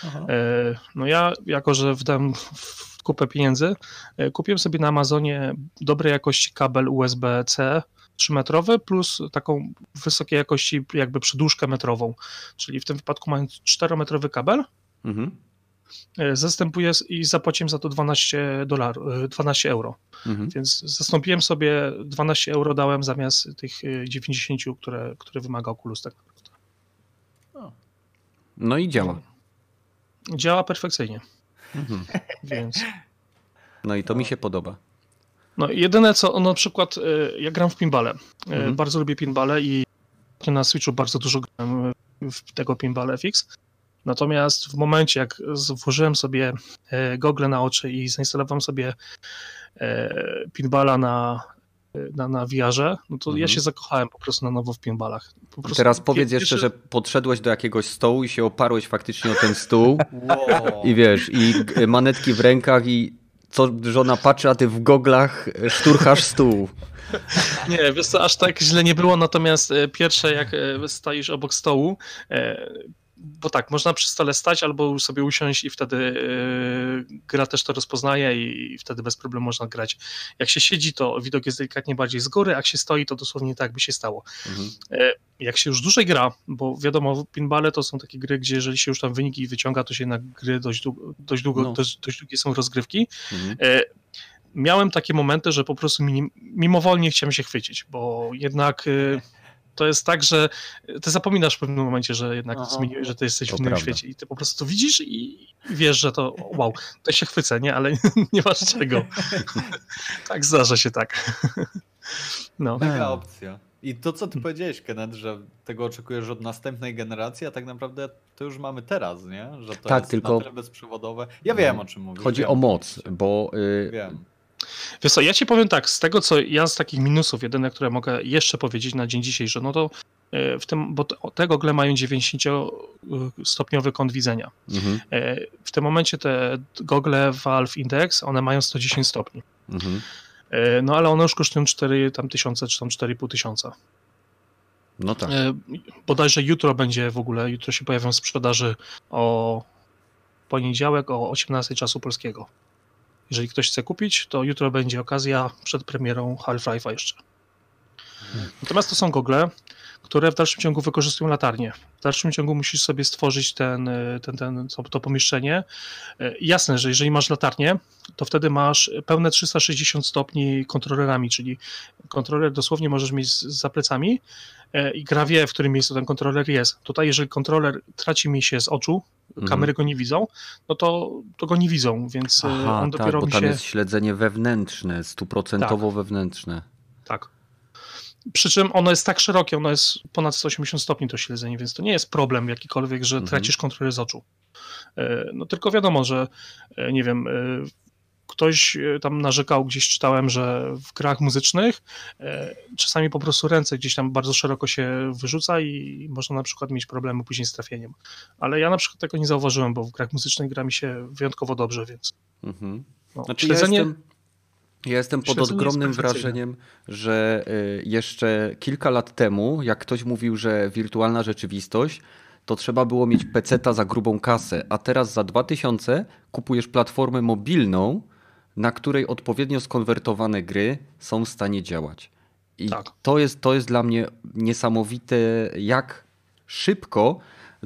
E, No ja, jako że wdałem w kupę pieniędzy, e, kupiłem sobie na Amazonie dobrej jakości kabel U S B C trzymetrowy plus taką wysokiej jakości jakby przedłużkę metrową, czyli w tym wypadku mając czterometrowy kabel, Mhm. e, zastępuję s- i zapłaciłem za to dwanaście dolarów, e, dwanaście euro, Mhm. więc zastąpiłem sobie dwanaście euro dałem zamiast tych e, dziewięćdziesiąt, które, które wymaga Oculus tak naprawdę. No i działa. Działa perfekcyjnie, Mhm. więc... No i to mi się podoba. No jedyne co, no, na przykład y, ja gram w pinballę, y, Mhm. bardzo lubię pinballe i na Switchu bardzo dużo grałem w tego Pinball F X, natomiast w momencie jak z- włożyłem sobie y, gogle na oczy i zainstalowałem sobie y, pinballa na na, na V R-ze, no to Mhm. ja się zakochałem po prostu na nowo w pinballach. Po prostu Teraz powiedz pie- jeszcze, pierwszy- że podszedłeś do jakiegoś stołu i się oparłeś faktycznie o ten stół Wow. i wiesz, i g- manetki w rękach i co żona patrzy, a ty w goglach szturchasz stół. Nie, wiesz co, aż tak źle nie było, natomiast e, pierwsze jak e, stoisz obok stołu, e, bo tak, można przy stole stać albo sobie usiąść i wtedy e, gra też to rozpoznaje i wtedy bez problemu można grać. Jak się siedzi, to widok jest delikatnie bardziej z góry, a jak się stoi, to dosłownie tak by się stało. Mhm. E, Jak się już dłużej gra, bo wiadomo, pinballe to są takie gry, gdzie jeżeli się już tam wyniki wyciąga, to się na gry dość długo, dość, długo, No. dość, dość długie są rozgrywki. Mhm. E, Miałem takie momenty, że po prostu minim, mimowolnie chciałem się chwycić, bo jednak y, to jest tak, że ty zapominasz w pewnym momencie, że jednak Aha. zmieni, że ty jesteś To w innym prawda. świecie i ty po prostu to widzisz i wiesz, że to wow, to się chwycę, nie? Ale nie masz czego. Tak, zdarza się tak. No. Mega opcja. I to, co ty powiedziałeś, Kenneth, że tego oczekujesz od następnej generacji, a tak naprawdę to już mamy teraz, nie? Że to Tak, jest tylko- na tyle bezprzewodowe. Ja wiem, o czym mówisz. Chodzi wiem, o moc, oczywiście. bo y, Wiem. Wiesz co, ja ci powiem tak, z tego co ja z takich minusów, jedyne, które mogę jeszcze powiedzieć na dzień dzisiejszy, no to e, w tym, bo te- te gogle mają dziewięćdziesięciostopniowy kąt widzenia. mhm, E, W tym momencie te gogle Valve Index, one mają sto dziesięć stopni. mhm. E, No ale one już kosztują cztery tam tysiące, czy tam cztery i pół tysiąca. No tak. E, Bodajże jutro będzie w ogóle, jutro się pojawią w sprzedaży o poniedziałek o osiemnastej czasu polskiego. Jeżeli ktoś chce kupić, to jutro będzie okazja przed premierą Half-Life'a jeszcze. Natomiast to są gogle, które w dalszym ciągu wykorzystują latarnię. W dalszym ciągu musisz sobie stworzyć ten, ten, ten, to, to pomieszczenie. E, Jasne, że jeżeli masz latarnię, to wtedy masz pełne trzysta sześćdziesiąt stopni kontrolerami, czyli kontroler dosłownie możesz mieć z- za plecami e, i gra wie, w którym miejscu ten kontroler jest. Tutaj jeżeli kontroler traci mi się z oczu, Mhm. kamery go nie widzą, no to, to go nie widzą, więc e, Aha, on tak, dopiero bo mi tam się... jest śledzenie wewnętrzne, stuprocentowo wewnętrzne. Tak. Przy czym ono jest tak szerokie, ono jest ponad sto osiemdziesiąt stopni to śledzenie, więc to nie jest problem jakikolwiek, że Mhm. tracisz kontrolę z oczu. E, No tylko wiadomo, że e, nie wiem, e, ktoś e, tam narzekał, gdzieś czytałem, że w grach muzycznych e, czasami po prostu ręce gdzieś tam bardzo szeroko się wyrzuca i można na przykład mieć problemy później z trafieniem. Ale ja na przykład tego nie zauważyłem, bo w grach muzycznych gra mi się wyjątkowo dobrze, więc Mhm. no, Znaczy ja śledzenie... jestem, ja jestem pod śledzenie jest ogromnym perfekcyjne. wrażeniem, że y, jeszcze kilka lat temu, jak ktoś mówił, że wirtualna rzeczywistość, to trzeba było mieć peceta za grubą kasę, a teraz za dwa tysiące kupujesz platformę mobilną, na której odpowiednio skonwertowane gry są w stanie działać. I Tak. to jest, to jest dla mnie niesamowite, jak szybko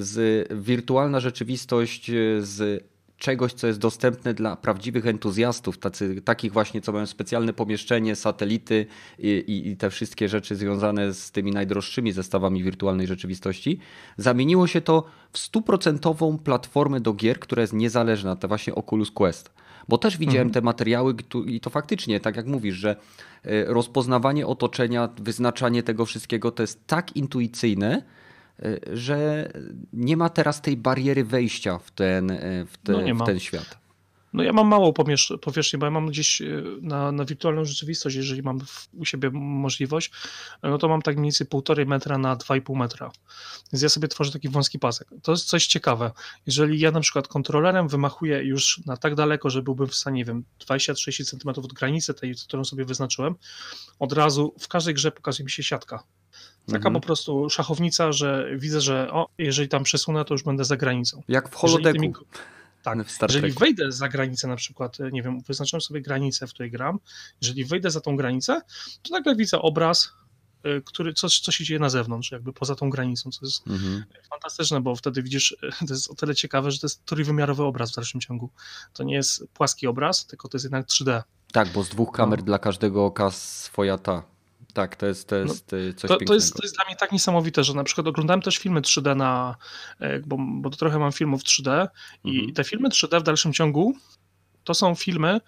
z wirtualna rzeczywistość y, z czegoś, co jest dostępne dla prawdziwych entuzjastów, tacy, takich właśnie, co mają specjalne pomieszczenie, satelity i, i, i te wszystkie rzeczy związane z tymi najdroższymi zestawami wirtualnej rzeczywistości. Zamieniło się to w stuprocentową platformę do gier, która jest niezależna, to właśnie Oculus Quest. Bo też widziałem Mhm. te materiały tu- i to faktycznie, tak jak mówisz, że y, rozpoznawanie otoczenia, wyznaczanie tego wszystkiego to jest tak intuicyjne, y, że nie ma teraz tej bariery wejścia w ten, y, w te, No nie w ma. ten świat. No ja mam małą pomiesz- powierzchnię, bo ja mam gdzieś e, na, na wirtualną rzeczywistość, jeżeli mam w, u siebie możliwość, no to mam tak mniej więcej półtorej metra na dwa i pół metra. Więc ja sobie tworzę taki wąski pasek. To jest coś ciekawe. Jeżeli ja na przykład kontrolerem wymachuję już na tak daleko, że byłbym w stanie, nie wiem, dwadzieścia trzydzieści centymetrów od granicy tej, którą sobie wyznaczyłem, od razu w każdej grze pokazuje mi się siatka. Taka Mhm. po prostu szachownica, że widzę, że o, jeżeli tam przesunę, to już będę za granicą. Jak w Jeżeli holodeku. tymi- Tak, w Star jeżeli Treku. wejdę za granicę na przykład, nie wiem, wyznaczyłem sobie granicę, w której gram, jeżeli wejdę za tą granicę, to nagle widzę obraz, y, który, co, co się dzieje na zewnątrz, jakby poza tą granicą, co jest Mhm. fantastyczne, bo wtedy widzisz, to jest o tyle ciekawe, że to jest trójwymiarowy obraz w dalszym ciągu. To nie jest płaski obraz, tylko to jest jednak trzy D. Tak, bo z dwóch kamer No. dla każdego oka swoja ta. Tak, to jest, to jest y, coś To, pięknego. to, jest, to jest dla mnie tak niesamowite, że na przykład oglądałem też filmy trzy D na, e, bo, bo to trochę mam filmów trzy D i Mhm. te filmy trzy D w dalszym ciągu to są filmy,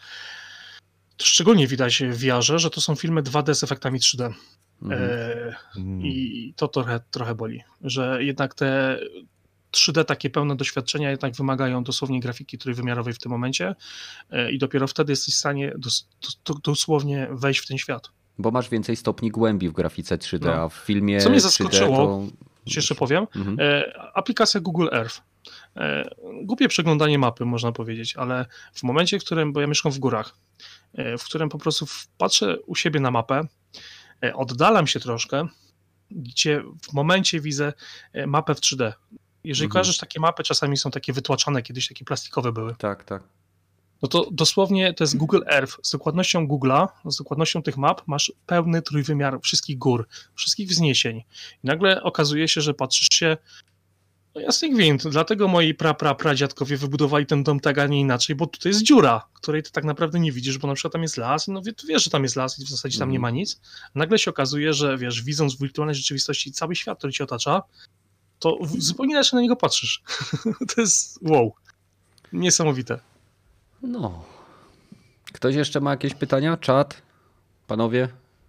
to szczególnie widać w V R-ze, że to są filmy dwa D z efektami trzy D. Mhm. E, Mm. I to trochę, trochę boli, że jednak te trzy D takie pełne doświadczenia jednak wymagają dosłownie grafiki trójwymiarowej w tym momencie e, i dopiero wtedy jesteś w stanie dos, dos, dosłownie wejść w ten świat. Bo masz więcej stopni głębi w grafice trzy D, No. a w filmie Co mnie trzy D zaskoczyło, to... Ci jeszcze powiem, Mhm. e, aplikacja Google Earth. E, głupie przeglądanie mapy, można powiedzieć, ale w momencie, w którym, bo ja mieszkam w górach, e, w którym po prostu w- patrzę u siebie na mapę, e, oddalam się troszkę, gdzie w momencie widzę e, mapę w trzy D. Jeżeli Mhm. kojarzysz takie mapy, czasami są takie wytłaczane, kiedyś takie plastikowe były. Tak, tak. No to dosłownie to jest Google Earth. Z dokładnością Google'a, z dokładnością tych map masz pełny trójwymiar wszystkich gór, wszystkich wzniesień. I nagle okazuje się, że patrzysz się, no jasny gwint, dlatego moi pra, pra, pradziadkowie wybudowali ten dom tak, a nie inaczej, bo tutaj jest dziura, której ty tak naprawdę nie widzisz, bo na przykład tam jest las, no wie- ty wiesz, że tam jest las i w zasadzie tam nie ma nic. Nagle się okazuje, że wiesz, widząc w wirtualnej rzeczywistości cały świat, który cię otacza, to w- zupełnie inaczej na niego patrzysz. To jest wow. Niesamowite. No. Ktoś jeszcze ma jakieś pytania? Czat? Panowie?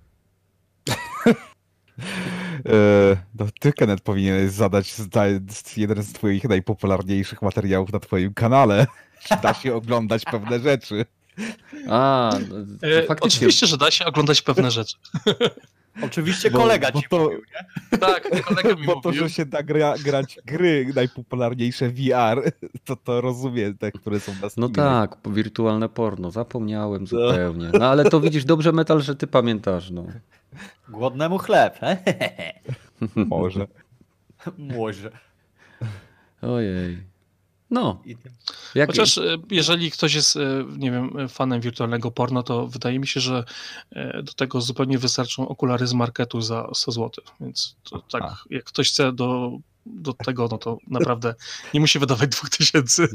E, no ty, Kenneth, powinieneś zadać zda- jeden z twoich najpopularniejszych materiałów na twoim kanale. Czy da się oglądać pewne rzeczy? A, no, E, faktycznie. Oczywiście, że da się oglądać pewne rzeczy. Oczywiście Bo- kolega bo ci to- mówił, nie? Tak, kolega mi Bo to, mówił. że się da gra, grać gry najpopularniejsze V R, to to rozumiem, te, które są na No Steamie. tak, wirtualne porno, zapomniałem zupełnie. No ale to widzisz, dobrze Metal, że ty pamiętasz, no. Głodnemu chleb. he? Może. Może. Ojej. No, I tym- jak... Chociaż e, jeżeli ktoś jest, e, nie wiem, fanem wirtualnego porno, to wydaje mi się, że e, do tego zupełnie wystarczą okulary z marketu za sto złotych. Więc to, tak, A. jak ktoś chce do, do tego, no to naprawdę nie musi wydawać dwóch tysięcy.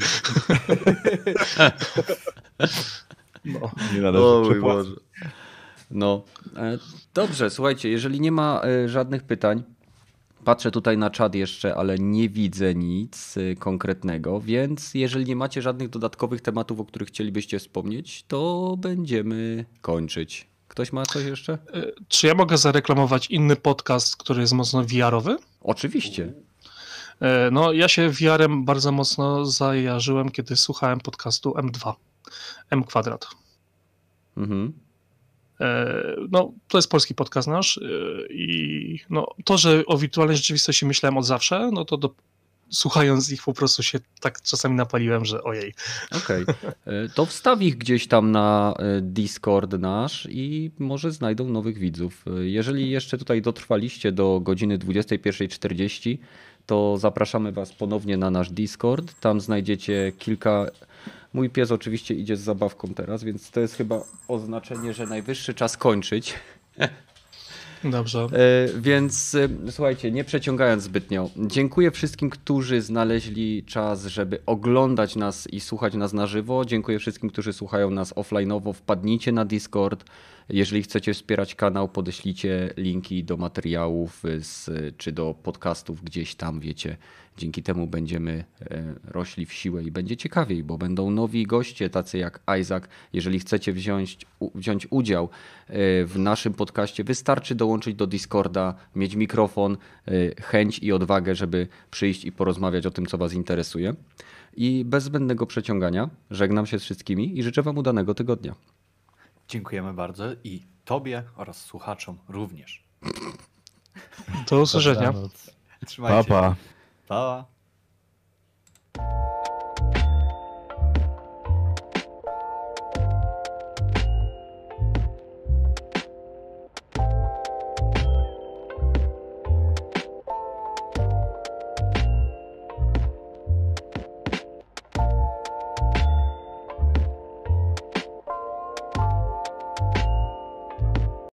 No. Nie należy O mój przepłacać. Boże. No, e, dobrze, słuchajcie, jeżeli nie ma e, żadnych pytań, patrzę tutaj na czat jeszcze, ale nie widzę nic e, konkretnego, więc jeżeli nie macie żadnych dodatkowych tematów, o których chcielibyście wspomnieć, to będziemy kończyć. Ktoś ma coś jeszcze? E, Czy ja mogę zareklamować inny podcast, który jest mocno V R-owy? Oczywiście. E, No, ja się V R-em bardzo mocno zajarzyłem, kiedy słuchałem podcastu M dwa, M kwadrat. Mhm. E, No, to jest polski podcast nasz e, i no, to, że o wirtualnej rzeczywistości myślałem od zawsze, no to do, słuchając ich po prostu się tak czasami napaliłem, że ojej. Okej. E, To wstaw ich gdzieś tam na e, Discord nasz i może znajdą nowych widzów. E, Jeżeli jeszcze tutaj dotrwaliście do godziny dwudziestej pierwszej czterdzieści, to zapraszamy Was ponownie na nasz Discord. Tam znajdziecie kilka... Mój pies oczywiście idzie z zabawką teraz, więc to jest chyba oznaczenie, że najwyższy czas kończyć. Dobrze. E, Więc e, słuchajcie, nie przeciągając zbytnio, dziękuję wszystkim, którzy znaleźli czas, żeby oglądać nas i słuchać nas na żywo. Dziękuję wszystkim, którzy słuchają nas offline'owo. Wpadnijcie na Discord. Jeżeli chcecie wspierać kanał, podeślijcie linki do materiałów z, czy do podcastów gdzieś tam, wiecie. Dzięki temu będziemy e, rośli w siłę i będzie ciekawiej, bo będą nowi goście, tacy jak Isaac. Jeżeli chcecie wziąć, u, wziąć udział e, w naszym podcaście, wystarczy dołączyć do Discorda, mieć mikrofon, e, chęć i odwagę, żeby przyjść i porozmawiać o tym, co Was interesuje. I bez zbędnego przeciągania żegnam się z wszystkimi i życzę Wam udanego tygodnia. Dziękujemy bardzo i tobie oraz słuchaczom również. Do usłyszenia. Dobranoc. Trzymajcie Pa, się. pa. Pa.